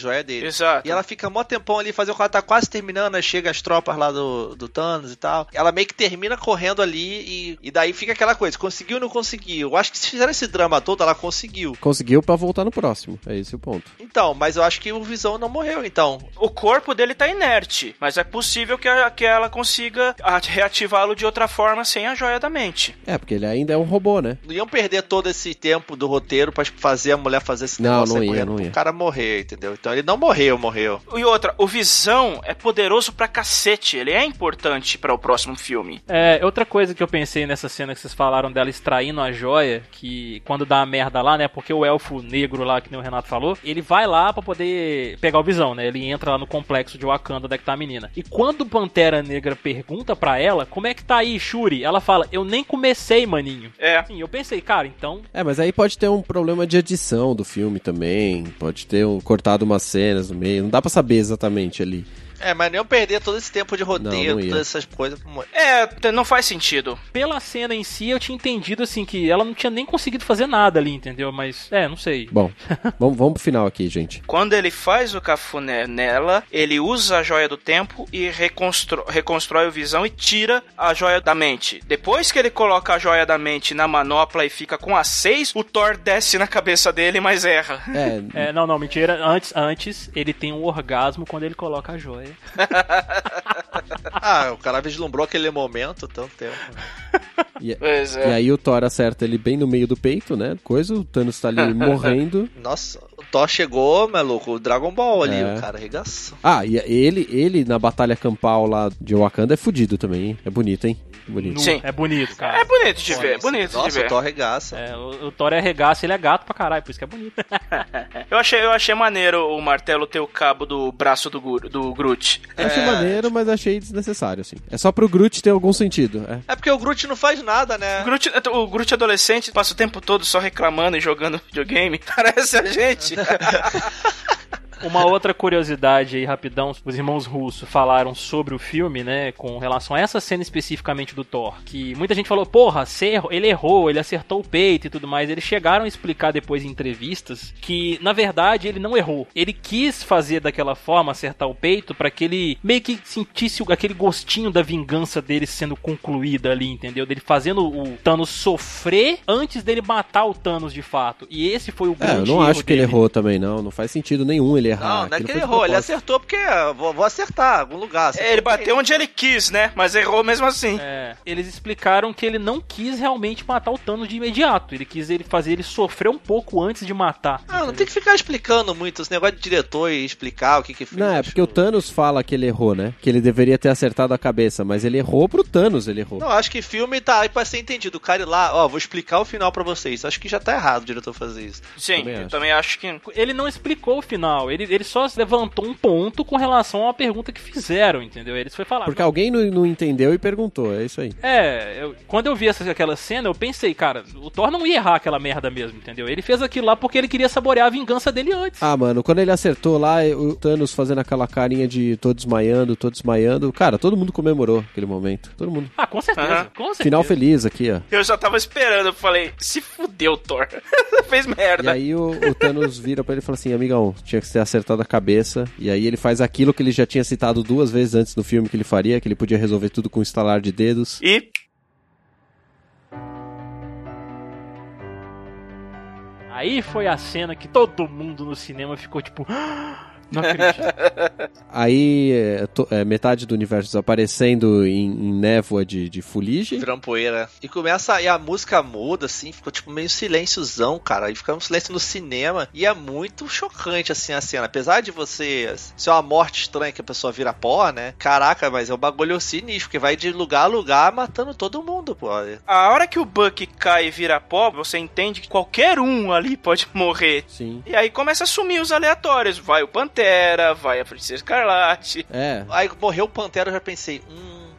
joia dele. Exato. E ela fica mó tempão ali, fazendo quando ela tá quase terminando, aí chega as tropas lá do Thanos e tal. Ela meio que termina correndo ali e daí fica aquela coisa, conseguiu ou não conseguiu? Eu acho que se fizeram esse drama todo, ela conseguiu. Conseguiu pra voltar no próximo, é esse o ponto. Então, mas eu acho que o Visão não morreu, então. O corpo dele tá inerte, mas é possível que ela consiga reativá-lo de outra forma sem a joia da mente. É, porque ele ainda é um robô, né? Não iam perder todo esse tempo do roteiro pra fazer a mulher fazer esse negócio aí correndo pro cara morrer, entendeu? Então ele não morreu. E outra, o Visão é poderoso pra cacete, ele é importante para o próximo filme. Outra coisa que eu pensei nessa cena que vocês falaram dela extraindo a joia, que quando dá a merda lá, né, porque o elfo negro lá, que nem o Renato falou, ele vai lá pra poder pegar o Visão, né, ele entra lá no complexo de Wakanda, onde é que tá a menina. E quando o Pantera Negra pergunta pra ela, como é que tá aí, Shuri? Ela fala, eu nem comecei, maninho. Sim, eu pensei, cara, então... mas aí pode ter um problema de edição do filme também, pode ter cortado umas cenas no meio, não dá pra saber exatamente ali. Mas nem perder todo esse tempo de roteiro, não todas essas coisas. Não faz sentido. Pela cena em si, eu tinha entendido, assim, que ela não tinha nem conseguido fazer nada ali, entendeu? Mas, não sei. Bom, vamos pro final aqui, gente. Quando ele faz o cafuné nela, ele usa a joia do tempo e reconstrói o Visão e tira a joia da mente. Depois que ele coloca a joia da mente na manopla e fica com a 6, o Thor desce na cabeça dele, mas erra. Não, mentira. Antes, ele tem um orgasmo quando ele coloca a joia. O cara vislumbrou aquele momento tanto tempo. E aí o Thor acerta ele bem no meio do peito, né? O Thanos tá ali morrendo. Nossa, o Thor chegou, maluco, o Dragon Ball ali, o cara arregaçou. E ele na batalha campal lá de Wakanda é fudido também, hein? É bonito, hein? Bonito. Sim. É bonito, cara. É bonito de ver, Nossa, o Thor arregaça. O Thor é arregaça, ele é gato pra caralho, por isso que é bonito. Eu achei maneiro o martelo ter o cabo do braço do Groot. Eu achei maneiro, mas achei desnecessário, assim. É só pro Groot ter algum sentido. É porque o Groot não faz nada, né? O Groot adolescente passa o tempo todo só reclamando e jogando videogame. Parece a gente. Uma outra curiosidade aí, rapidão, os irmãos Russo falaram sobre o filme, né, com relação a essa cena especificamente do Thor, que muita gente falou, porra, ele errou, ele acertou o peito e tudo mais. Eles chegaram a explicar depois em entrevistas que, na verdade, ele não errou. Ele quis fazer daquela forma, acertar o peito, pra que ele meio que sentisse aquele gostinho da vingança dele sendo concluída ali, entendeu? Dele fazendo o Thanos sofrer antes dele matar o Thanos de fato. E esse foi o grande erro eu não acho que ele errou também, não faz sentido nenhum ele errar. Não é que ele errou, ele acertou porque vou acertar em algum lugar. Ele bateu onde ele quis, né? Mas errou mesmo assim. Eles explicaram que ele não quis realmente matar o Thanos de imediato. Ele quis fazer ele sofrer um pouco antes de matar. Não tem que ficar explicando muito esse negócio de diretor e explicar o que fez. Não, é porque o Thanos fala que ele errou, né? Que ele deveria ter acertado a cabeça, mas ele errou pro Thanos, ele errou. Não, acho que filme tá aí pra ser entendido. O cara ir lá, vou explicar o final pra vocês. Acho que já tá errado o diretor fazer isso. Sim, eu também acho que... Ele não explicou o final, ele só levantou um ponto com relação à pergunta que fizeram, entendeu? Eles foi falar. Porque alguém não entendeu e perguntou, é isso aí. Quando eu vi aquela cena, eu pensei, cara, o Thor não ia errar aquela merda mesmo, entendeu? Ele fez aquilo lá porque ele queria saborear a vingança dele antes. Mano, quando ele acertou lá, o Thanos fazendo aquela carinha de tô desmaiando, cara, todo mundo comemorou aquele momento, todo mundo. Com certeza, com certeza. Final feliz aqui, ó. Eu já tava esperando, eu falei, se fudeu, Thor. Fez merda. E aí o Thanos vira pra ele e fala assim, amigão, tinha que ter acertado a cabeça, e aí ele faz aquilo que ele já tinha citado 2 vezes antes no filme que ele faria, que ele podia resolver tudo com um estalar de dedos. E... aí foi a cena que todo mundo no cinema ficou tipo... não acredito. Aí metade do universo desaparecendo em névoa de fuligem. Virando poeira. E começa, e a música muda, assim, ficou tipo meio silênciozão, cara. E fica um silêncio no cinema. E é muito chocante, assim, a cena. Apesar de você ser uma morte estranha que a pessoa vira pó, né? Caraca, mas é um bagulho sinistro, porque vai de lugar a lugar matando todo mundo, pô. A hora que o Bucky cai e vira pó, você entende que qualquer um ali pode morrer. Sim. E aí começa a sumir os aleatórios. Vai o Pantera, vai a Feiticeira Escarlate. Aí morreu o Pantera, eu já pensei,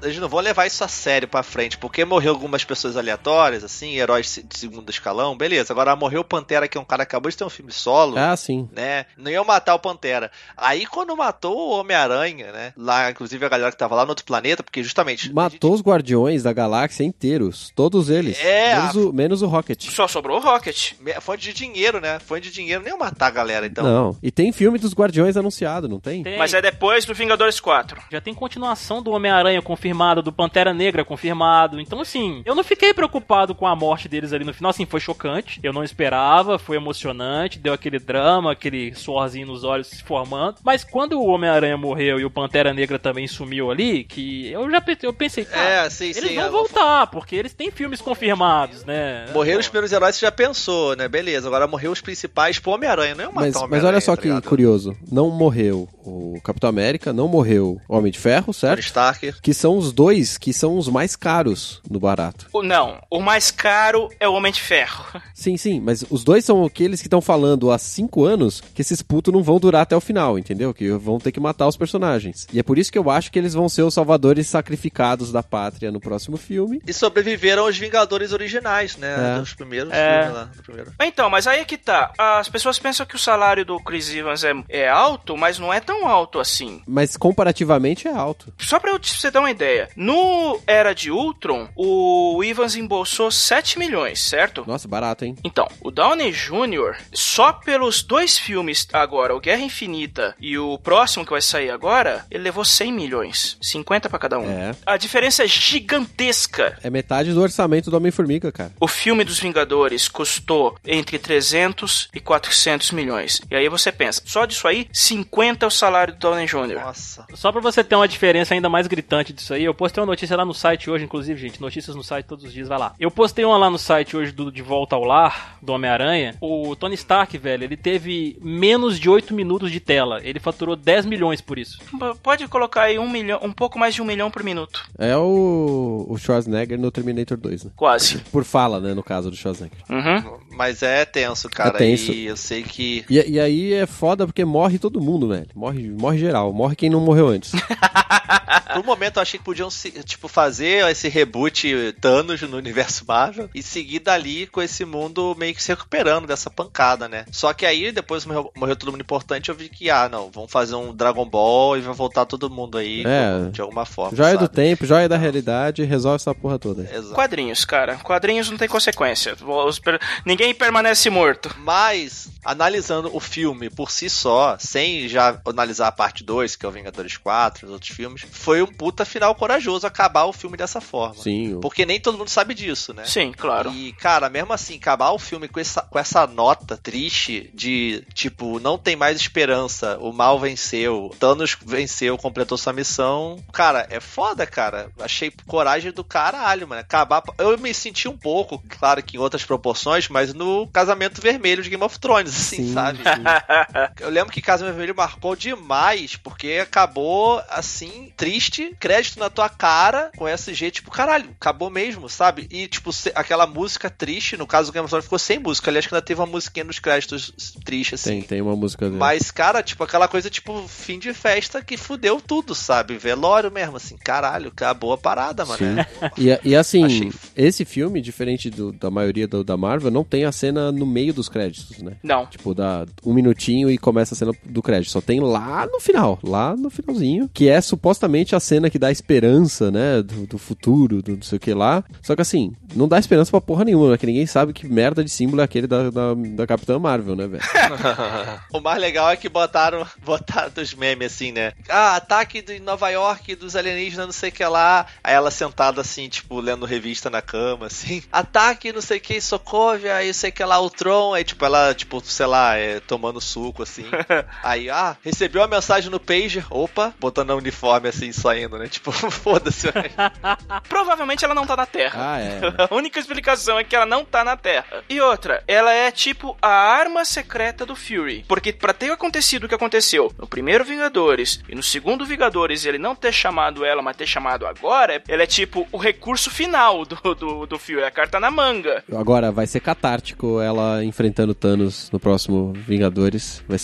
eles não vão levar isso a sério pra frente, porque morreu algumas pessoas aleatórias, assim, heróis de segundo escalão, beleza. Agora morreu o Pantera, que é um cara que acabou de ter um filme solo. Ah, sim. Né? Não iam matar o Pantera. Aí quando matou o Homem-Aranha, né? Lá, inclusive a galera que tava lá no outro planeta, porque justamente... Matou os Guardiões da Galáxia inteiros. Todos eles. Menos o Rocket. Só sobrou o Rocket. Fonte de dinheiro, né? Fonte de dinheiro, nem iam matar a galera, então. Não. E tem filme dos Guardiões anunciado, não tem? Tem. Mas é depois do Vingadores 4. Já tem continuação do Homem-Aranha confirmado, do Pantera Negra confirmado. Então, assim, eu não fiquei preocupado com a morte deles ali no final. Assim, foi chocante. Eu não esperava, foi emocionante, deu aquele drama, aquele suorzinho nos olhos se formando. Mas quando o Homem-Aranha morreu e o Pantera Negra também sumiu ali, que eu pensei, cara, eles vão voltar, porque eles têm filmes confirmados, né? Morreram os primeiros heróis, você já pensou, né? Beleza, agora morreu os principais pro Homem-Aranha, não é matar o Homem-Aranha. Mas olha só que ligado? curioso. Não morreu o Capitão América, não morreu o Homem de Ferro, certo? Tony Stark. Que são os dois que são os mais caros no barato. Não, o mais caro é o Homem de Ferro. Sim, mas os dois são aqueles que estão falando há 5 anos que esses putos não vão durar até o final, entendeu? Que vão ter que matar os personagens. E é por isso que eu acho que eles vão ser os salvadores sacrificados da pátria no próximo filme. E sobreviveram os Vingadores originais, né? Dos primeiros filmes lá. Do primeiro. Então, mas aí é que tá. As pessoas pensam que o salário do Chris Evans é alto, mas não é tão alto assim. Mas comparativamente é alto. Só pra você dar uma ideia. No Era de Ultron, o Evans embolsou 7 milhões, certo? Nossa, barato, hein? Então, o Downey Jr., só pelos 2 filmes agora, o Guerra Infinita e o próximo que vai sair agora, ele levou 100 milhões. 50 pra cada um. A diferença é gigantesca. É metade do orçamento do Homem-Formiga, cara. O filme dos Vingadores custou entre 300 e 400 milhões. E aí você pensa, só disso aí, 50 é o salário do Downey Jr. Nossa. Só pra você ter uma diferença ainda mais gritante disso aí, eu postei uma notícia lá no site hoje, inclusive, gente, notícias no site todos os dias, vai lá. Eu postei uma lá no site hoje do De Volta ao Lar, do Homem-Aranha. O Tony Stark, velho, ele teve menos de 8 minutos de tela. Ele faturou 10 milhões por isso. Pode colocar aí 1 milhão, um pouco mais de 1 milhão por minuto. É o Schwarzenegger no Terminator 2, né? Quase. Por fala, né, no caso do Schwarzenegger. Uhum. Mas é tenso, cara. É tenso. E eu sei que... E aí é foda porque morre todo mundo, velho. Morre geral. Morre quem não morreu antes. Por um momento eu achei que podiam fazer esse reboot Thanos no universo Marvel e seguir dali com esse mundo meio que se recuperando dessa pancada, né? Só que aí depois morreu todo mundo importante, eu vi que, não, vamos fazer um Dragon Ball e vai voltar todo mundo aí de alguma forma. Joia do tempo, joia da realidade, resolve essa porra toda. Exato. Quadrinhos, cara. Quadrinhos não tem consequência. Ninguém permanece morto. Mas, analisando o filme por si só, sem já analisar a parte 2, que é o Vingadores 4, os outros filmes, foi um puta final corajoso acabar o filme dessa forma. Sim. Porque nem todo mundo sabe disso, né? Sim, claro. E, cara, mesmo assim, acabar o filme com essa nota triste de, tipo, não tem mais esperança, o mal venceu, Thanos venceu, completou sua missão. Cara, é foda, cara. Achei coragem do caralho, mano. Acabar... Eu me senti um pouco, claro que em outras proporções, mas no Casamento Vermelho de Game of Thrones, assim, sim, sabe? Sim. Eu lembro que Casamento Vermelho marcou demais, porque acabou, assim, triste, crédito na tua cara, com esse jeito, tipo, caralho, acabou mesmo, sabe? E, tipo, aquela música triste, no caso do Game of Thrones, ficou sem música. Aliás, que ainda teve uma musiquinha nos créditos triste, assim. Tem uma música dele. Mas, cara, tipo, aquela coisa, tipo, fim de festa que fudeu tudo, sabe? Velório mesmo, assim, caralho, acabou a parada, mano. E assim, esse filme, diferente da maioria da Marvel, não tem a cena no meio dos créditos, né? Não. Tipo, dá um minutinho e começa a cena do crédito. Só tem lá no final, lá no finalzinho, que é supostamente a cena que dá esperança, né? Do futuro, do não sei o que lá. Só que assim, não dá esperança pra porra nenhuma, né? Que ninguém sabe que merda de símbolo é aquele da Capitã Marvel, né, velho? O mais legal é que botaram os memes assim, né? Ataque de Nova York dos alienígenas, não sei o que lá. Aí ela sentada assim, tipo, lendo revista na cama, assim. Ataque, não sei o que, Sokovia, aí sei que lá, o Tron. Aí, tipo, ela, tipo, sei lá, tomando suco, assim. Aí, recebeu a mensagem no pager. Opa, botando a uniforme assim, saindo, né? Tipo, foda-se. Provavelmente ela não tá na Terra. É. A única explicação é que ela não tá na Terra. E outra, ela é tipo a arma secreta do Fury. Porque pra ter acontecido o que aconteceu no primeiro Vingadores e no segundo Vingadores, ele não ter chamado ela, mas ter chamado agora, ela é tipo o recurso final do Fury, a carta na manga. Agora, vai ser catártico ela enfrentando Thanos no próximo Vingadores. Vai ser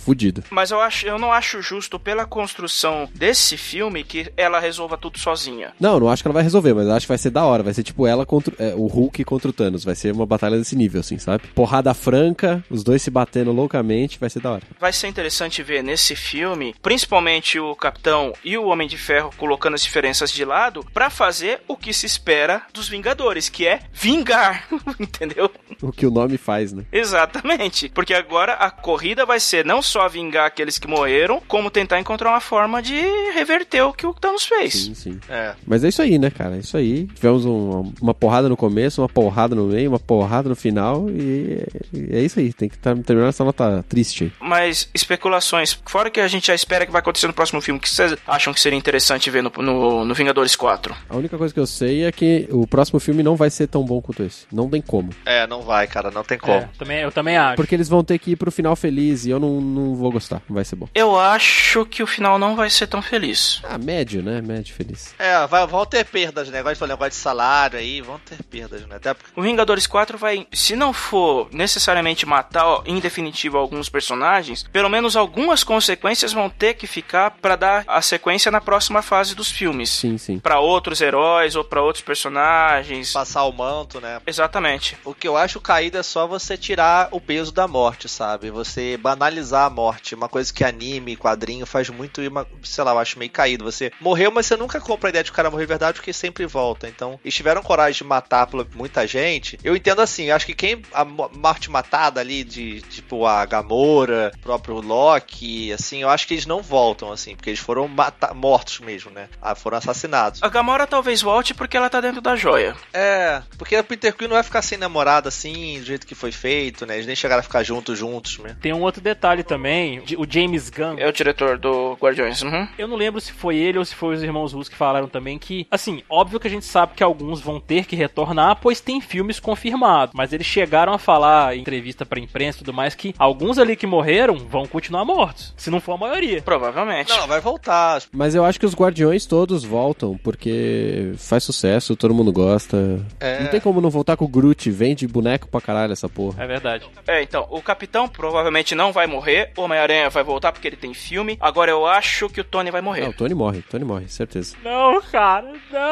fudido. Mas eu não acho justo pela construção desse filme que ela resolva tudo sozinha. Não acho que ela vai resolver, mas acho que vai ser da hora. Vai ser tipo ela contra o Hulk contra o Thanos. Vai ser uma batalha desse nível, assim, sabe? Porrada franca, os dois se batendo loucamente, vai ser da hora. Vai ser interessante ver nesse filme, principalmente o Capitão e o Homem de Ferro colocando as diferenças de lado pra fazer o que se espera dos Vingadores, que é vingar, entendeu? O que o nome faz, né? Exatamente, porque agora a corrida vai ser não só vingar aqueles que morreram, como tentar encontrar uma forma de reverter o que o Thanos fez. Sim. Mas é isso aí, né, cara? É isso aí. Tivemos uma porrada no começo, uma porrada no meio, uma porrada no final e é isso aí. Tem que terminar essa nota triste aí. Mas especulações, fora que a gente já espera que vai acontecer no próximo filme, o que vocês acham que seria interessante ver no Vingadores 4? A única coisa que eu sei é que o próximo filme não vai ser tão bom quanto esse. Não tem como. Não vai, cara. Não tem como. Eu também acho. Porque eles vão ter que ir pro final feliz e eu não vou gostar. Não vai ser bom. Eu acho que o final não vai ser tão feliz. Médio, né? Médio feliz. Vão ter perdas, né? Negócio de salário aí, vão ter perdas, né? Até porque... O Vingadores 4 vai, se não for necessariamente matar em definitivo alguns personagens, pelo menos algumas consequências vão ter que ficar pra dar a sequência na próxima fase dos filmes. Sim. Pra outros heróis ou pra outros personagens. Passar o manto, né? Exatamente. O que eu acho caído é só você tirar o peso da morte, sabe? Você banalizar a morte. Uma coisa que anime, quadrinho faz muito, sei lá, eu acho meio caído. Você morreu, mas você nunca compra a ideia de que o cara morreu de verdade porque sempre volta. Então, eles tiveram coragem de matar muita gente. Eu entendo assim, eu acho que a morte matada ali de, tipo, a Gamora, o próprio Loki, assim, eu acho que eles não voltam, assim, porque eles foram mortos mesmo, né? Foram assassinados. A Gamora talvez volte porque ela tá dentro da joia. Porque a Peter Quill não vai ficar sem namorada, assim, do jeito que foi feito, né? Eles nem chegaram a ficar juntos mesmo. Tem um outro detalhe também, o James Gunn. É o diretor do Guardiões. Uhum. Eu não lembro se foi ele ou se foi os irmãos Russo que falaram também que, assim, óbvio que a gente sabe que alguns vão ter que retornar, pois tem filmes confirmados, mas eles chegaram a falar em entrevista pra imprensa e tudo mais que alguns ali que morreram vão continuar mortos, se não for a maioria. Provavelmente. Não, vai voltar. Mas eu acho que os Guardiões todos voltam, porque faz sucesso, todo mundo gosta. Não tem como não voltar com o Groot, vende boneco pra caralho essa porra. É verdade. Então, o Capitão provavelmente não vai morrer, o Homem-Aranha vai voltar porque ele tem filme, agora eu acho que o Tony vai morrer. Não, o Tony morre, certeza. Não, cara.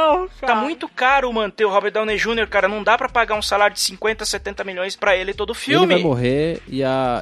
Tá muito caro manter o Robert Downey Jr., cara, não dá pra pagar um salário de 50, 70 milhões pra ele todo filme. Ele vai morrer e a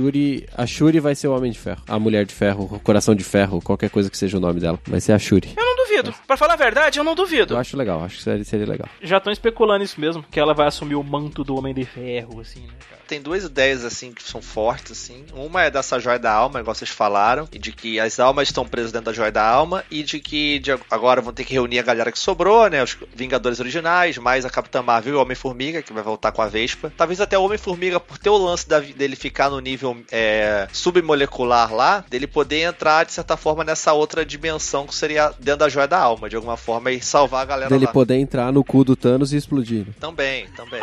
Shuri vai ser o Homem de Ferro, a Mulher de Ferro, o Coração de Ferro, qualquer coisa que seja o nome dela, vai ser a Shuri. Eu não duvido, pra falar a verdade, eu não duvido. Eu acho legal, acho que seria legal. Já estão especulando isso mesmo, que ela vai assumir o manto do Homem de Ferro, assim, né, cara? Tem duas ideias, assim, que são fortes, assim. Uma é dessa joia da alma, igual vocês falaram, e de que as almas estão presas dentro da joia da alma, e de que agora vão ter que reunir a galera que sobrou, né, os Vingadores originais, mais a Capitã Marvel e o Homem-Formiga, que vai voltar com a Vespa. Talvez até o Homem-Formiga, por ter o lance dele ficar no nível submolecular lá, dele poder entrar, de certa forma, nessa outra dimensão que seria dentro da joia da alma, de alguma forma, e salvar a galera dele lá. Poder entrar no cu do Thanos e explodir. Também.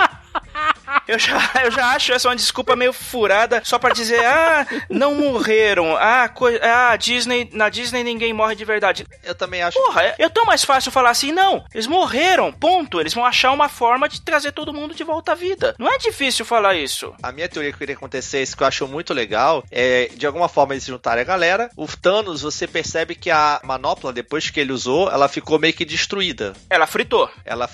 Eu já acho essa uma desculpa meio furada só pra dizer, não morreram, na Disney ninguém morre de verdade. Eu também acho. Porra, é tão mais fácil falar assim, não, eles morreram, ponto. Eles vão achar uma forma de trazer todo mundo de volta à vida. Não é difícil falar isso. A minha teoria que queria acontecer, isso que eu acho muito legal, é de alguma forma eles se juntarem a galera. O Thanos, você percebe que a manopla, depois que ele usou, ela ficou meio que destruída. Ela fritou.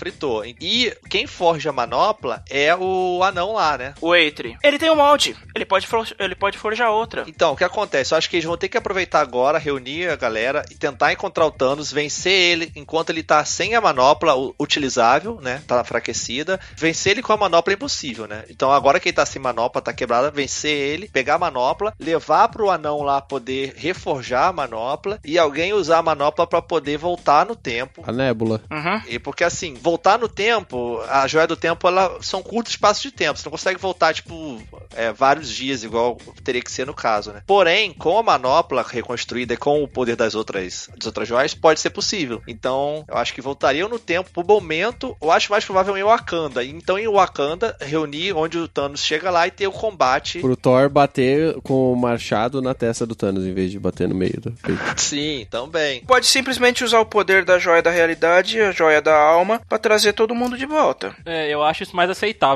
E quem forja a manopla é o anão lá, né? O Eitri. Ele tem um molde. Ele pode forjar outra. Então, o que acontece? Eu acho que eles vão ter que aproveitar agora, reunir a galera e tentar encontrar o Thanos, vencer ele enquanto ele tá sem a manopla utilizável, né? Tá enfraquecida. Vencer ele com a manopla é impossível, né? Então, agora que ele tá sem manopla, tá quebrada, vencer ele, pegar a manopla, levar pro anão lá poder reforjar a manopla e alguém usar a manopla pra poder voltar no tempo. A Nébula. Uhum. E porque assim, voltar no tempo, a joia do tempo, são curtos espaços de tempo. Você não consegue voltar, tipo, vários dias, igual teria que ser no caso, né? Porém, com a manopla reconstruída e com o poder das outras joias, pode ser possível. Então, eu acho que voltariam no tempo. Pro momento, eu acho mais provável em Wakanda. Então, em Wakanda, reunir onde o Thanos chega lá e ter o combate. Pro Thor bater com o machado na testa do Thanos, em vez de bater no meio do peito. Sim, também. Pode simplesmente usar o poder da joia da realidade, a joia da alma, pra trazer todo mundo de volta. Eu acho isso mais aceitável, porque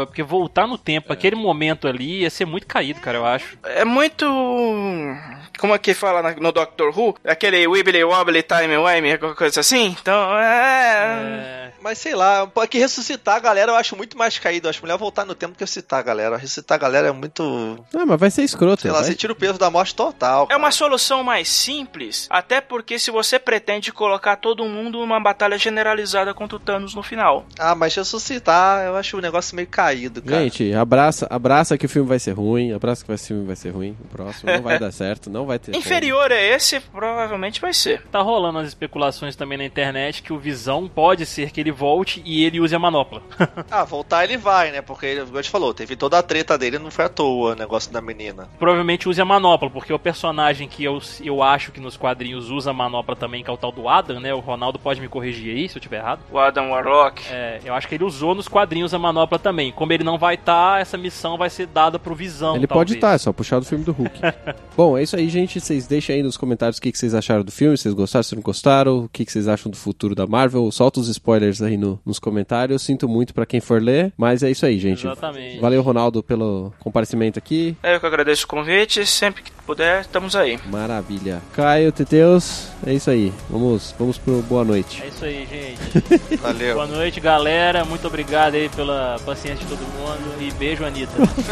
voltar no tempo, aquele momento ali ia ser muito caído, cara, eu acho. É muito... Como é que fala no Doctor Who? Aquele wibbly wobbly time wimey, alguma coisa assim? Então, Mas sei lá, que ressuscitar a galera eu acho muito mais caído. Eu acho melhor voltar no tempo do que ressuscitar a galera. Ressuscitar a galera é muito... Mas vai ser escroto. Sei lá, você tira o peso da morte total. É uma solução mais simples, até porque se você pretende colocar todo mundo numa batalha generalizada contra o Thanos no final. Mas ressuscitar, eu acho o negócio meio caído, cara. Gente, abraça que o filme vai ser ruim, abraça que o filme vai ser ruim. O próximo não vai dar certo, não vai ter. Inferior a esse, provavelmente vai ser. Tá rolando as especulações também na internet que o Visão pode ser que ele volte e ele use a manopla. Voltar ele vai, né? Porque ele, como a gente falou, teve toda a treta dele, não foi à toa o negócio da menina. Provavelmente use a manopla, porque o personagem que eu acho que nos quadrinhos usa a manopla também, que é o tal do Adam, né? O Ronaldo pode me corrigir aí se eu tiver errado. O Adam Warlock. Eu acho que ele usou nos quadrinhos a manopla também. Como ele não vai estar, essa missão vai ser dada pro Visão. Ele talvez. pode estar, é só puxar do filme do Hulk. Bom, é isso aí, gente. Vocês deixem aí nos comentários o que vocês acharam do filme, se vocês gostaram, se não gostaram, o que vocês acham do futuro da Marvel. Solta os spoilers aí nos comentários. Sinto muito pra quem for ler, mas é isso aí, gente. Exatamente. Valeu, Ronaldo, pelo comparecimento aqui. Eu que agradeço o convite. Sempre que puder, estamos aí. Maravilha. Caio, Teteus, é isso aí. Vamos pro boa noite. É isso aí, gente. Valeu. Boa noite, galera. Muito obrigado aí pela paciência de todo mundo. E beijo, Anitta.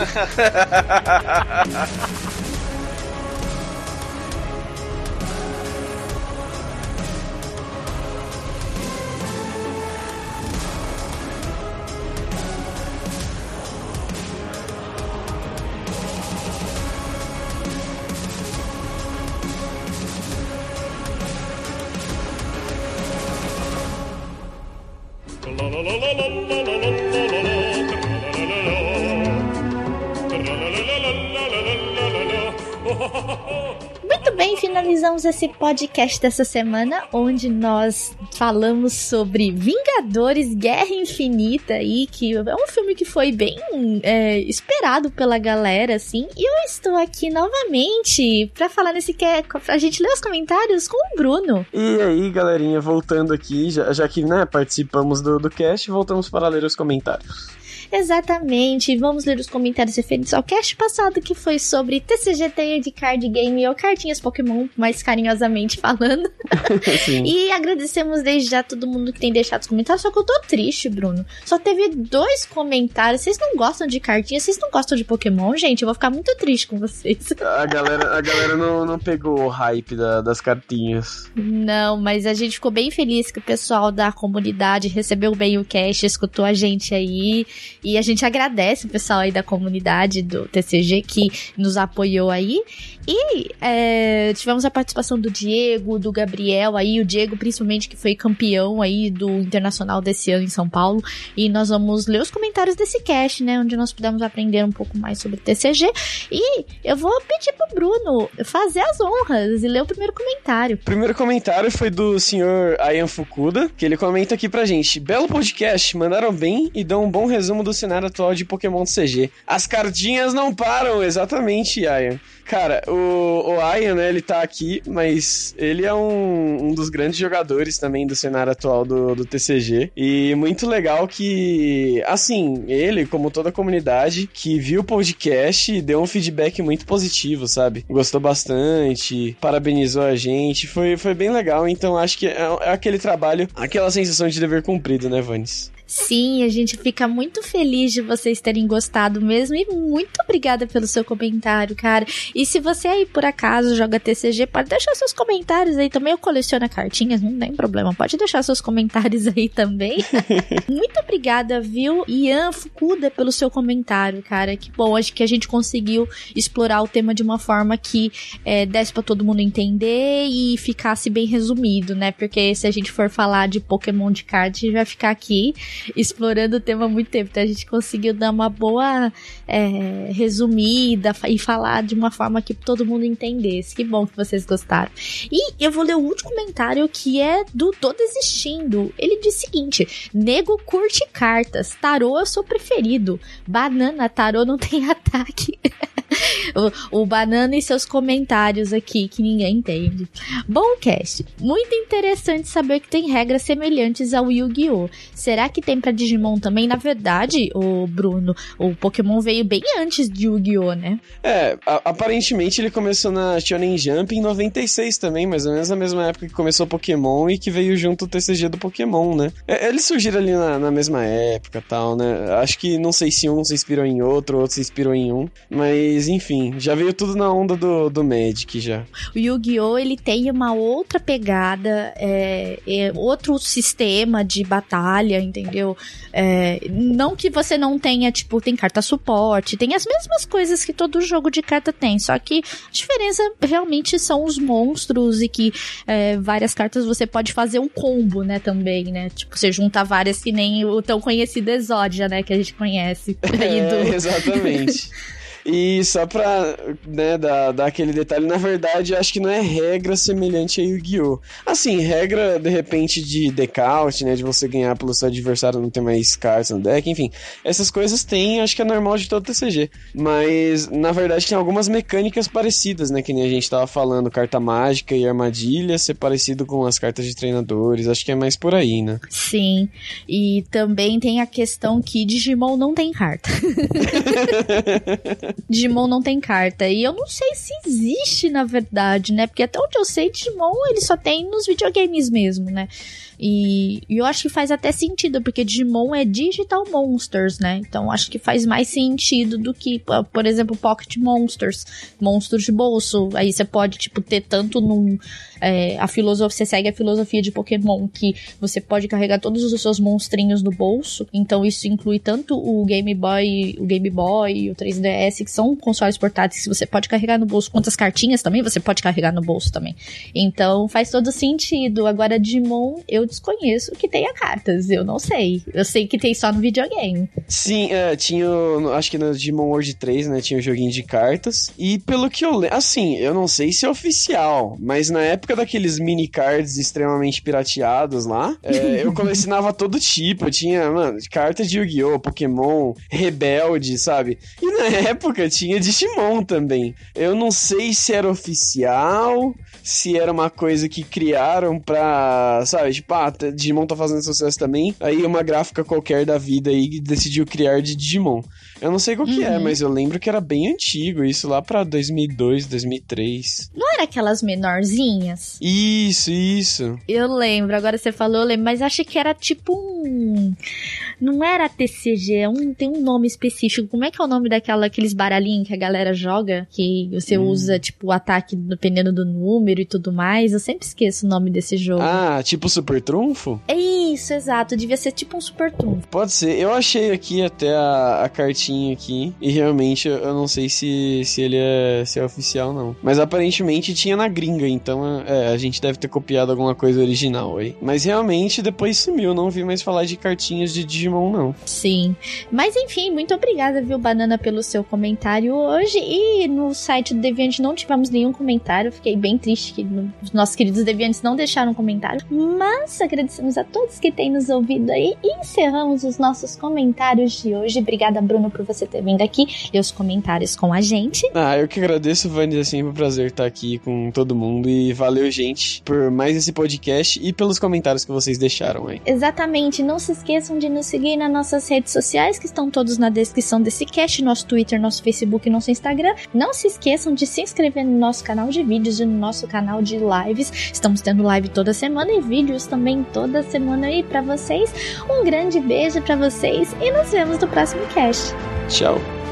Muito bem, finalizamos esse podcast dessa semana, onde nós falamos sobre Vingadores Guerra Infinita, aí, que é um filme que foi bem esperado pela galera, assim, e eu estou aqui novamente pra falar pra gente ler os comentários com o Bruno. E aí, galerinha, voltando aqui, já que, né, participamos do cast, voltamos para ler os comentários. Exatamente, vamos ler os comentários referentes ao cast passado, que foi sobre TCG de Card Game ou Cartinhas Pokémon, mais carinhosamente falando. E agradecemos desde já todo mundo que tem deixado os comentários, só que eu tô triste, Bruno. Só teve 2 comentários. Vocês não gostam de cartinhas? Vocês não gostam de Pokémon, gente? Eu vou ficar muito triste com vocês. A galera não pegou o hype das cartinhas. Não, mas a gente ficou bem feliz que o pessoal da comunidade recebeu bem o cast, escutou a gente aí. E a gente agradece o pessoal aí da comunidade do TCG que nos apoiou aí. E tivemos a participação do Diego, do Gabriel aí, o Diego principalmente, que foi campeão aí do Internacional desse ano em São Paulo. E nós vamos ler os comentários desse cast, né, onde nós pudemos aprender um pouco mais sobre TCG. E eu vou pedir pro Bruno fazer as honras e ler o primeiro comentário. O primeiro comentário foi do senhor Ayan Fukuda, que ele comenta aqui pra gente: belo podcast, mandaram bem e dão um bom resumo do cenário atual de Pokémon CG. As cartinhas não param, exatamente, Ayan. Cara, o Ayan, né, ele tá aqui, mas ele é um dos grandes jogadores também do cenário atual do TCG, e muito legal que, assim, ele, como toda a comunidade, que viu o podcast, deu um feedback muito positivo, sabe? Gostou bastante, parabenizou a gente, foi bem legal, então acho que é aquele trabalho, aquela sensação de dever cumprido, né, Vanis? Sim, a gente fica muito feliz de vocês terem gostado mesmo, e muito obrigada pelo seu comentário, cara. E se você aí por acaso joga TCG, pode deixar seus comentários aí também. Eu coleciono cartinhas, não tem problema, pode deixar seus comentários aí também. Muito obrigada, viu, Ian Fukuda, pelo seu comentário, cara. Que bom, acho que a gente conseguiu explorar o tema de uma forma que desse pra todo mundo entender e ficasse bem resumido, né? Porque se a gente for falar de Pokémon de cards, a gente vai ficar aqui explorando o tema há muito tempo, então a gente conseguiu dar uma boa resumida e falar de uma forma que todo mundo entendesse. Que bom que vocês gostaram. E eu vou ler o último comentário, que é do Tô Desistindo. Ele diz o seguinte: nego curte cartas, tarô é o seu preferido, banana, tarô não tem ataque. O Banana e seus comentários aqui, que ninguém entende. Bom cast. Muito interessante saber que tem regras semelhantes ao Yu-Gi-Oh! Será que tem pra Digimon também? Na verdade, o Bruno, o Pokémon veio bem antes de Yu-Gi-Oh, né? Aparentemente ele começou na Shonen Jump em 96 também, mais ou menos na mesma época que começou o Pokémon e que veio junto o TCG do Pokémon, né? Eles surgiram ali na mesma época e tal, né? Acho que não sei se um se inspirou em outro se inspirou em um, mas enfim, já veio tudo na onda do Magic já. O Yu-Gi-Oh! Ele tem uma outra pegada, outro sistema de batalha, entendeu? Não que você não tenha, tipo, tem carta suporte, tem as mesmas coisas que todo jogo de carta tem, só que a diferença realmente são os monstros e que várias cartas você pode fazer um combo, né, também, né? Tipo, você junta várias que nem o tão conhecido Exódia, né, que a gente conhece. Exatamente. E só pra, né, dar aquele detalhe, na verdade, acho que não é regra semelhante a Yu-Gi-Oh! Assim, regra, de repente, de decaute, né, de você ganhar pelo seu adversário não ter mais cartas no deck, enfim, essas coisas tem, acho que é normal de todo TCG. Mas, na verdade, tem algumas mecânicas parecidas, né, que nem a gente tava falando, carta mágica e armadilha ser parecido com as cartas de treinadores, acho que é mais por aí, né? Sim, e também tem a questão que Digimon não tem carta. Digimon não tem carta. E eu não sei se existe, na verdade, né? Porque até onde eu sei, Digimon ele só tem nos videogames mesmo, né? E eu acho que faz até sentido, porque Digimon é Digital Monsters, né? Então acho que faz mais sentido do que, por exemplo, Pocket Monsters, monstros de bolso. Aí você pode, tipo, ter tanto você segue a filosofia de Pokémon, que você pode carregar todos os seus monstrinhos no bolso. Então isso inclui tanto o Game Boy, o 3DS, que são consoles portáteis que você pode carregar no bolso, quanto as cartinhas também você pode carregar no bolso também. Então faz todo sentido. Agora Digimon, eu desconheço que tenha cartas, eu não sei. Eu sei que tem só no videogame. Sim, tinha, acho que no Digimon World 3, né, tinha um joguinho de cartas. E pelo que eu lembro, assim, eu não sei se é oficial, mas na época daqueles mini cards extremamente pirateados lá, eu colecionava todo tipo. Eu tinha, mano, cartas de Yu-Gi-Oh!, Pokémon, Rebelde, sabe? E na época tinha Digimon também. Eu não sei se era oficial, se era uma coisa que criaram pra, sabe, tipo, Digimon tá fazendo sucesso também, aí uma gráfica qualquer da vida aí decidiu criar de Digimon. Eu não sei qual que é, mas eu lembro que era bem antigo, isso lá pra 2002, 2003. Não era aquelas menorzinhas? Isso. Eu lembro, agora você falou, eu lembro, mas acho que era tipo não era TCG, tem um nome específico. Como é que é o nome daqueles baralhinhos que a galera joga? Que você usa, tipo, o ataque dependendo do número e tudo mais. Eu sempre esqueço o nome desse jogo. Ah, tipo Super Trunfo? É isso, exato. Devia ser tipo um Super Trunfo. Pode ser. Eu achei aqui até a cartinha aqui. E realmente eu não sei se ele se é oficial, não. Mas aparentemente tinha na gringa. Então a gente deve ter copiado alguma coisa original aí. Mas realmente depois sumiu. Não vi mais falar de cartinhas de Digimon, não. Sim. Mas enfim, muito obrigada, viu, Banana, pelo seu comentário hoje. E no site do Deviante não tivemos nenhum comentário. Fiquei bem triste que os nossos queridos Deviantes não deixaram comentário. Mas agradecemos a todos que têm nos ouvido aí. E encerramos os nossos comentários de hoje. Obrigada, Bruno, por você ter vindo aqui e os comentários com a gente. Eu que agradeço, Vani. É sempre um prazer estar aqui com todo mundo. E valeu, gente, por mais esse podcast e pelos comentários que vocês deixaram aí. Exatamente. Não se esqueçam de nos seguir nas nossas redes sociais, que estão todos na descrição desse cast, nosso Twitter, nosso Facebook e nosso Instagram. Não se esqueçam de se inscrever no nosso canal de vídeos e no nosso canal de lives. Estamos tendo live toda semana e vídeos também toda semana aí pra vocês. Um grande beijo pra vocês e nos vemos no próximo cast. Tchau.